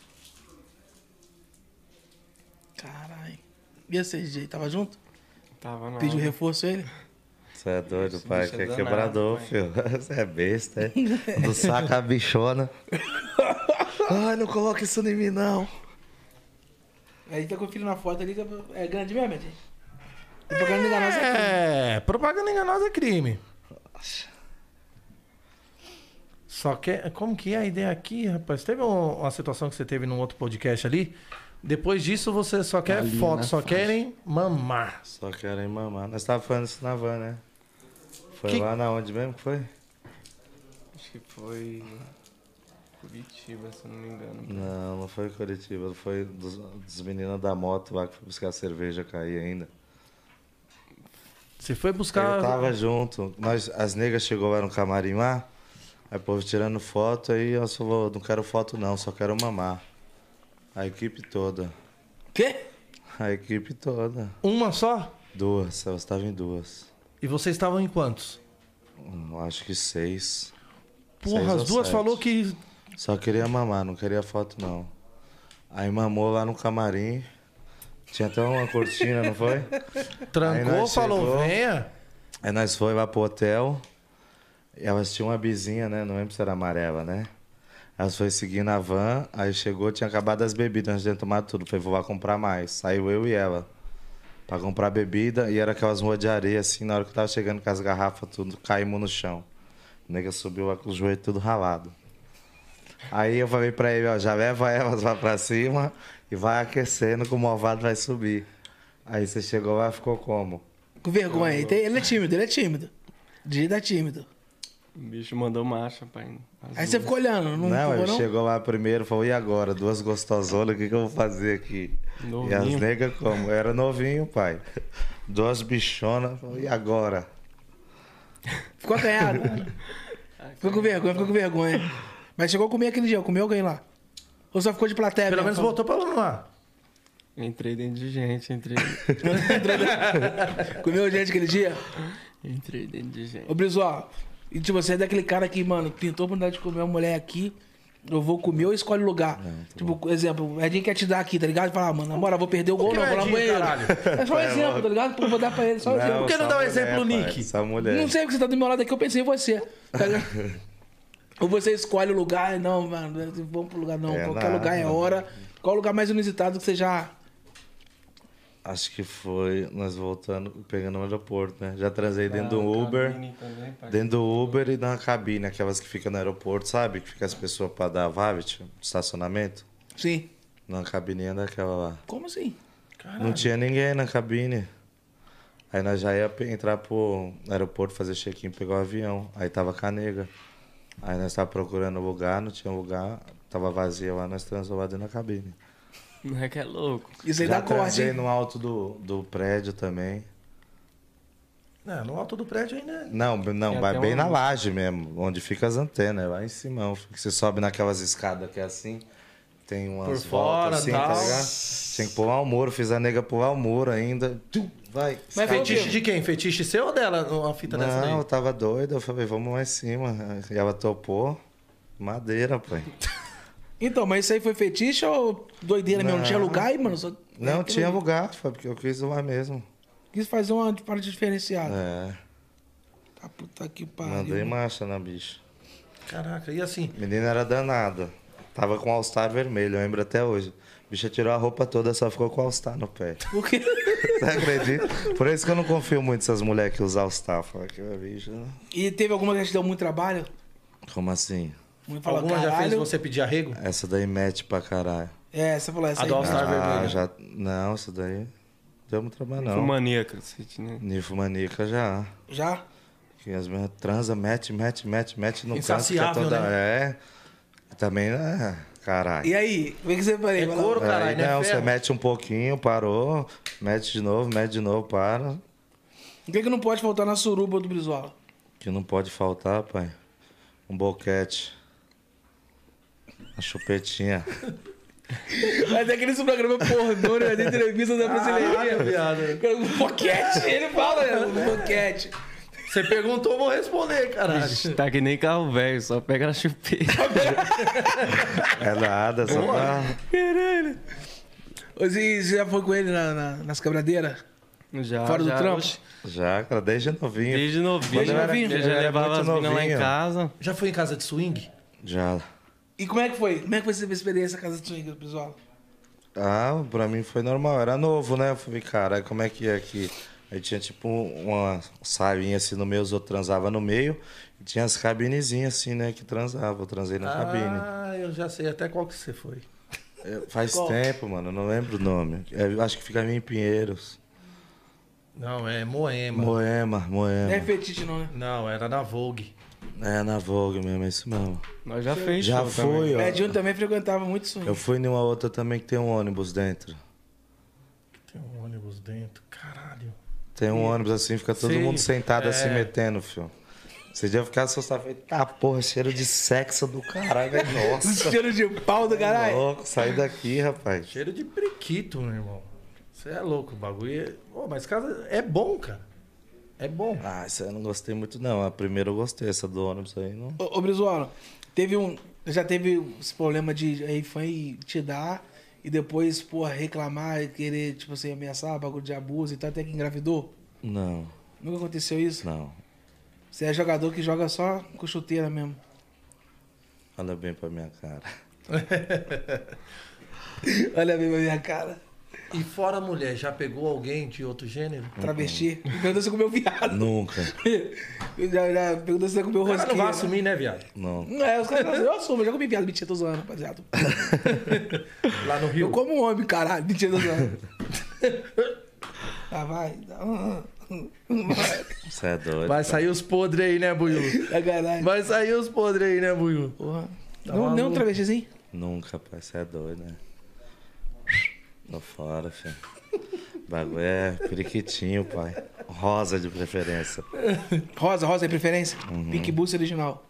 Caralho. E esse D J, tava junto? Tava não. Pediu reforço ele? Você é doido, Esse pai, bicho é que é danado, quebrador, pai. filho. Você é besta, é? Não saca a bichona. Ai, não coloca isso em mim, não. Aí tá conferindo a foto ali, que é grande mesmo, gente. Propaganda enganosa é crime. É, propaganda enganosa é crime. Só que, como que é a ideia aqui, rapaz? Teve um- uma situação que você teve num outro podcast ali. Depois disso, você só quer Ali foto, na só faixa. querem mamar. Só querem mamar. Nós tava falando isso na van, né? Foi Que- lá na onde mesmo que foi? Acho que foi Curitiba, se eu não me engano. Não, não foi Curitiba. Foi dos, dos meninos da moto lá que foi buscar cerveja cair ainda. Você foi buscar. Eu tava junto. Nós, as negras chegou lá no camarim lá. Aí o povo tirando foto. Aí ela falou, não quero foto não, só quero mamar. A equipe toda. Quê? A equipe toda. Uma só? Duas, elas estavam em duas. E vocês estavam em quantos? Hum, acho que seis. Porra, Seis as ou duas sete. falou que. Só queria mamar, não queria foto não. Aí mamou lá no camarim. Tinha até uma cortina, não foi? Trancou, nós falou, chegou. venha. Aí nós foi lá pro hotel. E elas tinham uma bizinha, né? Não lembro se era amarela, né? Elas foi seguindo a van. Aí chegou, tinha acabado as bebidas. Nós tínhamos tomado tudo. Falei, vou lá comprar mais. Saiu eu e ela. Pra comprar bebida. E era aquelas ruas de areia, assim. Na hora que eu tava chegando com as garrafas, tudo, caímos no chão. A nega subiu lá com os joelhos tudo ralado. Aí eu falei pra ele, ó, já leva elas lá pra cima e vai aquecendo que o malvado vai subir. Aí você chegou lá e ficou como? Com vergonha. Ele, tem- ele é tímido, ele é tímido. D J é tímido. O bicho mandou marcha, pai. As Aí você duas. ficou olhando, não Não, ficou, ele não? chegou lá primeiro e falou, e agora? Duas gostosonas, o que, que eu vou fazer aqui? E as Novinho. negas como? Eu era novinho, pai. Duas bichonas, falou, e agora? Ficou acanhado. Ficou com vergonha, ficou com vergonha. Mas chegou a comer aquele dia, comeu alguém lá? Ou só ficou de plateia? Pelo mesmo? menos botou pra mamar. Entrei dentro de gente, entrei. Comeu gente aquele dia? Entrei dentro de gente. Ô, Brizola, e tipo, você é daquele cara que, mano, pintou a oportunidade de comer uma mulher aqui, eu vou comer ou escolhe o lugar. Tipo, por exemplo, o Edinho quer te dar aqui, tá ligado? Fala, ah, mano, na moral, vou perder o gol, que não, é vou lá no Edinho, banheiro. caralho? É só um exemplo, tá ligado? Pô, vou dar pra ele, só um exemplo. Por que não essa dá um mulher, exemplo, pai, Nick? Essa mulher. Não sei porque você tá do meu lado aqui, eu pensei em você. Tá ligado? Ou você escolhe o lugar, não, mano, vamos pro lugar, não. É Qualquer nada. lugar é hora. Qual o lugar mais inusitado que você já. Acho que foi nós voltando, pegando no aeroporto, né? Já transei dentro do Ah, Uber. cabine também, pai. Dentro do Uber e na cabine, aquelas que ficam no aeroporto, sabe? Que fica as pessoas pra dar vavit, estacionamento. Sim. Na cabininha daquela lá. Como assim? Não tinha ninguém na cabine. Aí nós já ia pe- entrar pro aeroporto, fazer check-in, pegar o avião. Aí tava com a nega. Aí nós tava procurando lugar, não tinha lugar. Tava vazia lá, nós transou lá dentro da cabine. Não é que é louco. Isso aí Já dá corte, transei hein? no alto do, do prédio também. É, no alto do prédio ainda. Não, não, Tem vai até bem um- na laje mesmo, onde fica as antenas, é lá em cima. Que você sobe naquelas escadas que é assim, tem umas Por fora, voltas assim, tal. tá ligado? Tinha que pular o muro, fiz a nega pular o muro ainda. Tum, vai. Mas Fetiche Fetiche de quem? Fetiche seu ou dela? Uma fita dessa daí? Não, eu tava doido, eu falei, vamos lá em cima. E ela topou, madeira, pai. Então, mas isso aí foi fetiche ou doideira mesmo? Não tinha Não. lugar aí, mano? Só... Não, é, tinha aquilo- lugar, foi porque eu quis lá mesmo. Quis fazer uma parte diferenciada. É, Tá puta que pariu. mandei marcha na bicha. Caraca, e assim? Menina era danada. Tava com All-Star vermelho, eu lembro até hoje. A bicha tirou a roupa toda, só ficou com All-Star no pé. Por quê? Você acredita? Por isso que eu não confio muito nessas mulheres que usam All-Star. Fala que a bicha... E teve alguma que te deu muito trabalho? Como assim? Muito falou, Alguma já fez caralho. você pedir arrego? Essa daí mete pra caralho. É, você falou essa A aí. do All-Star mesmo. Ah, vermelho. já... Não, essa daí... Deu muito trabalho, não. Fumania, cacete, né? Ninfomaníaca já. Já? Que as minhas transa, mete, mete, mete, mete no canto. que é Insaciável, toda... né? É. Também, né? Caralho. E aí? Como é que você falei? É Vai lá. couro, caralho, Aí, né? não, você Ferro. mete um pouquinho, parou, mete de novo, mete de novo, para. O que, que não pode faltar na suruba do Brizola? Que não pode faltar, pai. Um boquete. Uma chupetinha. Mas é aquele programa pornô, né? De entrevista da brasileirinha. viado. Um boquete, ele fala, né? Um boquete. Você perguntou, eu vou responder, caralho. Tá que nem carro velho, só pega na chupeta. É nada, só pra... Caralho. Você você já foi com ele na- na- nas quebradeiras? Já, Fora do já, trampo? oxe, Já, cara, desde novinho. Desde novinho. Quando eu era- Eu eu já era levava muito as minas lá em novinho. casa. Já foi em casa de swing? Já. E como é que foi? Como é que foi essa experiência na casa de swing do Brizola? Ah, pra mim foi normal, era novo, né? Eu falei, cara, como é que é aqui? Aí tinha tipo uma salinha assim no meio, os outros transavam no meio. E tinha as cabinezinhas assim, né, que transavam. Eu transei na cabine. Ah, eu já sei até qual que você foi. É, faz Qual? tempo, mano, eu não lembro o nome. É, eu acho que fica ali em Pinheiros. Não, é Moema. Moema, Moema. Não é fetiche, não, né? Não, era na Vogue. É, na Vogue mesmo, é isso mesmo. Nós já fez Já show foi, também. ó. Edinho também frequentava muito swing. Eu fui numa outra também que tem um ônibus dentro. Tem um ônibus dentro. Caralho. Tem um ônibus assim, fica todo Sei, mundo sentado é. assim, metendo, filho. Você já ficar assustado, falei, tá, porra, cheiro de sexo do caralho, velho. Nossa. Cheiro de pau do caralho. Louco, sai daqui, rapaz. Cheiro de periquito, meu irmão. Você é louco, o bagulho é... Ô, mas casa é bom, cara. É bom. Ah, isso aí eu não gostei muito, não. A primeira eu gostei, essa do ônibus aí, não. Ô, ô Brizola, teve um. Já teve esse problema de aí fã te dar e depois, porra, reclamar e querer, tipo assim, ameaçar, bagulho de abuso e tal, até que engravidou? Não, Nunca aconteceu isso? não. Você é jogador que joga só com chuteira mesmo. Olha bem pra minha cara. Olha bem pra minha cara. E fora a mulher, já pegou alguém de outro gênero? Travesti. Me perguntou se você comeu viado. Nunca. já, já perguntou se você comeu O cara não rosquinha. vai assumir, né, viado? Não. Não, é, os caras falam assim, eu assumo, eu já comi viado. Mentira, tô zoando, rapaziada. Lá no Eu Rio. como um homem, caralho. Mentira, tô zoando. Ah, vai. Vai. Você é doido. Vai cara. sair os podres aí, né, Buiu? É caralho. Vai sair os podres aí, né, Buiu? Porra. Tá não, nem um maluco. travestizinho? Nunca, pai. Você é doido, né? Tô fora, filho. O bagulho é periquitinho, pai. Rosa de preferência. Rosa, rosa é preferência? Uhum. Pink Boost original.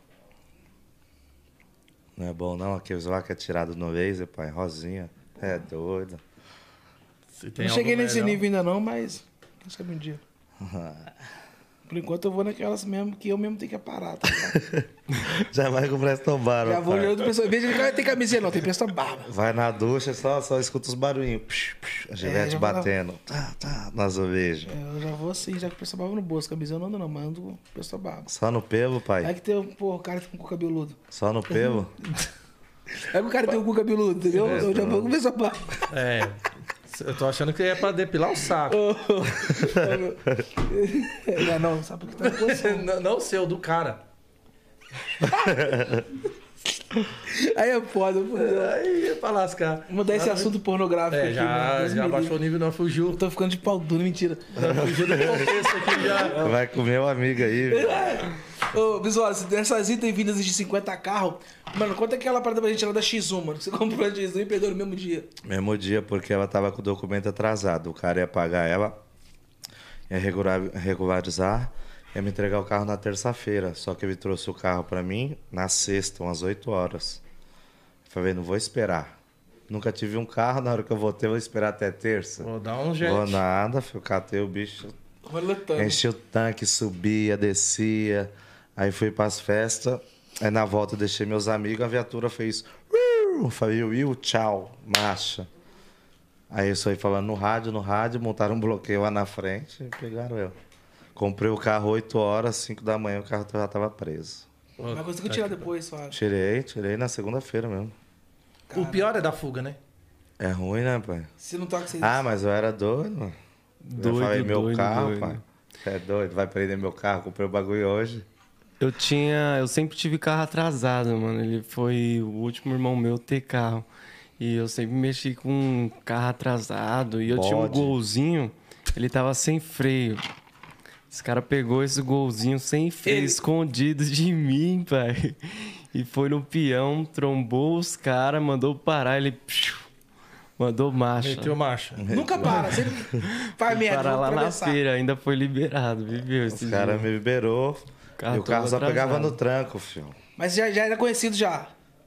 Não é bom, não? Aqueles lá que é tirado no laser, pai. Rosinha. É doido. Se tem Não cheguei algo nesse melhor. nível ainda não, mas quem sabe um dia. Por enquanto eu vou naquelas mesmo que eu mesmo tenho que parar, tá ligado? Já vai com o Preston Bar, Já vou pai. olhando pessoa. Veja que não tem camisinha não, tem Preston Barba. Vai na ducha, só, só escuta os barulhinhos. Psh, psh, a gilete já vou lá. batendo. Tá, tá, no azulejo. É, eu já vou assim, já com o Preston Barba no bolso. Camisinha eu não ando não, mas ando com o Preston Barba. Só no pelo, É pai? que tem um, pô, o cara fica com o cu cabeludo. Só no pelo? É que o cara tem o cu cabeludo, entendeu? É, Eu já vou não. com o Preston Barba. É. Eu tô achando que é pra depilar o saco. Não, não, sabe porque tá na posição. não, não o seu, do cara. Aí é foda, pô. Aí é pra lascar. Vou mudar esse assunto pornográfico É, aqui, já, mano. Deus já me baixou livre. o nível, não fugiu. Eu tô ficando de pau duro, mentira. Fugiu do contexto aqui já. Vai comer uma amiga aí, velho. Ô, Bisola, dessas idas e vindas de cinquenta carros, mano, conta aquela parada pra gente lá da X um, mano. Que você comprou a X um e perdeu no mesmo dia. Mesmo dia, porque ela tava com o documento atrasado. O cara ia pagar ela, ia regular, regularizar, ia me entregar o carro na terça-feira. Só que ele trouxe o carro pra mim na sexta, umas oito horas. Eu falei, não vou esperar. Nunca tive um carro, na hora que eu voltei, eu vou esperar até terça. Vou dar um jeito. Vou nada, filho. Catei o bicho, Roletando. enchi o tanque, subia, descia. Aí fui pras festas. Aí na volta eu deixei meus amigos, a viatura fez... Eu falei, Will, tchau, marcha. Aí eu saí falando no rádio, no rádio, montaram um bloqueio lá na frente e pegaram eu. Comprei o carro oito horas, cinco da manhã, o carro já tava preso. Mas conseguiu tirar depois, Fábio. Tirei, tirei na segunda-feira mesmo. O pior é da fuga, né? É ruim, né, pai? Se não toca, você... Ah, mas eu era doido, mano. Doido, eu falei, meu doido, carro, doido. pai. Você é doido, vai prender meu carro, comprei o bagulho hoje. Eu tinha. Eu sempre tive carro atrasado, mano. Ele foi o último irmão meu ter carro. E eu sempre mexi com carro atrasado. E eu tinha um Bode. golzinho, ele tava sem freio. Esse cara pegou esse golzinho sem freio, Ele- escondido de mim, pai. E foi no peão, trombou os caras, mandou parar, ele psiu, mandou marcha. Meteu marcha. Nunca para, sempre faz merda, Parar vou lá na atravessar. feira, ainda foi liberado, viveu esse Os dia. caras me liberou Carro e o carro todo só pegava atrasado. no tranco, filho. Mas já, já era conhecido já.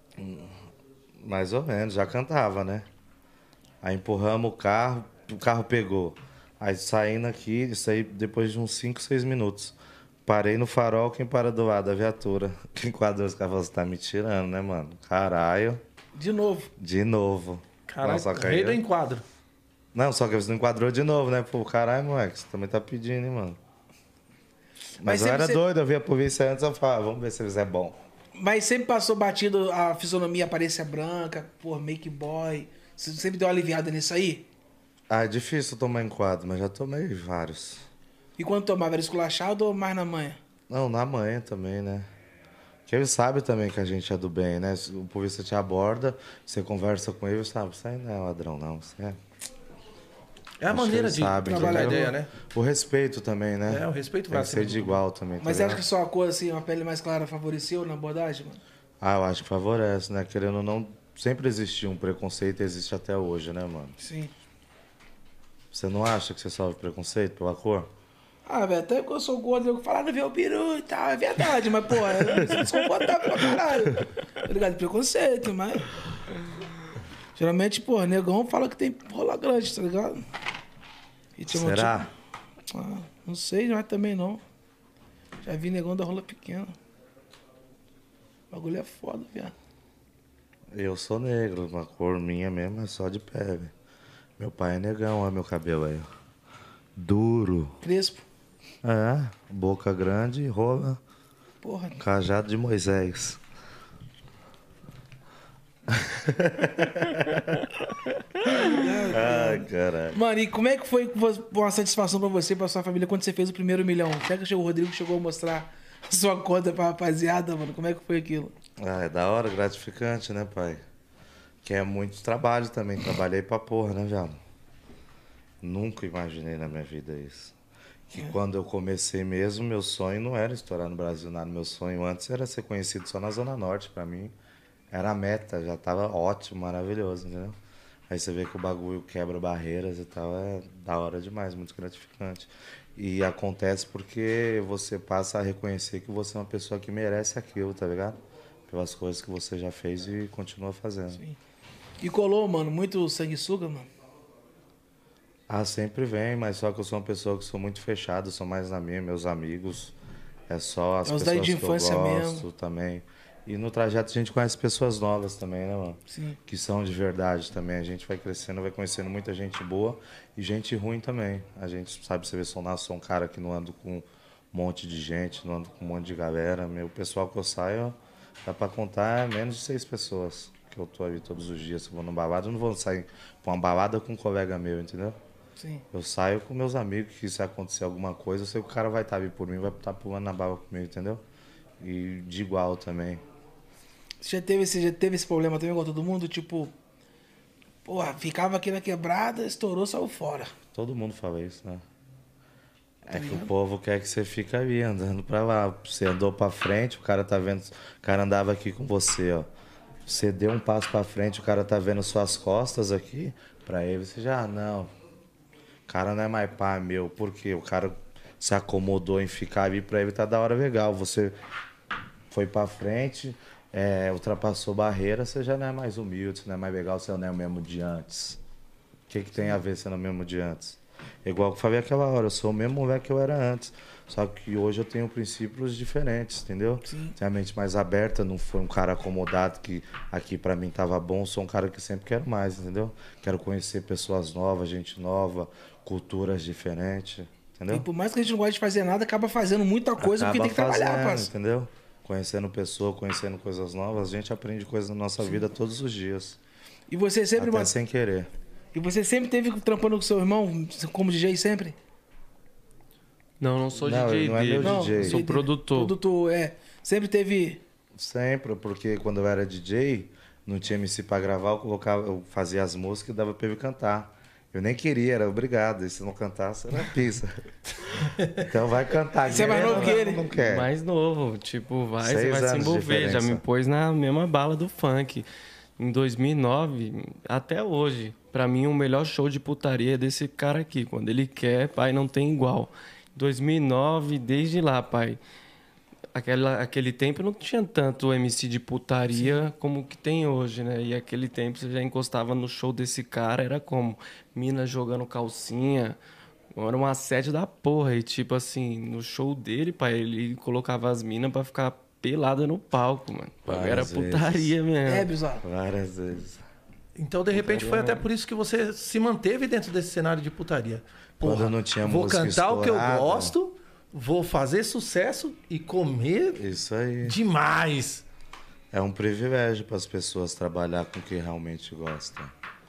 Mais ou menos, já cantava, né? Aí empurramos o carro, o carro pegou. Aí saindo aqui, isso aí depois de uns cinco, seis minutos. Parei no farol, quem para do lado da viatura. Quem enquadrou os caras falou, você tá me tirando, né, mano? Caralho, De novo. de novo. Caralho, Nossa, rei caiu. do enquadro. Não, só que você não enquadrou de novo, né? Pô, caralho, moleque, você também tá pedindo, hein, mano? Mas, Mas eu sempre era você- doido, eu via a polícia antes, eu falava, vamos ver se eles é bom. Mas sempre passou batido a fisionomia, aparência branca, pô, make boy. Você sempre deu uma aliviada nisso aí? Ah, é difícil tomar enquadro, mas já tomei vários. E quando tomava, era esculachado ou mais na manhã? Não, na manhã também, né? Porque ele sabe também que a gente é do bem, né? Se o polícia te aborda, você conversa com ele, sabe? Você não é ladrão, não. Você é... É a Acho maneira que de eles sabem, trocar entendeu? ideia, né? O respeito também, né? É, o respeito Tem vai que ser acima de de tudo. igual também, tá Mas você acha ligado? que só a cor, assim, uma pele mais clara favoreceu na abordagem, mano? Ah, eu acho que favorece, né? Querendo ou não, sempre existiu um preconceito e existe até hoje, né, mano? Sim. Você não acha que você sofre preconceito pela cor? Ah, velho, até que eu sou gordo, eu falo, não vê o peru e tal, é verdade, mas, pô, eu sou desconfortável pra caralho. Tá ligado? Preconceito, mas... Geralmente, pô, negão fala que tem rola grande, tá ligado? E tinha um Será? tipo- Ah, não sei, mas também não. Já vi negão da rola pequena. O bagulho é foda, viado. Eu sou negro, uma cor minha mesmo é só de pele. Meu pai é negão, olha meu cabelo aí, ó. Duro. Crespo. É, boca grande, rola, Porra. cajado de Moisés. Ai, caralho. Mano, e como é que foi uma satisfação pra você, pra sua família, quando você fez o primeiro milhão? Será que chegou, o Rodrigo chegou a mostrar a sua conta pra rapaziada, mano? Como é que foi aquilo? Ah, é da hora, gratificante, né, pai? Que é muito trabalho também. Trabalhei pra porra, né, viado? Nunca imaginei na minha vida isso. Que quando eu comecei mesmo, meu sonho não era estourar no Brasil, nada. Meu sonho antes era ser conhecido só na Zona Norte. Pra mim, era a meta, já tava ótimo, maravilhoso, entendeu? Aí você vê que o bagulho quebra barreiras e tal, é da hora demais, muito gratificante. E acontece porque você passa a reconhecer que você é uma pessoa que merece aquilo, tá ligado? Pelas coisas que você já fez e continua fazendo. Sim. E colou, mano, muito sanguessuga, mano? Ah, sempre vem, mas só que eu sou uma pessoa que sou muito fechado, sou mais na minha, meus amigos. É só as É os pessoas daí de que eu infância gosto mesmo. também. E no trajeto a gente conhece pessoas novas também, né, mano? Sim. Que são de verdade também. A gente vai crescendo, vai conhecendo muita gente boa e gente ruim também. A gente sabe, você vê, sou, eu sou um cara que não ando com um monte de gente, não ando com um monte de galera. Meu pessoal que eu saio, dá pra contar, é menos de seis pessoas que eu tô ali todos os dias. Se eu vou numa balada, eu não vou sair pra uma balada com um colega meu, entendeu? Sim. Eu saio com meus amigos, que se acontecer alguma coisa, eu sei que o cara vai estar ali por mim, vai estar pulando na bala comigo, entendeu? E de igual também. Você já teve esse, já teve esse problema também igual todo mundo? Tipo, porra, ficava aqui na quebrada, estourou, saiu fora. Todo mundo fala isso, né? Tá É que o ligado? povo quer que você fique ali andando pra lá. Você andou pra frente, o cara tá vendo. O cara andava aqui com você, ó. Você deu um passo pra frente, o cara tá vendo suas costas aqui. Pra ele, você já, não. O cara não é mais pá meu. Por quê? O cara se acomodou em ficar ali, pra ele tá da hora legal. Você foi pra frente, é, ultrapassou barreira, você já não é mais humilde, você não é mais legal, você não é o mesmo de antes. O que, que tem a ver sendo o mesmo de antes? Igual que eu falei aquela hora, eu sou o mesmo moleque que eu era antes. Só que hoje eu tenho princípios diferentes, entendeu? Sim. Tenho a mente mais aberta, não foi um cara acomodado que aqui pra mim tava bom, sou um cara que sempre quero mais, entendeu? Quero conhecer pessoas novas, gente nova, culturas diferentes, entendeu? E por mais que a gente não goste de fazer nada, acaba fazendo muita coisa Acaba porque tem que trabalhar, fazendo, parça. entendeu? Conhecendo pessoas, conhecendo coisas novas, a gente aprende coisas na nossa vida todos os dias. E você sempre, Até mano, sem querer. e você sempre teve trampando com seu irmão como D J sempre? Não, não sou Não, D J ele não é dele. meu D J. Eu sou ele- produtor. Produtor, é. Sempre teve. Sempre, porque quando eu era D J, não tinha M C pra gravar, eu colocava, eu fazia as músicas e dava pra ele cantar. Eu nem queria, era obrigado. E se não cantasse, era pizza. Então vai cantar. Você é mais querendo novo ou que não, ele? Não quer. Mais novo, tipo, vai, Seis você vai se anos de envolver. Já diferença. me pôs na mesma bala do funk. Em dois mil e nove, até hoje, pra mim o melhor show de putaria é desse cara aqui. Quando ele quer, pai, não tem igual. dois mil e nove, desde lá, pai. Aquela, aquele tempo não tinha tanto M C de putaria como que tem hoje, né? E aquele tempo você já encostava no show desse cara, era como mina jogando calcinha, era um assédio da porra. E tipo assim, no show dele, pai, ele colocava as minas pra ficar pelada no palco, mano. Várias Era vezes. putaria mesmo. É, bizarro. Várias vezes. Então, de repente, foi até por isso que você se manteve dentro desse cenário de putaria. Quando eu não tinha vou música cantar o que eu estourada. gosto, vou fazer sucesso e comer Isso aí. demais. É um privilégio para as pessoas trabalhar com o que realmente gostam.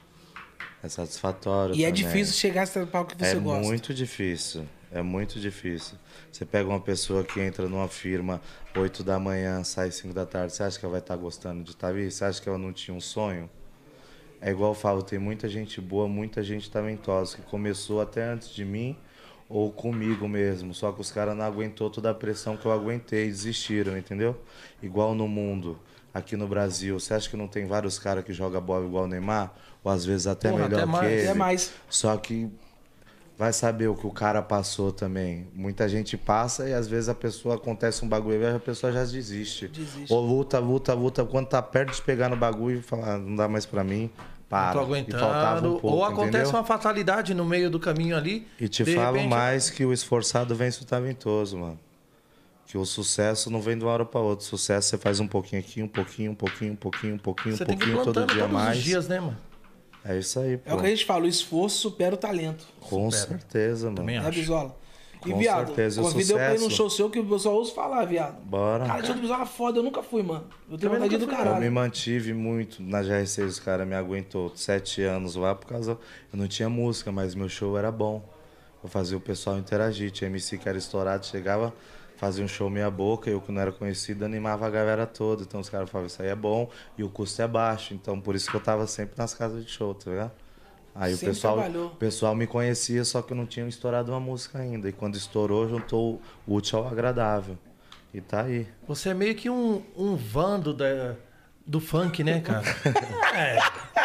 É satisfatório E é também. difícil chegar a esse palco que você É gosta. muito difícil. É muito difícil. Você pega uma pessoa que entra numa firma oito da manhã, sai cinco da tarde, você acha que ela vai estar gostando de estar ali? Você acha que ela não tinha um sonho? É igual eu falo, tem muita gente boa, muita gente talentosa, que começou até antes de mim ou comigo mesmo. Só que os caras não aguentou toda a pressão que eu aguentei e desistiram, entendeu? Igual no mundo, aqui no Brasil. Você acha que não tem vários caras que jogam bola igual o Neymar? Ou às vezes até Porra, melhor até que mais. ele? Até mais. Só que vai saber o que o cara passou também. Muita gente passa e às vezes a pessoa acontece um bagulho e a pessoa já desiste. Desiste. Ou luta, luta, luta. Quando tá perto de pegar no bagulho e falar, não dá mais pra mim, para. Não tô E faltava aguentando. um pouco, Ou acontece entendeu? uma fatalidade no meio do caminho ali. E te de falo repente, mais que o esforçado vence o talentoso, mano. Que o sucesso não vem de uma hora pra outra. O sucesso você faz um pouquinho aqui, um pouquinho, um pouquinho, um pouquinho, um pouquinho, Você um tem que ir pouquinho, todo plantando dia todos mais. os dias, né, mano? É isso aí, pô. É o que a gente fala, o esforço supera o talento. Com certeza, mano. Também É, acho. Bisola? E, Com viado, certeza, e o convida eu pra ir num sucesso? show seu que o pessoal ouça falar, viado. Bora. Cara, show do Bisola é foda, eu nunca fui, mano. Eu tenho Também vontade do nunca fui, Eu me caralho. mantive muito na G R seis, os caras me aguentou sete anos lá por causa. Eu não tinha música, mas meu show era bom. Eu fazia o pessoal interagir. Tinha M C que era estourado, chegava, fazia um show meia boca, eu que não era conhecido, animava a galera toda. Então os caras falavam, isso aí é bom e o custo é baixo. Então por isso que eu tava sempre nas casas de show, tá ligado? Aí o Sempre pessoal, trabalhou. o pessoal me conhecia, só que eu não tinha estourado uma música ainda. E quando estourou, juntou o útil ao agradável. E tá aí. Você é meio que um, um vando da, do funk, né, cara? É.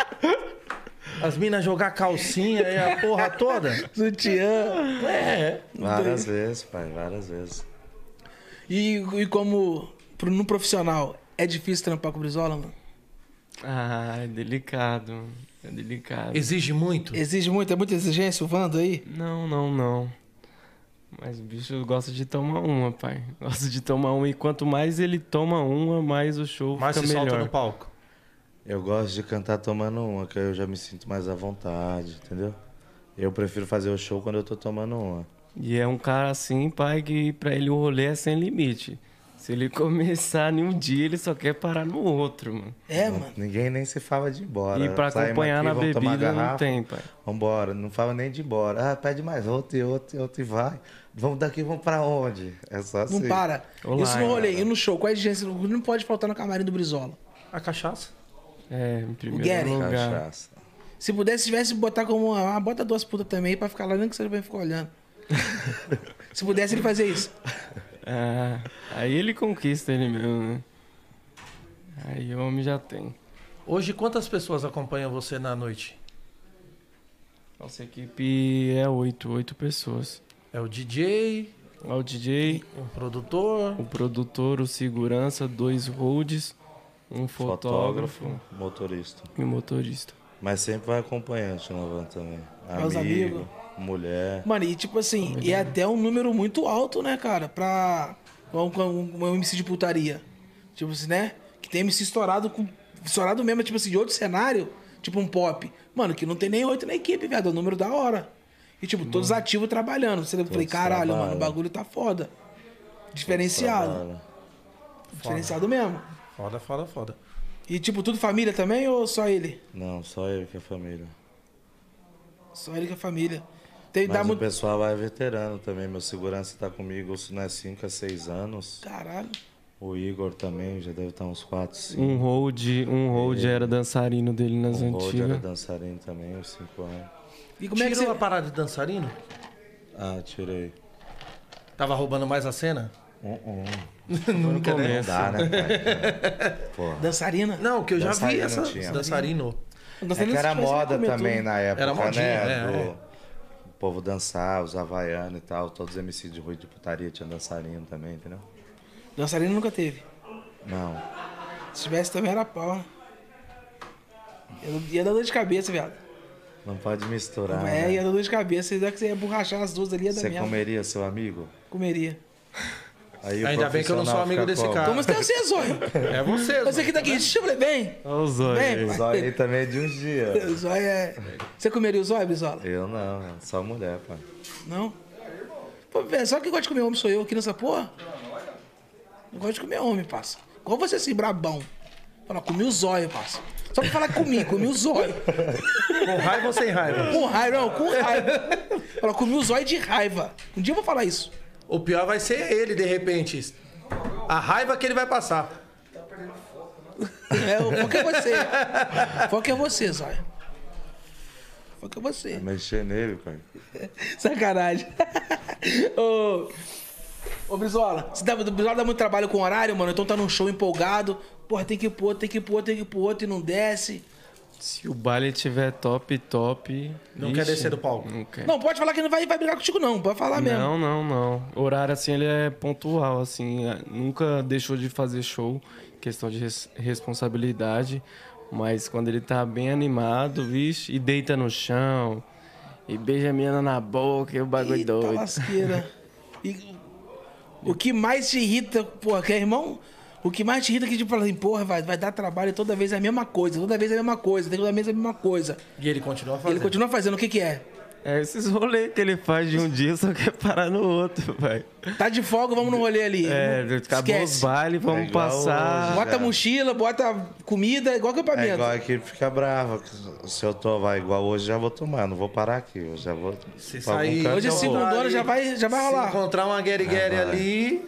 As minas jogar calcinha e a porra toda. Sutiã. É. Várias vezes, pai, várias vezes. E, e como pro, no profissional, é difícil trampar com o Brizola, mano? Ah, é delicado. É delicado. Exige muito. Exige muito, é muita exigência o Vando aí? Não, não, não. Mas o bicho gosta de tomar uma, pai. Gosta de tomar uma. E quanto mais ele toma uma, mais o show Mas se fica solta melhor. no palco. Eu gosto de cantar tomando uma, que aí eu já me sinto mais à vontade, entendeu? Eu prefiro fazer o show quando eu tô tomando uma. E é um cara assim, pai, que pra ele o rolê é sem limite. Se ele começar em um dia, ele só quer parar no outro, mano. É, mano. Ninguém nem se fala de ir embora. E pra Saímos acompanhar aqui, na vamos tomar bebida não garrafa, tem, pai. Vambora, não fala nem de ir embora. Ah, pede mais outro e outro e outro e vai. Vamos daqui, vamos pra onde? É só assim. Não para. Olá, Isso no rolê, cara. e no show, qual é a exigência? Não pode faltar no camarim do Brizola. A cachaça. É, em primeiro Guerem. lugar. Cachaça. Se pudesse, tivesse botar como uma, ah, bota duas putas também pra ficar lá, nem que seja bem ficar olhando. Se pudesse, ele fazia isso. Ah, aí ele conquista ele mesmo, né? Aí o homem já tem. Hoje, quantas pessoas acompanham você na noite? Nossa equipe é oito, oito pessoas. É o D J, É o D J, o produtor. o produtor, o segurança, dois holds um fotógrafo, fotógrafo, motorista. e um motorista. Mas sempre vai acompanhante na van também. Vai os Amigo, amigos. mulher. Mano, e tipo assim, e é até um número muito alto, né, cara? Pra um, um, um M C de putaria. Tipo assim, né? Que tem M C estourado, com, estourado mesmo, tipo assim, de outro cenário, tipo um pop. Mano, que não tem nem oito na equipe, viado. É o número da hora. E tipo, todos ativos trabalhando. Você falei, caralho, trabalham. mano, o bagulho tá foda. Diferenciado. Trabalha. Diferenciado mesmo. Foda, foda, foda. E tipo, tudo família também ou só ele? Não, só eu que é família. Só ele que é família. Tem, Mas dá o muito. pessoal vai veterano também. Meu segurança tá comigo, se não é cinco a seis anos. Caralho. O Igor também já deve estar uns quatro, cinco. Um hold, um hold era dançarino dele nas O Rod era antigas. dançarino também, uns cinco anos. E como é que Tirou você. a parada de dançarino? Ah, tirei. Tava roubando mais a cena? Uh-uh. Nunca, né? Não dá, né, pai? Porra. Dançarina? Não, que eu já vi Dançarino essa tinha. dançarino. É Dançarina que era se tivesse, moda comer também tudo. na época, Era modinha, né? é, Do é. o povo dançar, os havaianos e tal. Todos os M C de rua de putaria tinha dançarino também, entendeu? Dançarina nunca teve. Não. Se tivesse também era pau, né? Ia- Ia dar dor de cabeça, viado. Não pode misturar. é, né? ia dar dor de cabeça. Ia que você ia borrachar as duas ali, ia dar Você merda. comeria seu amigo? Comeria. Aí o Ainda bem que eu não sou profissional amigo fica desse como? cara. Como você tem você, Zóio? É você, Você aqui daqui, deixa eu ver bem. Olha o zóio Vem, aí. pai. Zóio aí também é de uns dias. O Zóio é. Você comeria o Zóio, Brizola? Eu não, só mulher, pai. Não? Pô, velho, só quem gosta de comer homem sou eu aqui nessa porra. Eu gosto de comer homem, parça. Igual você assim, brabão. Fala, comi o Zóio, parça. Só pra falar que comi, comi o Zóio. Com raiva ou sem raiva? Com raiva, não, com raiva. Fala, comi o Zóio de raiva. Um dia eu vou falar isso. O pior vai ser ele, de repente. A raiva que ele vai passar. É, o foco é você. O foco é você, Zóio. O foco é você. Mexer nele, pai. Sacanagem. ô, ô, Brizola, você dá, o Brizola dá muito trabalho com horário, mano, então tá num show empolgado. Porra, tem que ir pro outro, tem que ir pro outro, tem que ir pro outro e não desce. Se o baile tiver top, top. Não ixi, quer descer do palco? Não quer. Não, pode falar que não vai, vai brigar contigo, não. Pode falar mesmo. Não, não, não. Horário assim ele é pontual, assim, é, nunca deixou de fazer show, questão de res- responsabilidade, mas quando ele tá bem animado, vixe, e deita no chão, e beija a menina na boca, e o bagulho Eita doido. lasqueira. E o que mais te irrita, porra, que é irmão? O que mais te irrita é que, tipo, fala assim, porra, vai, vai dar trabalho toda vez é a mesma coisa, toda vez é a mesma coisa, toda vez é a mesma coisa. E ele continua fazendo. Ele continua fazendo, o que que é? É esses rolês que ele faz de um dia, só quer parar no outro, velho. Tá de folga, vamos no rolê ali. É, Não- acabou os esquece. bailes, vamos É igual passar. hoje. Bota a Já. mochila, bota comida, igual É acampamento. igual a equipe fica brava. que Se eu tô vai igual hoje, já vou tomar. Não vou parar aqui. Eu já vou. Se pra algum sair- canto Hoje é eu vou. segundona, já vai, já vai Se rolar. encontrar uma Gary Gary Ah, vai. ali,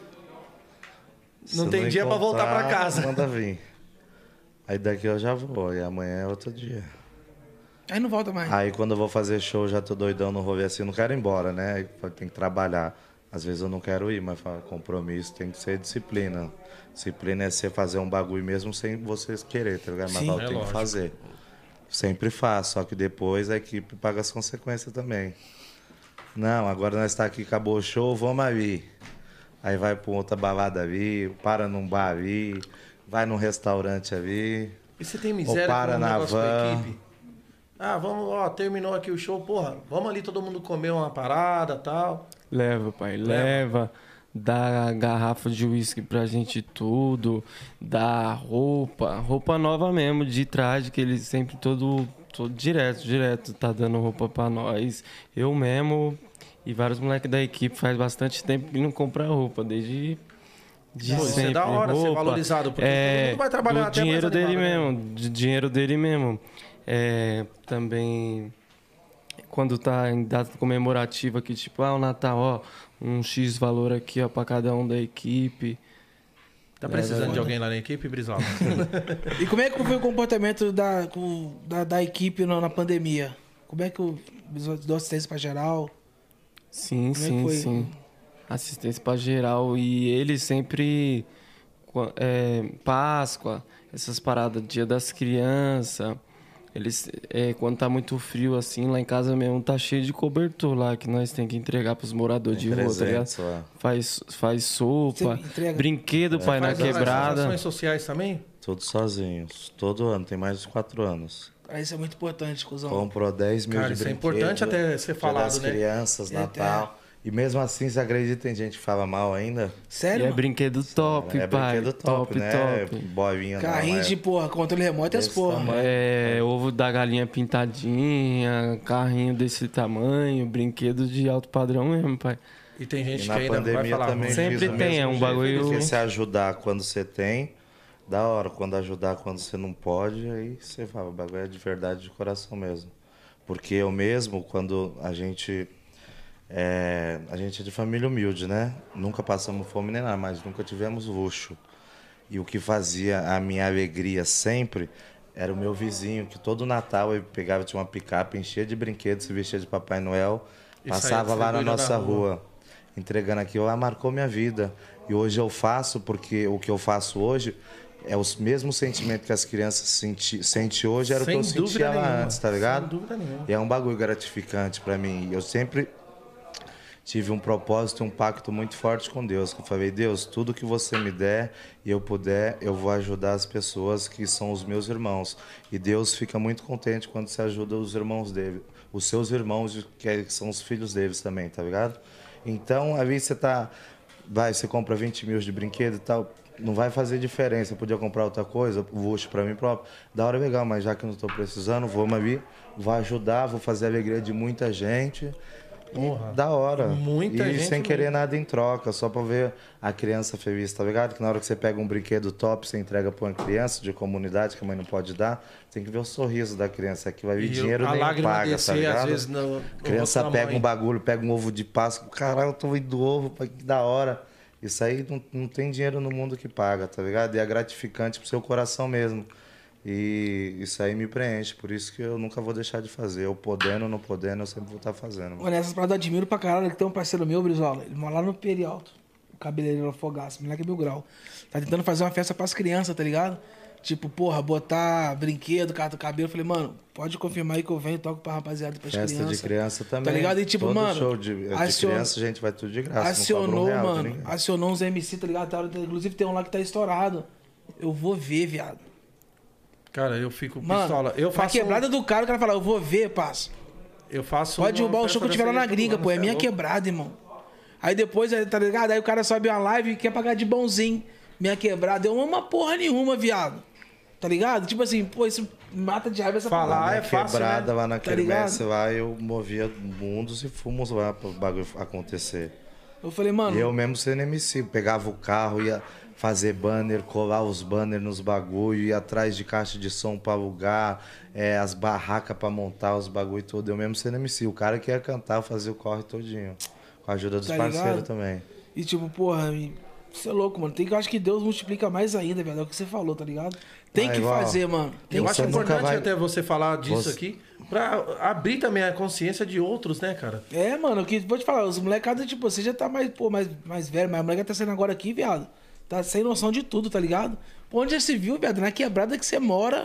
Se não tem dia pra voltar pra encontrar, casa. Manda vir. Aí daqui eu já vou. E amanhã é outro dia. Aí não volta mais. Aí quando eu vou fazer show, já tô doidão no rolê assim, não quero ir embora, né? Aí tem que trabalhar. Às vezes eu não quero ir, mas fala, compromisso tem que ser disciplina. Disciplina é você fazer um bagulho mesmo sem vocês querer, tá ligado? Mas Sim. fala, É eu tenho que lógico. fazer. Sempre faço, só que depois a equipe paga as consequências também. Não, agora nós tá aqui, acabou o show, vamos ali. Aí vai pra outra balada ali, para num bar ali, vai num restaurante ali. E você tem miséria para com o na negócio da van. equipe? Ah, vamos, ó, terminou aqui o show, porra, vamos ali todo mundo comer uma parada e tal. Leva, pai, leva. Dá garrafa de uísque pra gente tudo. Dá roupa. Roupa nova mesmo, de traje, que ele sempre todo, todo direto, direto tá dando roupa pra nós. Eu mesmo e vários moleques da equipe faz bastante tempo que não compra roupa, desde de Pô, isso sempre. é da hora ser roupa. valorizado, porque é, todo mundo vai trabalhar do até dinheiro mais dele animado, né? mesmo, de dinheiro dele mesmo. É, também quando tá em data comemorativa aqui, tipo, ah, o Natal, ó, um X valor aqui, ó, pra cada um da equipe. Tá precisando de alguém lá na equipe, Brizola? E como é que foi o comportamento da, com- da, da equipe na, na pandemia? Como é que o Brizola deu assistência pra geral? Sim, Como é que sim, foi? sim. Assistência pra geral. E ele sempre, qua- é, Páscoa, essas paradas, Dia das Crianças. Eles, é, quando tá muito frio assim, lá em casa mesmo tá cheio de cobertor lá que nós tem que entregar pros moradores Tem de rua, tá ligado? trezentos lá. Faz, faz sopa, Você entrega? brinquedo, pai, na Faz as quebrada. ações sociais também? Todos sozinhos. Todo ano, tem mais de quatro anos. Cara, isso é muito importante, cuzão. Comprou dez mil Cara, de isso é brinquedo, importante até ser Dia falado, das né? crianças, É, Natal. E mesmo assim, você acredita, tem gente que fala mal ainda? E Sério, é mano? brinquedo top, é pai. brinquedo top, top, né? top. Bovinha não, Carrinho é de, porra, controle remoto é as desse porra. tamanho. É, ovo da galinha pintadinha, carrinho desse tamanho, brinquedo de alto padrão mesmo, pai. E tem gente E que na ainda vai pandemia falar. também Sempre fiz do tem, mesmo é um jeito. bagulho- Porque se ajudar quando você tem, da hora. Quando ajudar quando você não pode, aí você fala, o bagulho é de verdade, de coração mesmo. Porque eu mesmo, quando a gente... É, a gente é de família humilde, né? Nunca passamos fome nem nada, mas nunca tivemos luxo. E o que fazia a minha alegria sempre era o meu vizinho, que todo Natal eu pegava, tinha uma picape, enchia de brinquedos, se vestia de Papai Noel, E passava saía lá na distribuindo nossa na rua. rua, entregando aquilo lá, marcou minha vida. E hoje eu faço, porque o que eu faço hoje é o mesmo sentimento que as crianças senti, sentem hoje, era Sem o que eu dúvida sentia lá nenhuma. antes, tá ligado? Sem dúvida nenhuma. E é um bagulho gratificante pra mim. Eu sempre tive um propósito, um pacto muito forte com Deus. Que eu falei, Deus, tudo que você me der e eu puder, eu vou ajudar as pessoas que são os meus irmãos. E Deus fica muito contente quando você ajuda os irmãos dele, os seus irmãos, que são os filhos deles também, tá ligado? Então, às vezes você tá, vai, você compra vinte mil de brinquedo e tal, não vai fazer diferença. Eu podia comprar outra coisa, luxo pra mim próprio. Da hora é legal, mas já que eu não tô precisando, vou ali, vou ajudar, vou fazer a alegria de muita gente. Porra. Da hora. Muita e gente sem mesmo. querer nada em troca, só pra ver a criança feliz, tá ligado? Que na hora que você pega um brinquedo top, você entrega pra uma criança de comunidade que a mãe não pode dar, tem que ver o sorriso da criança. Aqui vai vir E dinheiro a nem lágrima paga, tá descer, ligado? às vezes, no, no A criança rosto da pega mãe. um bagulho, pega um ovo de Páscoa, caralho, eu tô indo do ovo, pai, que da hora. Isso aí não, não tem dinheiro no mundo que paga, tá ligado? E é gratificante pro seu coração mesmo. E isso aí me preenche, por isso que eu nunca vou deixar de fazer. Eu podendo ou não podendo, eu sempre vou estar fazendo. mano. Mano, essas paradas eu admiro pra caralho, que tem um parceiro meu, Brizola, ele mora lá no Perialto, o cabeleireiro Afogaço, moleque mil grau. Tá tentando fazer uma festa pras crianças, tá ligado? Tipo, porra, botar brinquedo, carta cabelo. Eu falei, mano, pode confirmar aí que eu venho e toco pra rapaziada, pras Festa crianças. de criança também. Tá ligado? E tipo, Todo mano, show de, de acion- criança, a gente vai tudo de graça. Acionou, não cobra um real de mano, ninguém. acionou uns M C, tá ligado? Tá- Inclusive tem um lá que tá estourado. Eu vou ver, viado. Cara, eu fico Mano, pistola. Eu na faço, quebrada do cara, o cara fala, eu vou ver, parça. eu faço Pode uma derrubar o festa show que eu tiver lá dessa na aí todo gringa, ano, pô. É cê minha louco. quebrada, irmão. Aí depois, tá ligado? Aí o cara sobe uma live e quer pagar de bonzinho. Minha quebrada. Eu amo uma porra nenhuma, viado. Tá ligado? Tipo assim, pô, isso mata de raiva essa Falar parada. é Minha fácil, quebrada né? lá na Tá ligado? quermesse, lá eu movia mundos e fomos lá pro bagulho acontecer. Eu falei, mano, E eu mesmo sendo M C, pegava o carro, ia fazer banner, colar os banners nos bagulho, ia atrás de caixa de som pra alugar, é, as barracas pra montar os bagulho todo. Eu mesmo sendo M C. O cara que ia cantar, eu fazia o corre todinho. Com a ajuda dos Tá parceiros ligado? também. e tipo, porra, você é louco, mano. Tem que, eu acho que Deus multiplica mais ainda, velho. É o que você falou, tá ligado? Tem Ah, que igual. fazer, mano. Tem Eu que acho Você nunca importante vai- até você falar disso Você- aqui, pra abrir também a consciência de outros, né, cara? É, mano, que vou te falar, os molecados, tipo, você já tá mais, pô, mais, mais velho, mas a molecada tá saindo agora aqui, viado. Tá sem noção de tudo, tá ligado? Pô, onde já se viu, viado? Na quebrada que você mora,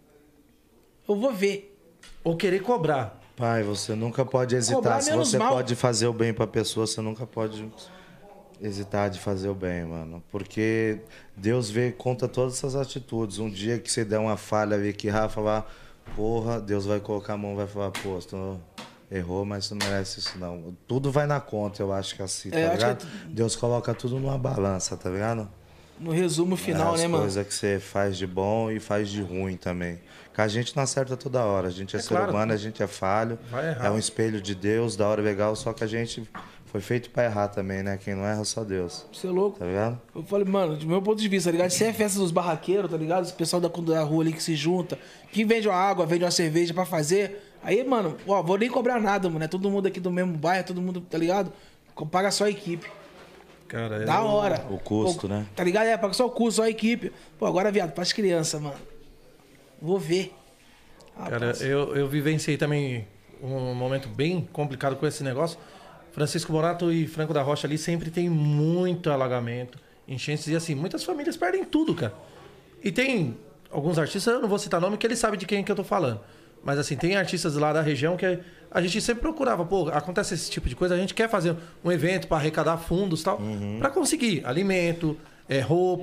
eu vou ver. Ou querer cobrar. Pai, você nunca pode hesitar. Cobrar Se menos você mal. pode fazer o bem pra pessoa, você nunca pode hesitar de fazer o bem, mano. Porque Deus vê, conta todas essas atitudes. Um dia que você der uma falha ali, que Rafa lá, porra, Deus vai colocar a mão e vai falar, pô, tu errou, mas tu não merece isso não. Tudo vai na conta, eu acho que é assim, tá É, acho ligado? que Deus coloca tudo numa balança, tá ligado? No resumo final, As né, mano? coisas que você faz de bom e faz de ruim também. Que a gente não acerta toda hora. A gente é, É ser claro. humano, a gente é falho. Vai errar. É um espelho de Deus, da hora legal, só que a gente foi feito pra errar também, né? Quem não erra é só Deus. Você é louco. Tá ligado? Eu falei, mano, do meu ponto de vista, tá ligado? Se é festa dos barraqueiros, tá ligado? Esse pessoal da, da rua ali que se junta, que vende uma água, vende uma cerveja pra fazer. Aí, mano, ó, vou nem cobrar nada, mano. É todo mundo aqui do mesmo bairro, todo mundo, tá ligado? Paga só a equipe. Cara, é Da hora. O custo, Pô, né? Tá ligado? É, paga só o custo, só a equipe. Pô, agora, viado, pras crianças, mano. Vou ver. Ah, Cara, parça. eu, eu vivenciei também um momento bem complicado com esse negócio. Francisco Morato e Franco da Rocha ali sempre tem muito alagamento, enchentes e assim, muitas famílias perdem tudo, cara. E tem alguns artistas, eu não vou citar nome, que eles sabem de quem que eu tô falando. Mas assim, tem artistas lá da região que a gente sempre procurava, pô, acontece esse tipo de coisa, a gente quer fazer um evento para arrecadar fundos e tal, Uhum. para conseguir alimento, é, roupa,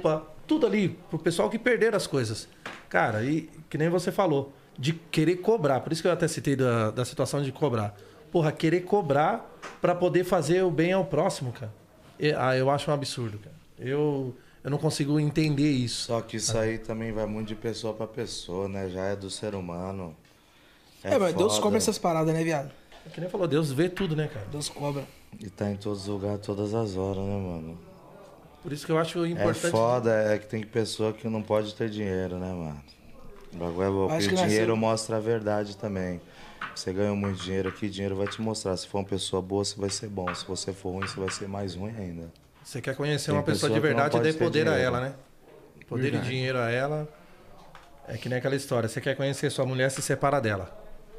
tudo ali, pro pessoal que perderam as coisas. Cara, e que nem você falou, de querer cobrar. Por isso que eu até citei da, da situação de cobrar. Porra, querer cobrar pra poder fazer o bem ao próximo, cara. E, ah, eu acho um absurdo, cara. Eu, eu não consigo entender isso. Só que isso aí também vai muito de pessoa pra pessoa, né? Já é do ser humano. É, mas Deus foda. cobra essas paradas, né, viado? Que nem falou, Deus vê tudo, né, cara? Deus cobra. E tá em todos os lugares, todas as horas, né, mano? Por isso que eu acho É importante. foda, é que tem pessoa que não pode ter dinheiro, né, mano? O bagulho é bom, Acho porque que o dinheiro nasceu- mostra a verdade também. Você ganha muito dinheiro aqui, dinheiro vai te mostrar. Se for uma pessoa boa, você vai ser bom. Se você for ruim, você vai ser mais ruim ainda. Você quer conhecer Tem uma pessoa de pessoa que não verdade e pode dê ter poder a dinheiro. ela, né? Poder Verdade. e dinheiro a ela. É que nem aquela história. Você quer conhecer sua mulher, se separa dela.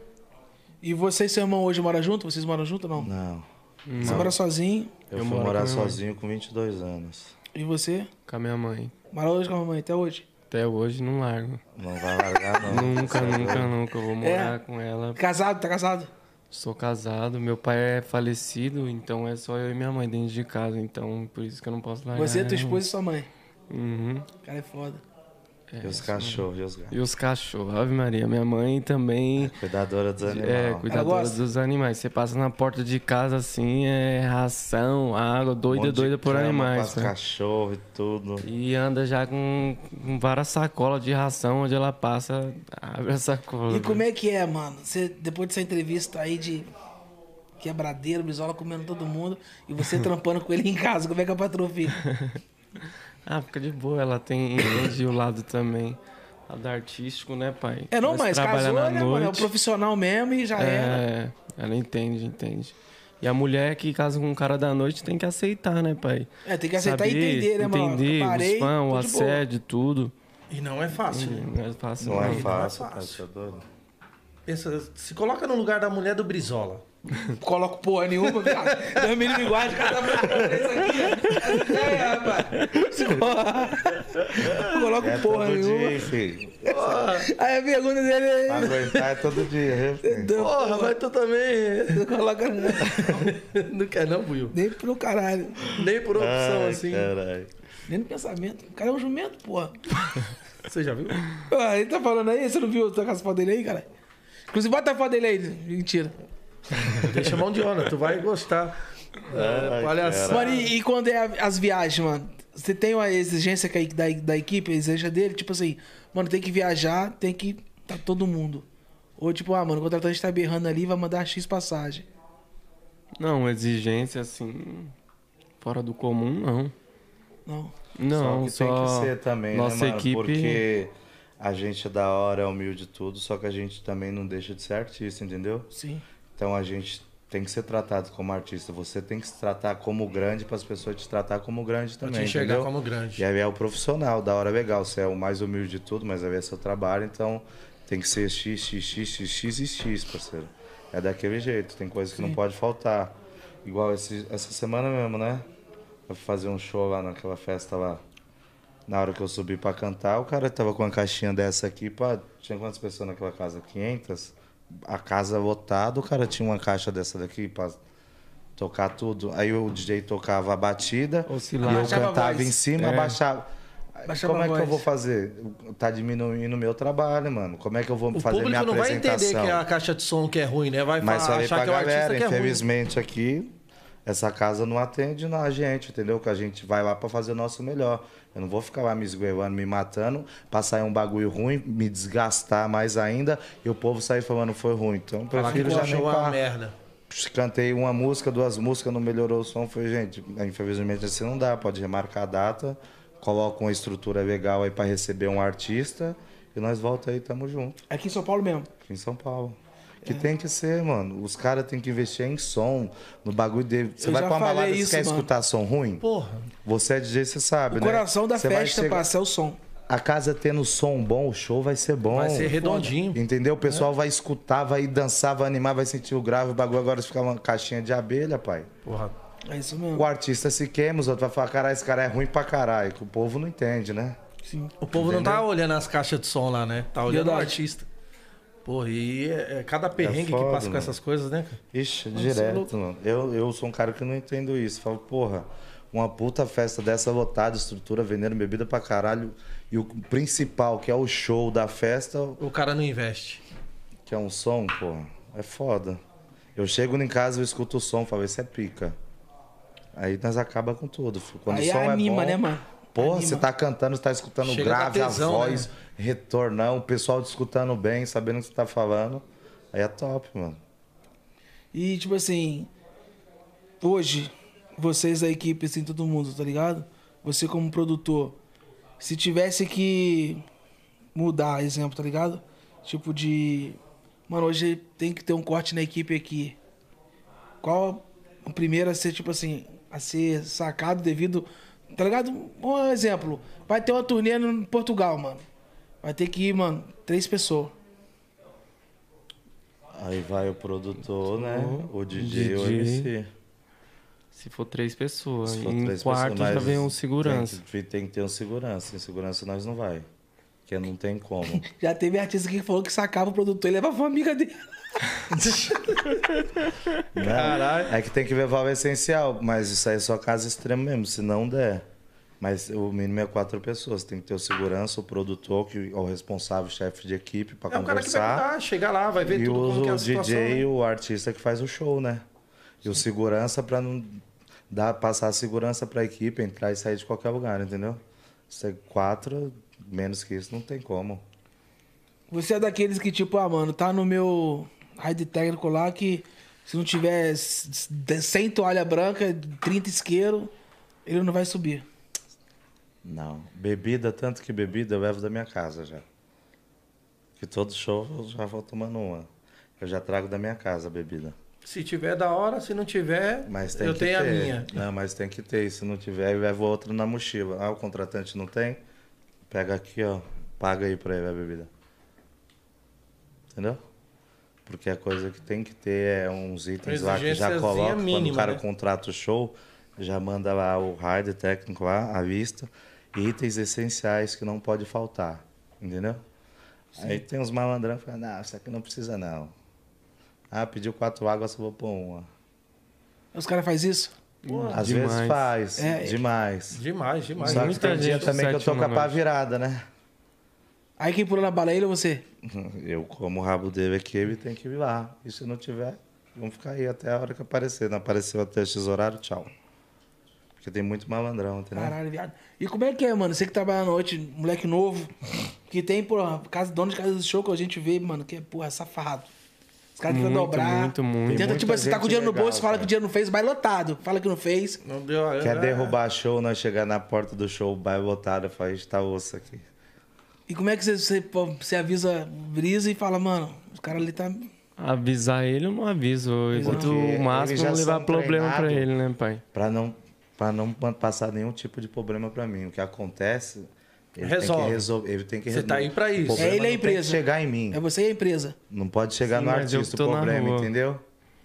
E você e seu irmão hoje moram junto? Vocês moram junto ou não? Não. Você mora sozinho. Eu, Eu fui moro morar com a minha mãe. sozinho com vinte e dois anos. E você? Com a minha mãe. Mora hoje com a mamãe até hoje? Até hoje não largo. Não vai largar, não. Nunca, Você é nunca, doido. nunca. Eu vou morar com ela. Casado? Tá casado? Sou casado, meu pai é falecido, então é só eu e minha mãe dentro de casa. Então, por isso que eu não posso largar. Você, tua ela. esposa e sua mãe. Uhum. O cara é foda. E os cachorros, e os gatos. E os cachorros, Ave Maria. Minha mãe também Cuidadora dos animais. é Ela cuidadora gosta? dos animais. Você passa na porta de casa assim, é ração, água, doida, Monte de doida por cama animais. pras né? cachorro e tudo. E anda já com, com várias sacolas de ração, onde ela passa, abre a sacola. E como é que é, mano? Você, depois dessa entrevista aí de quebradeiro, Brizola comendo todo mundo, e você trampando com ele em casa, como é que é a patroa fica? Ah, fica de boa, ela tem entende o lado também. Lado artístico, né, pai? É, não, Nós mas trabalha casou, na né, mano? É o noite. profissional mesmo e já era. É, ela entende, entende. E a mulher que casa com um cara da noite tem que aceitar, né, pai? É, tem que aceitar e Saber, entender, né, mano? Entender Eu parei, os fãs, o tô de boa. assédio, tudo. E não é fácil. né? Não é fácil, Não é não. fácil, não é pai, fácil. você é doido? Pensa, se coloca no lugar da mulher do Brizola. Coloco porra nenhuma, viado. Deus me livre e guarde, cada um isso aqui. É, rapaz. Coloco É porra todo nenhuma. dia, filho. Aí a pergunta dele é. Aguentar é todo dia, viu, filho? Porra, mas tu também Não coloca não. não quer não, Buiu? Nem pro caralho. Nem por opção, Ai, assim. caralho. Nem no pensamento. O cara é um jumento, porra. Você já viu? Ah, ele tá falando aí? Você não viu tá com as fotos dele aí, cara? Inclusive, bota a foto dele aí. Mentira. Deixa mão de onda, tu vai gostar. É, Ai, palhaçada. Mano, e, e quando é a- as viagens, mano? Você tem uma exigência que a- da, da equipe, a exigência dele? Tipo assim, mano, tem que viajar, tem que tá todo mundo. Ou tipo, ah, mano, o contratante tá berrando ali, vai mandar X passagem. Não, exigência assim, fora do comum, não. Não. Não, só que tem só que ser também, nossa né, mano? equipe. Porque a gente é da hora, é humilde e tudo, só que a gente também não deixa de ser artista, entendeu? Sim. Então a gente tem que ser tratado como artista. Você tem que se tratar como grande para as pessoas te tratar como grande Pra também, te enxergar entendeu? como grande. E aí é o profissional, da hora legal. Você é o mais humilde de tudo, mas aí é seu trabalho, então tem que ser X, X, X, X, X e X, parceiro. É daquele jeito, tem coisa que não pode faltar. Igual esse, essa semana mesmo, né? Eu fui fazer um show lá naquela festa lá. Na hora que eu subi pra cantar, o cara tava com uma caixinha dessa aqui, pá, tinha quantas pessoas naquela casa? quinhentas? A casa lotada, o cara tinha uma caixa dessa daqui pra tocar tudo. Aí o D J tocava a batida Oscilar. e eu Baixava a cantava voz. em cima, É. baixava. Baixava Como a é que eu voz. vou fazer? Tá diminuindo o meu trabalho, mano. Como é que eu vou O fazer minha público não vai apresentação? entender que é a caixa de som que é ruim, né? Vai Mas falar, falei achar pra que é o artista galera, que é ruim. infelizmente aqui, essa casa não atende a gente, entendeu? Que a gente vai lá pra fazer o nosso melhor. Eu não vou ficar lá me esgueivando, me matando, pra sair um bagulho ruim, me desgastar mais ainda e o povo sair falando foi ruim. Então eu Falar que prefiro o já nem show é uma pá. merda. Cantei uma música, duas músicas, não melhorou o som. Foi, gente, infelizmente assim não dá. Pode remarcar a data, coloca uma estrutura legal aí pra receber um artista e nós volta aí, tamo junto. Aqui em São Paulo mesmo. Aqui em São Paulo. Que tem que ser, mano. Os caras têm que investir em som, no bagulho dele. Você Eu vai já pra uma falei balada e isso, você quer mano. escutar som ruim? Porra. Você é D J, você sabe, O né? coração da Você vai festa, chegar- passa, é o som. A casa tendo som bom, o show vai ser bom. Vai ser redondinho. Entendeu? O pessoal vai escutar, vai dançar, vai animar, vai sentir o grave, o bagulho agora fica uma caixinha de abelha, pai. Porra. É isso mesmo. O artista se queima, os outros vão falar, caralho, esse cara é ruim pra caralho. Que o povo não entende, né? Sim. O povo não tá olhando as caixas de som lá, né? Tá olhando o Verdade. artista. Porra, e é, é cada perrengue foda, que passa com mano. essas coisas, né? cara? Ixi, Nossa, louco. direto, mano. Eu, eu sou um cara que não entendo isso. Falo, porra, uma puta festa dessa lotada, estrutura, vendendo bebida pra caralho. E o principal, que é o show da festa, O cara não investe. que é um som, pô, é foda. Eu chego em casa, eu escuto o som, falo, isso é pica. Aí nós acaba com tudo. Quando Aí o som anima, é bom, né, mano? Porra, Anima. você tá cantando, você tá escutando Chega grave, com tesão, a voz, né? retornão, o pessoal te escutando bem, sabendo o que você tá falando. Aí é top, mano. E, tipo assim, hoje, vocês da equipe, assim, todo mundo, tá ligado? Você como produtor, se tivesse que mudar, exemplo, tá ligado? Tipo de... Mano, hoje tem que ter um corte na equipe aqui. Qual o primeiro a ser, tipo assim, a ser sacado devido... Tá ligado? Um exemplo, vai ter uma turnê no Portugal, mano. Vai ter que ir, mano, três pessoas. Aí vai o produtor, né? O D J e o D J. M C. Se for três pessoas. Se for em três quarto pessoas, já mas vem um segurança. Tem que, tem que ter um segurança. Em segurança nós não vai. Porque não tem como. Já teve artista que falou que sacava o produtor e levava uma amiga dele. Não, Caralho. é que tem que levar o essencial, mas isso aí é só caso extremo mesmo, se não der. Mas o mínimo é quatro pessoas. Tem que ter o segurança, o produtor, que é o responsável, chefe de equipe, pra É o cara que vai conversar. cuidar, chega lá, vai ver E tudo como que é o a situação. D J, né? o artista que faz o show, né? E o segurança pra não dar, passar a segurança pra equipe, entrar e sair de qualquer lugar, entendeu? Se é quatro, menos que isso, não tem como. Você é daqueles que, tipo, ah, mano, tá no meu raid técnico lá que se não tiver cem toalha branca, trinta isqueiro, ele não vai subir. Não. Bebida, tanto que bebida eu levo da minha casa já. Que todo show eu já vou tomando uma. Eu já trago da minha casa a bebida. Se tiver da hora, se não tiver, Mas tem eu que tenho ter. a minha. Não, mas tem que ter. E se não tiver, eu levo outra na mochila. Ah, o contratante não tem? Pega aqui, ó. Paga aí pra ele a bebida. Entendeu? Porque a coisa que tem que ter é uns itens lá que já exigênciazinha coloca. Quando mínima, o cara né? contrata o show, já manda lá o rider técnico lá, a lista. Itens essenciais que não pode faltar. Entendeu? Aí tem uns malandrão que falam, não, isso aqui não precisa não. Ah, pediu quatro águas, só vou pôr uma. Os caras fazem isso? Às demais. vezes faz, É. demais. Demais, demais. Só que Muita tem dia gente também que eu sete tô com a uma pá noite. virada, né? Aí quem pula na bala é ele ou você? Eu como o rabo dele aqui, ele tem que ir lá. E se não tiver, vamos ficar aí até a hora que aparecer. Não apareceu até esse horário, tchau. Porque tem muito malandrão, entendeu? Caralho, viado. E como é que é, mano? Você que trabalha à noite, moleque novo, que tem, porra, casa, dono de casa do show que a gente vê, mano, que é, porra, safado. Os caras tentam Muito, dobrar. muito, muito. Tem Tenta, muita tipo assim, tá com o gente dinheiro no legal, bolso, fala cara. que o dinheiro não fez, vai lotado. Fala que não fez. Não deu, Quer é- derrubar show, nós chegar na porta do show, bairro lotado, eu falo, a gente tá osso aqui. E como é que você, você, pô, você avisa Brisa e fala, mano, os caras ali tá... Avisar ele, eu não aviso. Eu Exato. tento Porque o máximo eles já não levar são problema pra treinados. ele, né, pai? Pra não, pra não passar nenhum tipo de problema pra mim. O que acontece, ele Resolve. tem que resolver. Ele tem que Você resolver. tá aí pra isso. O problema É ele e a não tem que empresa. chegar em mim. É você e a empresa. Não pode chegar Sim, no mas eu artista o tô na problema, rua. entendeu?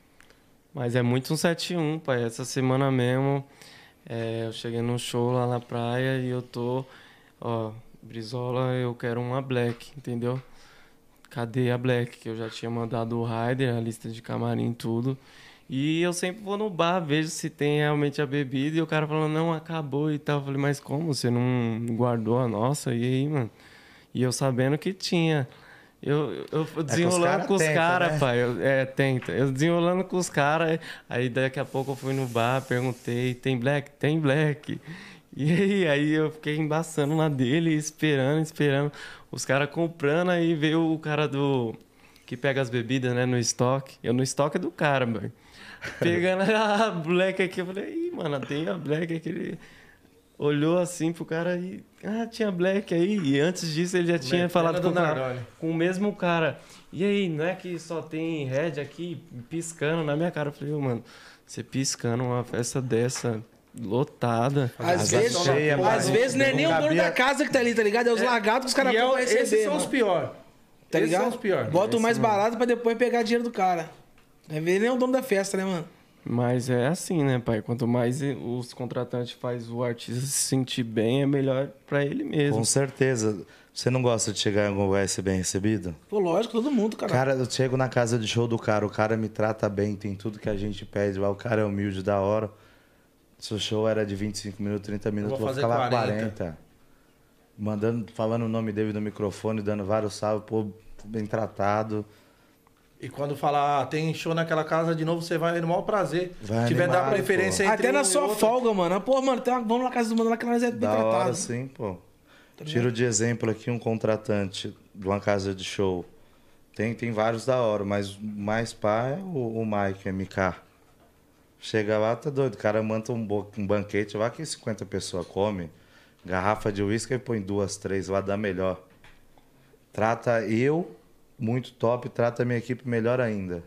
Mas é muito um sete um, pai. Essa semana mesmo, é, eu cheguei num show lá na praia e eu tô... Ó, Brizola, eu quero uma Black, entendeu? Cadê a Black? Que eu já tinha mandado o rider, a lista de camarim, tudo. E eu sempre vou no bar, vejo se tem realmente a bebida. E o cara falando, não, acabou e tal. Eu falei, mas como? Você não guardou a nossa? E aí, mano? E eu sabendo que tinha. Eu, eu eu desenrolando cara com os tenta, caras, né? pai. Eu- é, tenta. Eu desenrolando com os caras. Aí daqui a pouco eu fui no bar, perguntei, tem black? Tem black. E aí, aí eu fiquei embaçando na dele, esperando, esperando. Os caras comprando, aí veio o cara do... Que pega as bebidas, né, no estoque. Eu no estoque é do cara, mano. Pegando a black aqui, eu falei, ih, mano, tem a black aqui. Ele olhou assim pro cara e... Ah, tinha black aí. E antes disso ele já tinha Metendo falado com do o, cara, Nardoni. com o mesmo cara. E aí, não é que só tem red aqui piscando na minha cara? Eu falei, ô, mano, você piscando uma festa dessa... Lotada. Às Casa vezes, cheia, às mas vezes não é nem o dono cabia- da casa que tá ali, tá ligado? É os largados que os caras E é o- vão receber, esses são mano. os piores. Tá Esses ligado? são os piores. Bota o Esse mais mesmo. barato pra depois pegar dinheiro do cara. É ver nem o dono da festa, né, mano? Mas é assim, né, pai? Quanto mais os contratantes faz o artista se sentir bem, é melhor pra ele mesmo. Com certeza. Você não gosta de chegar em algum lugar e ser bem recebido? Pô, lógico, todo mundo, cara. Cara, eu chego na casa de show do cara, o cara me trata bem, tem tudo que a gente pede lá, o cara é humilde, da hora. Se o show era de vinte e cinco minutos, trinta minutos, vou vou fazer ficar lá quarenta. quarenta. Mandando, falando o nome dele no microfone, dando vários salve, pô, bem tratado. E quando falar, ah, tem show naquela casa de novo, você vai no maior prazer. Vai Se tiver animado, dar preferência pô. entre Até um na e sua outro. folga, mano. Pô, mano, tem uma, vamos na casa do mano lá que nós é bem Da hora, tratado. sim, pô. Tiro de exemplo aqui um contratante de uma casa de show. Tem, tem vários da hora, mas o mais pá é o, o Mike, M K. Chega lá, tá doido. O cara manda um, bo- um banquete lá que cinquenta pessoas comem. Garrafa de uísque e põe duas, três lá, dá melhor. Trata eu muito top, trata a minha equipe melhor ainda.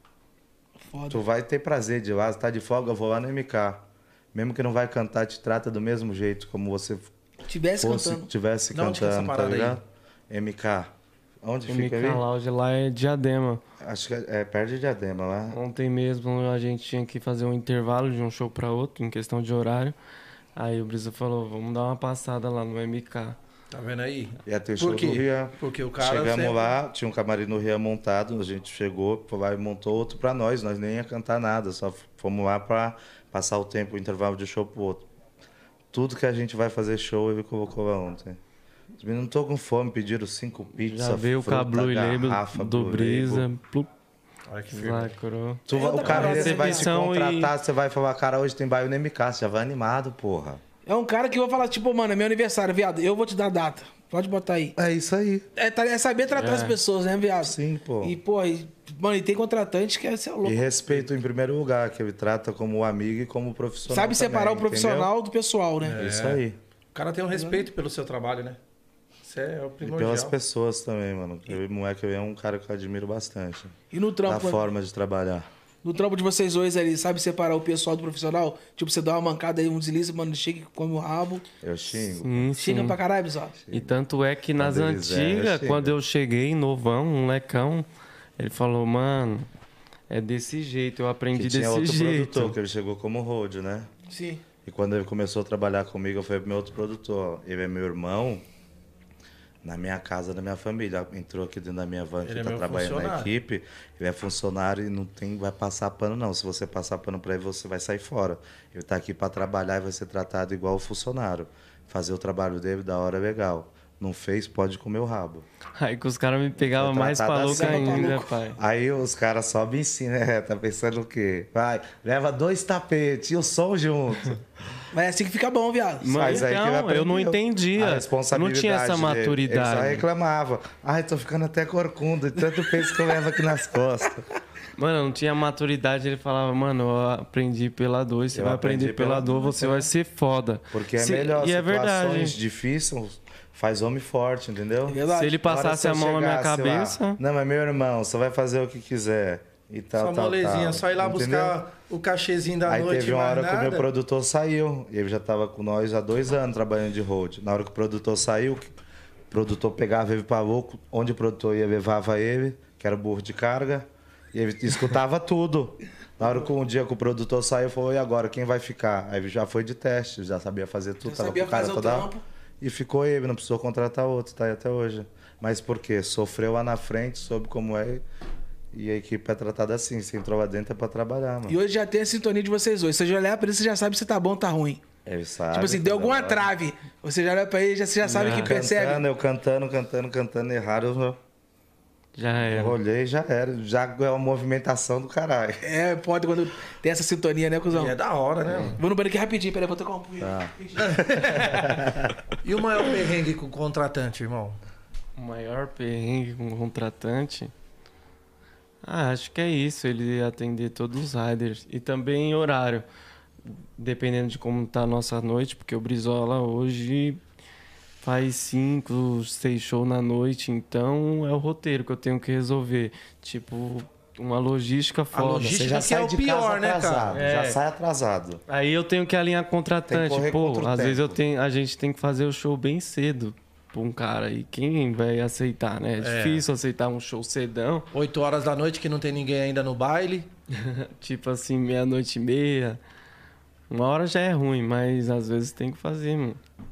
Foda. Tu vai ter prazer de ir lá, se tá de folga, eu vou lá no M K. Mesmo que não vai cantar, te trata do mesmo jeito, como você Tivesse fosse, cantando. tivesse De onde que é essa cantando, tá parada aí? ligado? M K. Onde M fica K ali? Lounge lá é Diadema. Acho que é, é perto de Diadema lá. Ontem mesmo a gente tinha que fazer um intervalo de um show pra outro, em questão de horário. Aí o Brisa falou, vamos dar uma passada lá no M K. Tá vendo aí? Ia ter Por show quê? do Ria. Porque o cara Chegamos sempre- lá, tinha um camarim no Ria montado, a gente chegou, foi lá e montou outro pra nós. Nós nem ia cantar nada, só fomos lá pra passar o tempo, o intervalo de show pro outro. Tudo que a gente vai fazer show, ele colocou lá ontem. Os meninos não tô com fome, pediram cinco pizzas, Já veio o fruta, Cablu e garrafa, Label do Blue Brisa. Label. Plup, Olha que firme. lacrou. Tu, É vai- outra o cara parada, você vai te recepção contratar, você vai falar, cara, hoje tem baile no M K, você já vai animado, porra. É um cara que eu vou falar, tipo, mano, é meu aniversário, viado. Eu vou te dar a data. Pode botar aí. É isso aí. É, tá- é saber tratar É. as pessoas, né, viado? Sim, pô. E, pô, e, mano, e tem contratante que é ser louco. E respeito em primeiro lugar, que ele trata como amigo e como profissional. Sabe separar também, o profissional do pessoal, né? entendeu? Isso aí. O cara tem um respeito pelo seu trabalho, né? Isso é o E primordial. pelas pessoas também, mano. Eu, o moleque é um cara que eu admiro bastante. E no Da trampo, forma de trabalhar. no trampo de vocês dois ali, sabe separar o pessoal do profissional? Tipo, você dá uma mancada aí, um deslize, mano, chega e come o rabo. Eu xingo. Sim, Chega sim. pra caralho, pessoal. E tanto é que nas Quando eles erram, antigas, chega. quando eu cheguei, novão, um lecão, ele falou, mano, é desse jeito, eu aprendi Que tinha desse outro jeito. produtor, que ele chegou como road, né? Sim. E quando ele começou a trabalhar comigo, eu fui pro meu outro produtor. Ele é meu irmão na minha casa, da minha família. Entrou aqui dentro da minha van, que Ele é tá meu trabalhando na funcionário. equipe. Ele é funcionário e não tem, vai passar pano, não. Se você passar pano pra ele, você vai sair fora. Ele tá aqui pra trabalhar e vai ser tratado igual o funcionário. Fazer o trabalho dele da hora é legal. Não fez, pode comer o rabo. Aí que os caras me pegavam Foi mais pra tratado louco assim, ainda, maluco. pai. Aí os caras sobem em si, né? Tá pensando o quê? Vai, leva dois tapetes e o som junto. Mas é assim que fica bom, viado. Mano, Mas aí que ele então, eu não aprendeu entendia. a Eu responsabilidade não tinha essa dele. Ele só maturidade. reclamava. Ai, tô ficando até corcunda, de tanto peso que eu levo aqui nas costas. Mano, eu não tinha maturidade. Ele falava, mano, eu aprendi pela dor, você Eu vai aprendi aprender pela pela dor, dor, você então. vai ser foda. Porque é Se- melhor, E é situações verdade. difíceis faz homem forte, entendeu? É verdade. Se ele Agora, passasse se eu a mão na minha chegasse lá, cabeça... não, mas meu irmão, você vai fazer o que quiser. E tal, Só tal, molezinha, tal. só ir lá Entendeu? buscar o cachezinho da Aí noite teve e uma mais hora que o nada. meu produtor saiu. E ele já tava com nós há dois anos trabalhando de road. Na hora que o produtor saiu, o produtor pegava ele pra louco. Onde o produtor ia, levava ele, que era o burro de carga. E ele escutava tudo. Na hora que um dia que o produtor saiu, falou, e agora, quem vai ficar? Aí ele já foi de teste, já sabia fazer tudo. Já tava sabia com o cara fazer o toda- trampo. E ficou ele, não precisou contratar outro, tá aí até hoje. Mas por quê? Sofreu lá na frente, soube como é. E a equipe é tratada assim. Se entrou lá dentro é pra trabalhar, mano. E hoje já tem a sintonia de vocês dois. Você já olhar pra ele, você já sabe se tá bom ou tá ruim. Ele sabe. tipo assim, deu toda alguma hora. trave. Você já olha pra ele, já, você já sabe que percebe. Cantando, eu cantando, cantando, cantando errado, eu Já era. olhei e já era. Já é uma movimentação do caralho. É, pode quando tem essa sintonia, né, cuzão? E é da hora, né? Vou no banheiro aqui rapidinho, peraí, vou tocar um punho. Tá. E o maior perrengue com o contratante, irmão? O maior perrengue com o contratante... Ah, acho que é isso, ele atender todos os riders. E também horário. Dependendo de como tá a nossa noite, porque o Brizola hoje faz cinco, seis shows na noite, então é o roteiro que eu tenho que resolver. Tipo, uma logística foda. logística- Você já que sai é o de pior, casa né, cara? atrasado. É. Já sai atrasado. Aí eu tenho que alinhar Tem contratante. que correr Pô, contra o às vezes eu tempo. tenho, a gente tem que fazer o show bem cedo pra um cara. E quem vai aceitar, né? É, É. difícil aceitar um show cedão. oito horas da noite que não tem ninguém ainda no baile. Tipo assim, meia-noite e meia. Uma hora já é ruim, mas às vezes tem que fazer, mano.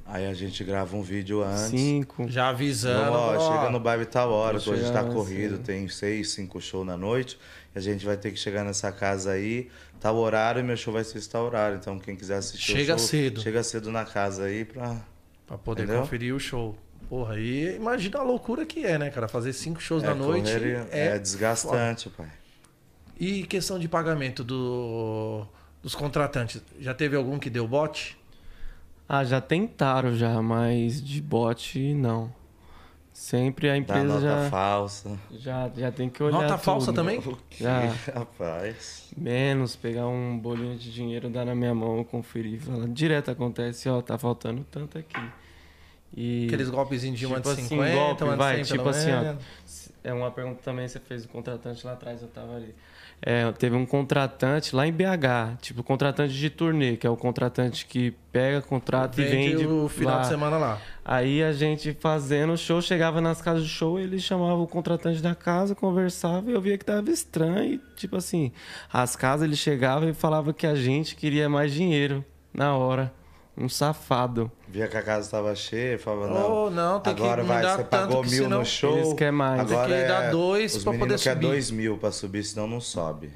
Aí a gente grava um vídeo antes. Cinco. Já avisando. Vamos, ó, ó, chega no baile tal hora, Vou que hoje tá chegar, corrido, sim. tem seis, cinco shows na noite. E a gente vai ter que chegar nessa casa aí, tal horário, e meu show vai ser esse tal horário. Então quem quiser assistir Chega o show, cedo. chega cedo na casa aí pra... Pra poder Entendeu? conferir o show. Porra, aí imagina a loucura que é, né, cara? Fazer cinco shows é, na noite correria, é, é desgastante, pai. E questão de pagamento do, dos contratantes, já teve algum que deu bote? Ah, já tentaram já, mas de bot não. Sempre a Dá empresa nota já, falsa. já já tem que olhar Nota tudo. falsa também? O quê, Já. rapaz? Menos, pegar um bolinho de dinheiro, dar na minha mão, conferir, falar direto acontece, ó, tá faltando tanto aqui. E Aqueles golpezinhos de uma tipo de assim, cinquenta, golpe, uma de vai, cem, tipo pelo assim, ó. menos. É uma pergunta também que você fez do contratante lá atrás, eu tava ali. É, teve um contratante lá em B H, tipo contratante de turnê, que é o contratante que pega, contrata e vende o final lá. de semana lá. Aí a gente fazendo o show, chegava nas casas de show, ele chamava o contratante da casa, conversava e eu via que tava estranho. E, tipo assim, as casas ele chegava e falava que a gente queria mais dinheiro na hora. Um safado. Via que a casa estava cheia, falava, não, Oh, não, tem que agora vai, mudar você tanto pagou que mil senão no show, eles querem mais. agora Tem que dar é, dois os pra meninos poder quer subir. dois mil pra subir, senão não sobe.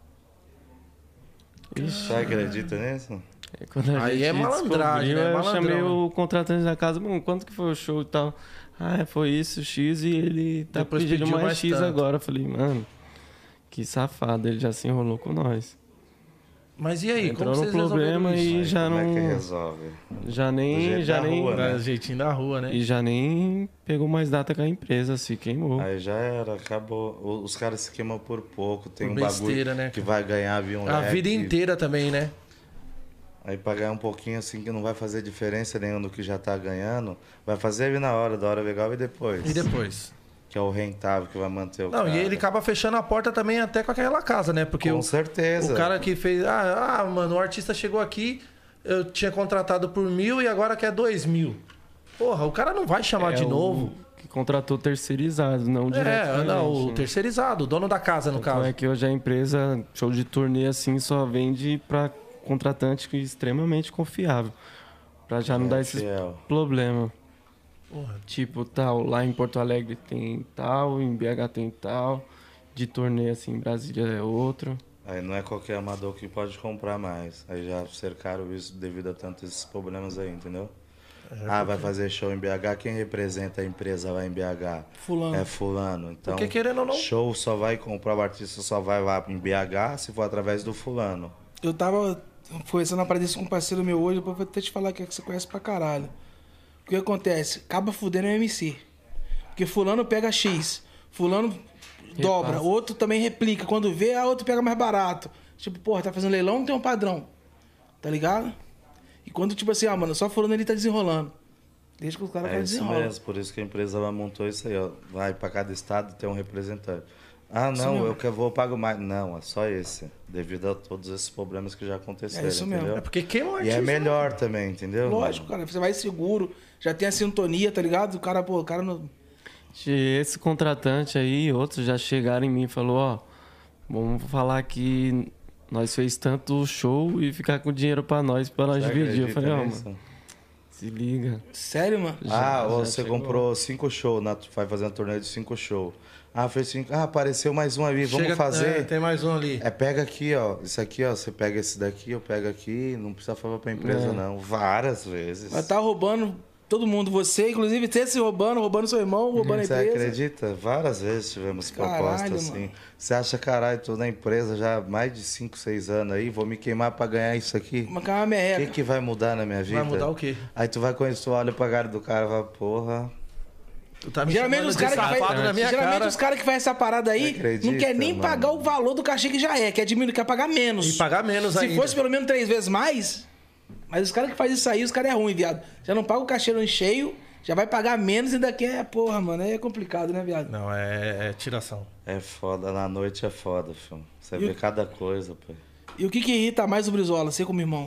Ixi. Você acredita nisso? Aí, quando a Aí gente é malandragem, descobriu, né? Eu Malandrão, chamei né? o contratante da casa, mano, quanto que foi o show e tal? Ah, foi isso, X, e ele tá Depois pedindo pediu mais, mais X tanto. agora. Eu falei, mano, que safado, ele já se enrolou com nós. Mas e aí, Entrou como no vocês problema resolveram isso? e Aí, já como não. é que resolve? Já Do nem. jeito Já da nem rua, né? Dá jeitinho da rua, né? E já nem pegou mais data com a empresa, se queimou. Aí já era, acabou. O- Os caras se queimam por pouco, tem Por um besteira, bagulho né, que cara? vai ganhar via um A leque. vida inteira também, né? Aí pra ganhar um pouquinho assim que não vai fazer diferença nenhuma no que já tá ganhando, vai fazer ali na hora, da hora legal e depois. E depois? Que é o rentável que vai manter o Não, cara. e ele acaba fechando a porta também até com aquela casa, né? Porque Com o, certeza. o cara que fez... Ah, ah, mano, o artista chegou aqui, eu tinha contratado por mil e agora quer dois mil. Porra, o cara não vai chamar É de o novo. Que contratou terceirizado, não direto. É, com a não, gente, o né? terceirizado, o dono da casa, no Então caso. é que hoje a empresa, show de turnê assim, só vende pra contratante que é extremamente confiável. Pra já não É, dar esses fiel. problemas. Porra. Tipo, tal, lá em Porto Alegre tem tal, em B H tem tal, de turnê assim, em Brasília é outro. Aí não é qualquer amador que pode comprar mais. Aí já cercaram isso devido a tantos esses problemas aí, entendeu? ah, vai fazer show em B H, quem representa a empresa lá em B H? Fulano. É fulano. Então, Porque querendo ou não- show só vai comprar, o artista só vai lá em B H se for através do fulano. Eu tava conversando uma parada disso com um parceiro meu hoje, depois eu vou até te falar que é que você conhece pra caralho. O que acontece? Acaba fudendo o M C. Porque fulano pega X, fulano dobra, Repassa. outro também replica. Quando vê, a outro pega mais barato. Tipo, porra, tá fazendo leilão, não tem um padrão. Tá ligado? E quando, tipo assim, ah, mano, só fulano ele tá desenrolando. Desde que os caras É fazem isso desenrola. mesmo, por isso que a empresa ela montou isso aí, ó. Vai pra cada estado ter um representante. Ah, Isso não, mesmo. eu que vou pago mais. Não, é só esse. Devido a todos esses problemas que já aconteceram, É isso mesmo. entendeu? É porque queima o E artista. é né? melhor também, entendeu? Lógico, cara. Você vai seguro, já tem a sintonia, tá ligado? O cara, pô, o cara não. Esse contratante aí, outros já chegaram em mim e falou, ó, vamos falar que nós fez tanto show e ficar com dinheiro pra nós, pra nós Você dividir. Eu acredita falei, ó, nisso? mano, se liga. Sério, mano? Ah, Já- ou já você chegou. comprou cinco shows, na, vai fazer uma turnê de cinco shows. Ah, fez cinco. Ah, apareceu mais um ali, vamos Chega- fazer. é, tem mais um ali. É, pega aqui, ó. Isso aqui, ó. Você pega esse daqui, eu pego aqui. Não precisa falar pra empresa, É. não. Várias vezes. Vai tá roubando todo mundo. Você, inclusive, ter se roubando, roubando seu irmão, roubando a Você empresa. acredita? Várias vezes tivemos Caralho, proposta assim. mano. Você acha, caralho, tô na empresa já há mais de cinco, seis anos aí, vou me queimar pra ganhar isso aqui? Uma cara O merreca. que, que vai mudar na minha vida? Vai mudar o quê? Aí tu vai conhecer, tu olha pra cara do cara e fala, porra. Tu tá me Geralmente chamando os de caras que safado faz, na minha geralmente cara. os caras que faz essa parada aí Você acredita, não quer nem mano? pagar o valor do cachê que já é, quer diminuir, quer pagar menos. E pagar menos Se ainda. fosse pelo menos três vezes mais, mas os caras que fazem isso aí, os caras é ruim, viado. Já não paga o cachê em cheio, já vai pagar menos e ainda quer, porra, mano, aí é complicado, né, viado? Não, é, é tiração. É foda, na noite é foda, filho. Você E vê o- cada coisa, pô. E o que que irrita mais o Brizola, você como irmão?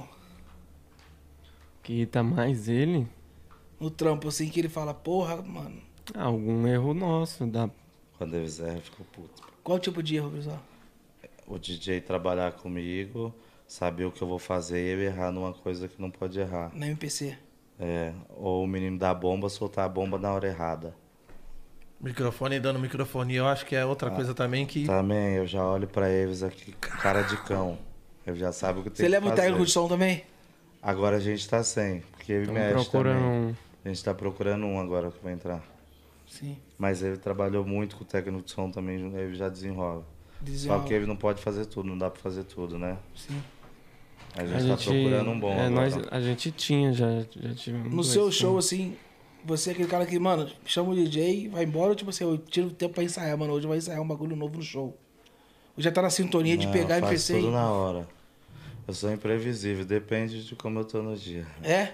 Que irrita mais ele, No trampo, assim, que ele fala, porra, mano, algum erro nosso, da Quando eles erram, eu fico puto. qual tipo de erro, Brizola? O D J trabalhar comigo, saber o que eu vou fazer e eu errar numa coisa que não pode errar. Na M P C. É, ou o menino da bomba soltar a bomba na hora errada. Microfone dando microfone, eu acho que é outra ah, coisa também que... Também, eu já olho pra eles aqui, cara de cão. Eu já sabe o que tem que fazer. Você leva o técnico de som também? Agora a gente tá sem, porque ele mexe procurando também. Um... A gente tá procurando um agora que vai entrar. Sim. Mas ele trabalhou muito com o técnico de som também, ele já desenrola. desenrola. Só que ele não pode fazer tudo, não dá pra fazer tudo, né? Sim. A gente, a gente tá procurando um bom é, agora. Nós, a gente tinha, já, já tivemos. No seu show, assim, você é aquele cara que, mano, chama o D J, vai embora, ou tipo assim, eu tiro o tempo pra ensaiar, mano, hoje vai ensaiar um bagulho novo no show. Ou já tá na sintonia de não, pegar e faz pensei. tudo na hora. Eu sou imprevisível, depende de como eu tô no dia. É?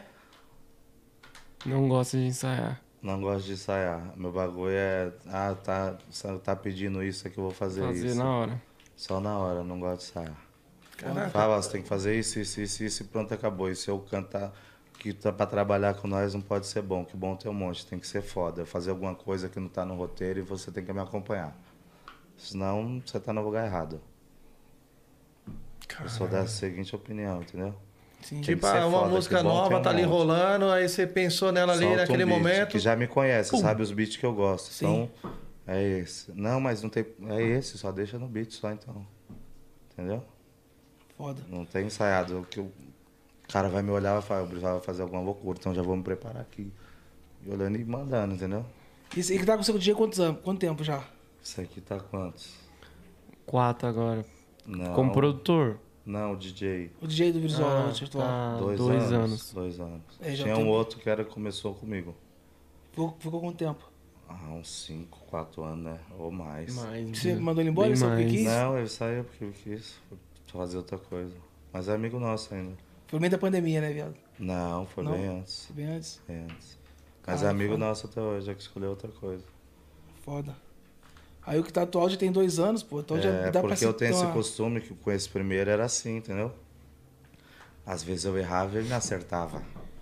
Não gosto de ensaiar. Não gosto de ensaiar. Meu bagulho é, ah, tá, tá pedindo isso, é que eu vou fazer, fazer isso. Fazer na hora. Só na hora, não gosto de ensaiar. Caraca. Fala, você tem que fazer isso, isso, isso, isso e pronto, acabou. E se eu cantar que tá pra trabalhar com nós, não pode ser bom, que bom tem um monte, tem que ser foda. Fazer alguma coisa que não tá no roteiro e você tem que me acompanhar. Senão, você tá no lugar errado. Caramba. Eu sou da seguinte opinião, entendeu? Sim. Tipo, ah, uma foda, música nova um tá ali monte. rolando, aí você pensou nela ali Solta naquele um beat, momento. Que já me conhece, Pum. sabe os beats que eu gosto. Sim. Então, é esse. Não, mas não tem. É esse, só deixa no beat só então. Entendeu? Foda. Não tem ensaiado. Que o cara vai me olhar e vai falar, vai fazer alguma loucura, então já vou me preparar aqui. E olhando e mandando, entendeu? Isso aí que tá com o seu D J quantos anos? Quanto tempo já? Isso aqui tá quantos? Quatro agora. Não. Como produtor? Não, o D J. O D J do Visual, ah, virtual. Tá dois, dois anos, anos. Dois anos. É, Tinha tem... um outro que era, começou comigo. Ficou, ficou quanto tempo? Ah, uns cinco, quatro anos, né? Ou mais. mais Você mandou ele embora? Ele saiu porque quis? Não, ele saiu porque ele quis fazer outra coisa. Mas é amigo nosso ainda. Foi no meio da pandemia, né, viado? Não, foi Não? bem antes. Foi bem antes? Bem antes. Mas Caralho, é amigo foda. nosso até hoje, é que escolheu outra coisa. Foda. Aí o que tá atual já tem dois anos, pô. Então é, já dá pra porque eu tenho uma... esse costume que com esse primeiro era assim, entendeu? Às vezes eu errava e ele me acertava.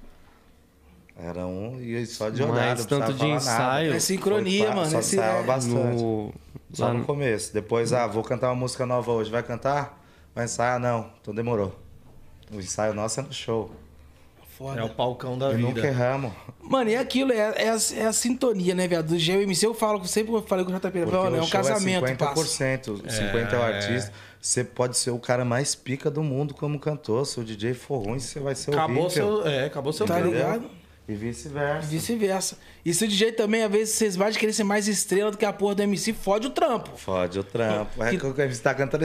Era um e só de olhar, Mas não tanto de ensaio. Nada. É sincronia, Foi, mano. Só esse ensaiava é... bastante. No... Só Lá no no... começo. Depois, ah, vou cantar uma música nova hoje. Vai cantar? Vai ensaiar? Não. Então demorou. O ensaio nosso é no show. Foda. É o palcão da E vida. nunca erramos. Mano, e aquilo, é, é, a, é a sintonia, né, viado? Do G M C eu falo, sempre eu falei com o J P, Porque mano, é um o show casamento, é cinquenta por parça. cento. cinquenta por cento é o artista. Você pode ser o cara mais pica do mundo como cantor. Se o D J for ruim, você vai ser Acabou horrível. seu, é, acabou seu Tá tempo. ligado? E vice-versa. Vice-versa. E se o D J também, às vezes, vocês vão de querer ser mais estrela do que a porra do M C, fode o trampo. Fode o trampo. É que o M C tá cantando...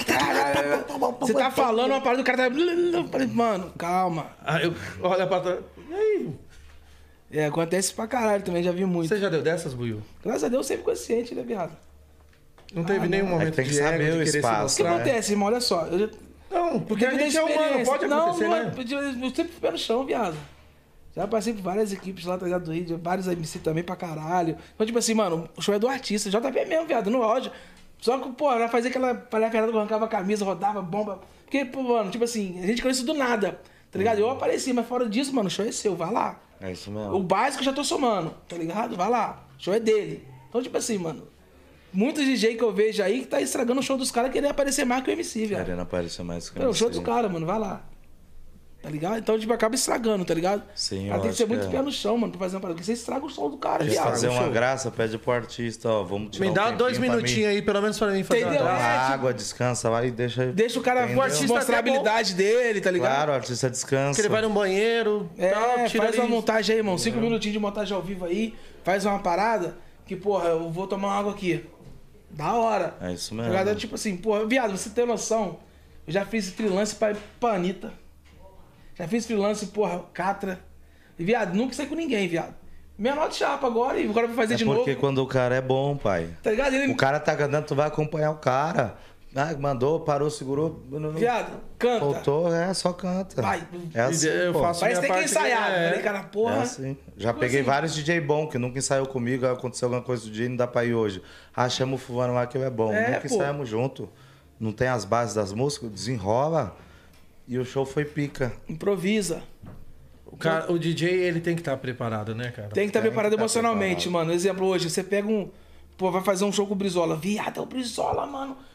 Você tá falando uma parada do cara tá... Mano, calma. Aí eu olho pra trás. E aí? É, acontece pra caralho também, já vi muito. Você já deu dessas, Buiu? Graças a Deus, sempre consciente, né, viado? Não teve Ah, nenhum não. momento É que tem que de saber ego, o de querer espaço, O que se mostrar? né? acontece, irmão? Olha só. Eu já... Não, porque a Teve gente é humano, experiência. pode não, acontecer, não, né? Eu sempre fui pé no chão, viado. Já passei por várias equipes lá, tá ligado? Do Rio, vários M C também pra caralho. Então, tipo assim, mano, o show é do artista. J P mesmo, viado, no áudio. Só que, pô, ela fazia aquela palhaçada que arrancava a camisa, rodava, bomba. Porque, pô, mano, tipo assim, a gente conhece do nada, tá ligado? Eu apareci, mas fora disso, mano, o show é seu, vai lá. É isso mesmo. O básico eu já tô somando, tá ligado? Vai lá. O show é dele. Então, tipo assim, mano, muitos D J que eu vejo aí que tá estragando o show dos caras querendo aparecer mais que o M C, viado. Querendo aparecer mais que É o show dos caras, mano, vai lá. Tá ligado? Então, tipo, acaba estragando, tá ligado? Sim, Ela eu tem que ser acho muito que pé é. no chão, mano, pra fazer uma parada. Porque você estraga o som do cara, Quer viado. fazer o uma show. graça, pede pro artista, ó, vamos tirar Me um dá tempinho dois pra minutinhos mim. aí, pelo menos pra mim fazer Entendeu? uma Dá uma É, tipo- água, descansa, vai e deixa... Deixa o cara, Entendeu? o artista mostrar a até bom. habilidade dele, tá ligado? Claro, o artista descansa. Que ele vai no banheiro, É, tal, tira faz uma ali. montagem aí, irmão. Cinco minutinhos de montagem ao vivo aí. Faz uma parada que, porra, eu vou tomar uma água aqui. Da hora. É isso Tá mesmo. ligado? Tipo assim, porra, viado, você tem noção? Eu já fiz freelance pra, pra Anitta. Já fiz freelance, porra, Catra. E, viado, nunca saí com ninguém, viado. Menor de chapa agora e agora vai fazer É de porque novo. quando o cara é bom, pai. Tá ligado? Ele, O cara tá cantando, tu vai acompanhar o cara. Ah, mandou, parou, segurou. não- não- viado, canta. Voltou, é, só canta. Vai. É assim, Eu pô. faço Parece que minha tem que parte ensaiar. é- Falei, cara, porra. É assim. Já Tipo peguei assim. vários D J bom que nunca ensaiou comigo, aconteceu alguma coisa do dia e não dá pra ir hoje. Ah, chama o fulano lá que ele é bom. É, nunca pô. ensaiamos junto. Não tem as bases das músicas, desenrola. E o show foi pica. Improvisa. O, cara, o D J, ele tem que estar preparado, né, cara? Tem que estar Tem preparado que tá emocionalmente, preparado. mano. Exemplo, hoje, você pega um... Pô, vai fazer um show com o Brizola. Viado, é o Brizola, mano.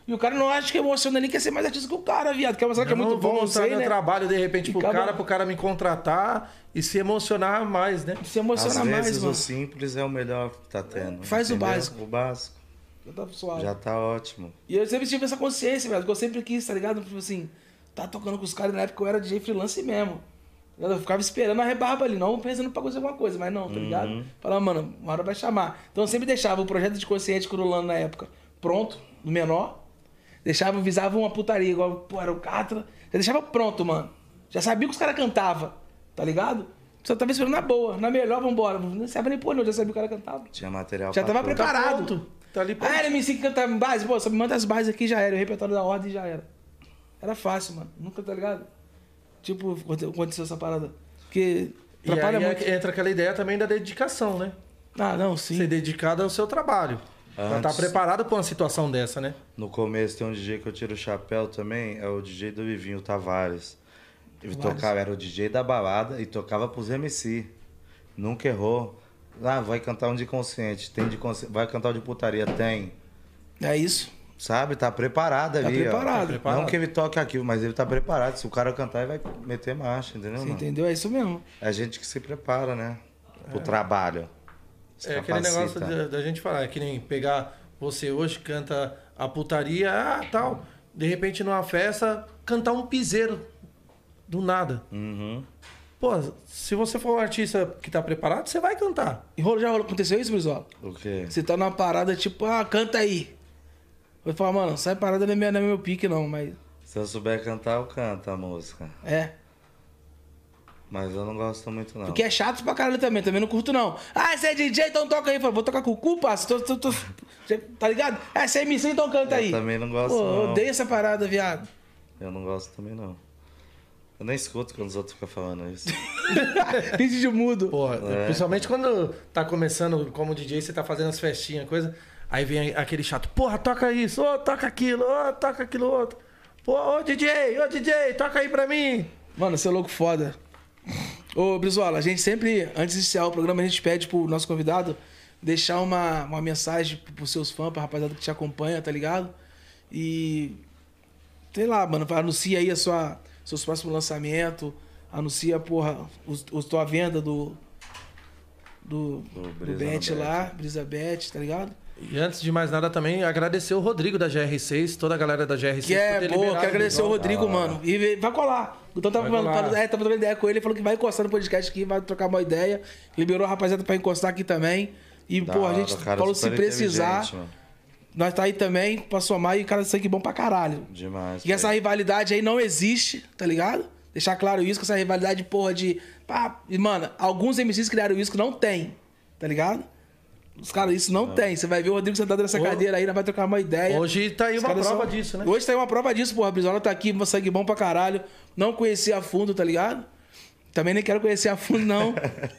E o cara não acha que emociona ali, quer ser mais artista que o cara, viado. Quer mostrar que é Eu muito não vou bom, não mostrar sei, meu né? trabalho, de repente, E pro acaba- cara, pro cara me contratar e se emocionar mais, né? Se Às emociona mais, vezes mano. o simples é o melhor que tá tendo. Faz o entendeu? básico. O básico. Já tá suave. Já tá ótimo. E eu sempre tive essa consciência, velho, que eu sempre quis, tá ligado? Tipo assim, tá tocando com os caras, na época eu era D J freelance mesmo. Eu ficava esperando a rebarba ali, não pensando pra fazer alguma coisa, mas não, tá ligado? Uhum. Falava, mano, uma hora vai chamar. Então eu sempre deixava o projeto de consciente crulando na época pronto, no menor. Deixava, visava uma putaria, igual, pô, era o Catra. Já deixava pronto, mano. Já sabia que os caras cantavam, tá ligado? Só tava esperando na boa, na melhor, vambora. Não sabia nem pôr, não, já sabia que o cara cantava. Tinha material Já pra tava tudo. preparado. pronto. Tá ali Ah, pronto. era M C que cantava base? Pô, só me manda as bases aqui já era. O repertório da ordem já era. Era fácil, mano. Nunca, tá ligado? Tipo, aconteceu essa parada. Porque E atrapalha aí muito. entra aquela ideia também da dedicação, né? Ah, não, sim. Ser dedicado ao seu trabalho. Pra estar Antes- preparado pra uma situação dessa, né? No começo tem um D J que eu tiro o chapéu também, é o D J do Vivinho, o Tavares. Ele Tavares. tocava, era o D J da balada e tocava pros M C. Nunca errou. Ah, vai cantar um de consciente, tem de consciente. Vai cantar um de putaria, tem. É isso. Sabe, tá preparado Tá ali, ó. preparado. Tá preparado. Não que ele toque aquilo, mas ele tá preparado. Se o cara cantar, ele vai meter marcha, entendeu? Você mano? entendeu? É isso mesmo. É a gente que se prepara, né? Pro trabalho. Se É aquele negócio capacita. da, da gente falar, é que nem pegar você hoje, canta a putaria, ah, tal. De repente numa festa, cantar um piseiro. Do nada. Uhum. Pô, se você for um artista que tá preparado, você vai cantar. E rolou, já rolou, aconteceu isso, Brizola? O quê? Você tá numa parada tipo, ah, canta aí. Eu falo, mano, sai parada não é, minha, não é meu pique, não, mas. Se eu souber cantar, eu canto a música. É. Mas eu não gosto muito, não. Porque é chato pra caralho também, também não curto, não. Ah, você é D J, então toca aí. Eu falo, vou tocar com o cu, parça. Tô, tô, tô... Tá ligado? Ah, você é M C, então canta Eu aí. também não gosto, Pô, eu não. odeio essa parada, viado. Eu não gosto também, não. Eu nem escuto quando os outros ficam falando isso. Finge de mudo. Porra, É. principalmente quando tá começando como D J, você tá fazendo as festinhas, coisa. Aí vem aquele chato, porra, toca isso, ô, toca aquilo, ô, toca aquilo outro. Pô, ô D J, ô D J, toca aí pra mim. Mano, você é louco foda. Ô, Brizola, a gente sempre, antes de iniciar o programa, a gente pede pro nosso convidado deixar uma, uma mensagem pros seus fãs, pra rapaziada que te acompanha, tá ligado? E. Sei lá, mano, anuncia aí a sua, seus próximos lançamentos, anuncia, porra, os, os, tua venda do. Do, Do do Brisa Bet no Bet. lá, Brisa Bet, tá ligado? E antes de mais nada também, agradecer o Rodrigo da G R seis, toda a galera da G R seis. Que por é, ter pô, liberado quero agradecer o Brizola. Rodrigo, mano. E vai colar. Então tava Vai falando, colar. falando- é, tava trocando ideia com ele, ele falou que vai encostar no podcast aqui, vai trocar uma ideia. Liberou a rapaziada pra encostar aqui também. E, Da pô, a hora, gente o cara falou se super precisar. inteligente, mano. Nós tá aí também pra somar e o cara de sangue bom pra caralho. Demais. E essa velho. rivalidade aí não existe, tá ligado? Deixar claro isso, que essa rivalidade, porra, de. Pá, e, mano, alguns M Cs criaram isso que não tem, tá ligado? Os caras, isso não tem. Você vai ver o Rodrigo sentado nessa Ô, cadeira aí, nós vai trocar uma ideia. Hoje tá aí Os uma caras prova são- disso, né? Hoje tá aí uma prova disso, porra. A Brizola tá aqui, sangue bom pra caralho. Não conhecia a fundo, tá ligado? Também nem quero conhecer a fundo, não.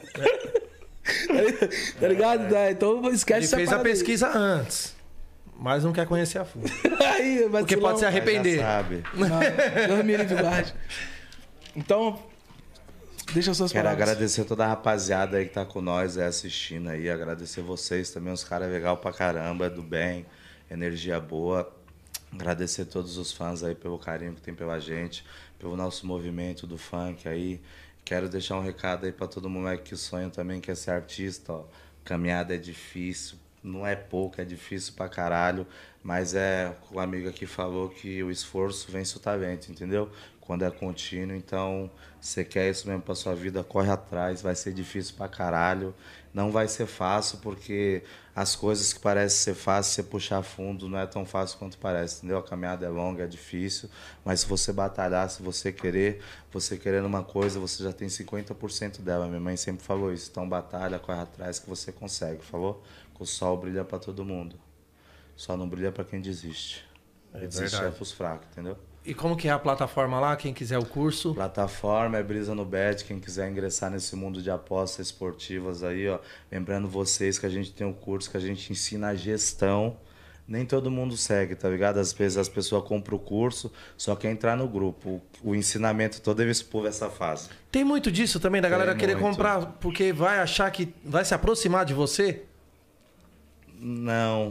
tá ligado? Tá, então esquece Ele essa fez a parada aí. pesquisa antes, mas não quer conhecer a fundo. Aí, vacilão. Porque pode se Mas já arrepender. sabe. Não, Deus me livre, guarde. Então, deixa as suas Quero palavras. agradecer toda a rapaziada aí que tá com nós aí assistindo aí. Agradecer vocês também, os caras legal pra caramba, do bem, energia boa. Agradecer todos os fãs aí pelo carinho que tem pela gente, pelo nosso movimento do funk aí. Quero deixar um recado aí pra todo moleque que sonha também, quer ser artista, ó. Caminhada é difícil, não é pouco, é difícil pra caralho, mas é, o amigo aqui falou que o esforço vence o talento, entendeu? Quando é contínuo, então, você quer isso mesmo pra sua vida, corre atrás, vai ser difícil pra caralho, não vai ser fácil, porque as coisas que parecem ser fácil, você puxar fundo, não é tão fácil quanto parece, entendeu? A caminhada é longa, é difícil, mas se você batalhar, se você querer, você querendo uma coisa, você já tem cinquenta por cento dela, minha mãe sempre falou isso, então batalha, corre atrás que você consegue, falou? Que o sol brilha pra todo mundo, só não brilha pra quem desiste, É desiste é verdade. pros fracos, entendeu? E como que é a plataforma lá? Quem quiser o curso. Plataforma é Brisa no Bet, quem quiser ingressar nesse mundo de apostas esportivas aí, ó. Lembrando vocês que a gente tem um curso que a gente ensina a gestão. Nem todo mundo segue, tá ligado? Às vezes as pessoas compram o curso, só quer entrar no grupo. O, o ensinamento todo eles pulam essa fase. Tem muito disso também, da Tem galera querer muito. comprar porque vai achar que vai se aproximar de você? Não,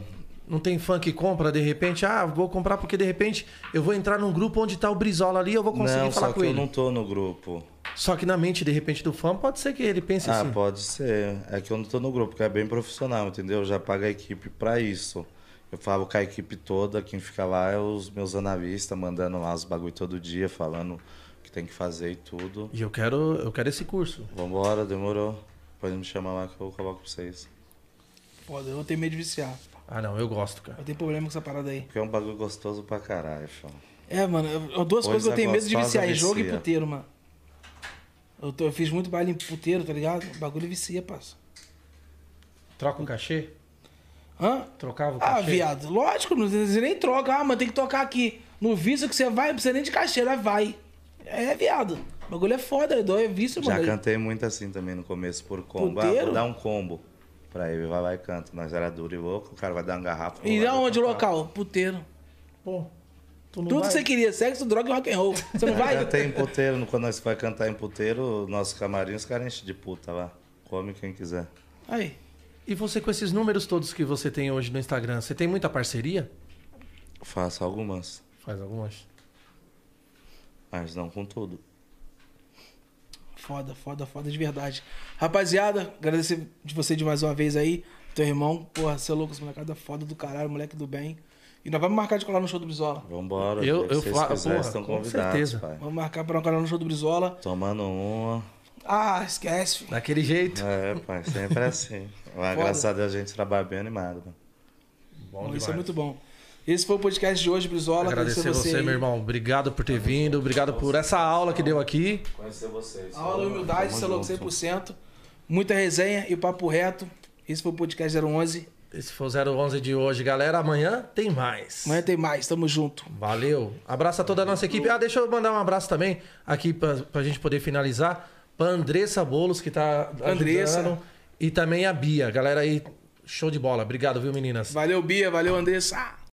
não tem fã que compra, de repente, ah, vou comprar porque de repente eu vou entrar num grupo onde tá o Brizola ali, eu vou conseguir não, falar só com que ele. eu não tô no grupo. Só que na mente, de repente, do fã, pode ser que ele pense Ah, assim. pode ser. É que eu não tô no grupo, porque é bem profissional, entendeu? Eu já pago a equipe pra isso. Eu falo com a equipe toda, quem fica lá é os meus analistas, mandando lá os bagulho todo dia, falando o que tem que fazer e tudo. E eu quero, eu quero esse curso. Vambora, demorou. Pode me chamar lá que eu coloco pra vocês. Foda, eu não tenho medo de viciar. Ah, não, eu gosto, cara. Eu tenho problema com essa parada aí. Porque é um bagulho gostoso pra caralho, fã. É, mano, eu- duas Coisa coisas que eu tenho medo de gostosa viciar, em jogo e vicia. puteiro, mano. Eu, tô- eu fiz muito baile em puteiro, tá ligado? O bagulho vicia, parça. Troca um cachê? Hã? Trocava o Ah, cachê? viado, lógico, não- você nem troca. Ah, mas tem que tocar aqui. No vício que você vai, não precisa nem de caixeira, vai. É, viado. O bagulho é foda, é dó, é vício, Já mano. cantei muito assim também no começo por combo. Ah, Puteiro? vou dar um combo pra ele, vai lá e canta. Nós era duro e louco, o cara vai dar uma garrafa. E vou lá, aonde o vou cantar. local? Puteiro. Pô, tu não Tudo vai? que você queria, sexo, droga e rock and roll. Você não vai? Cantei em puteiro, quando nós vai cantar em puteiro, nosso camarim, os caras enchem de puta lá. Come quem quiser. Aí. E você, com esses números todos que você tem hoje no Instagram, você tem muita parceria? Faço algumas, Faz algumas. mas não com tudo. Foda, foda, foda de verdade. Rapaziada, agradecer de você de mais uma vez aí. Teu irmão, porra, você é louco, esse molecada foda do caralho, moleque do bem. E nós vamos marcar de colar no show do Brizola. Vambora, Eu- o que eu vocês fa- quiserem, porra, estão com convidados, certeza. pai. Vamos marcar pra colar no show do Brizola. Tomando uma. Ah, esquece, filho. Daquele jeito. É, pai, sempre assim. Mas, Foda. graças a Deus a gente trabalha bem animado, mano. Bom Bom, demais. isso é muito bom. Esse foi o podcast de hoje, Brizola. Agradecer você, aí. meu irmão. Obrigado por ter vindo. Obrigado por essa aula que deu aqui. Conhecer vocês. Aula de humildade, Tamo você é louco, junto. cem por cento. Muita resenha e papo reto. Esse foi o podcast zero onze. Esse foi o zero onze de hoje, galera. Amanhã tem mais. Amanhã tem mais, tamo junto. Valeu. Abraço a toda a nossa equipe. Ah, deixa eu mandar um abraço também aqui pra, pra gente poder finalizar. Pra Andressa Bolos, que tá Andressa. ajudando. E também a Bia. Galera aí, show de bola. Obrigado, viu, meninas? Valeu, Bia, valeu, Andressa.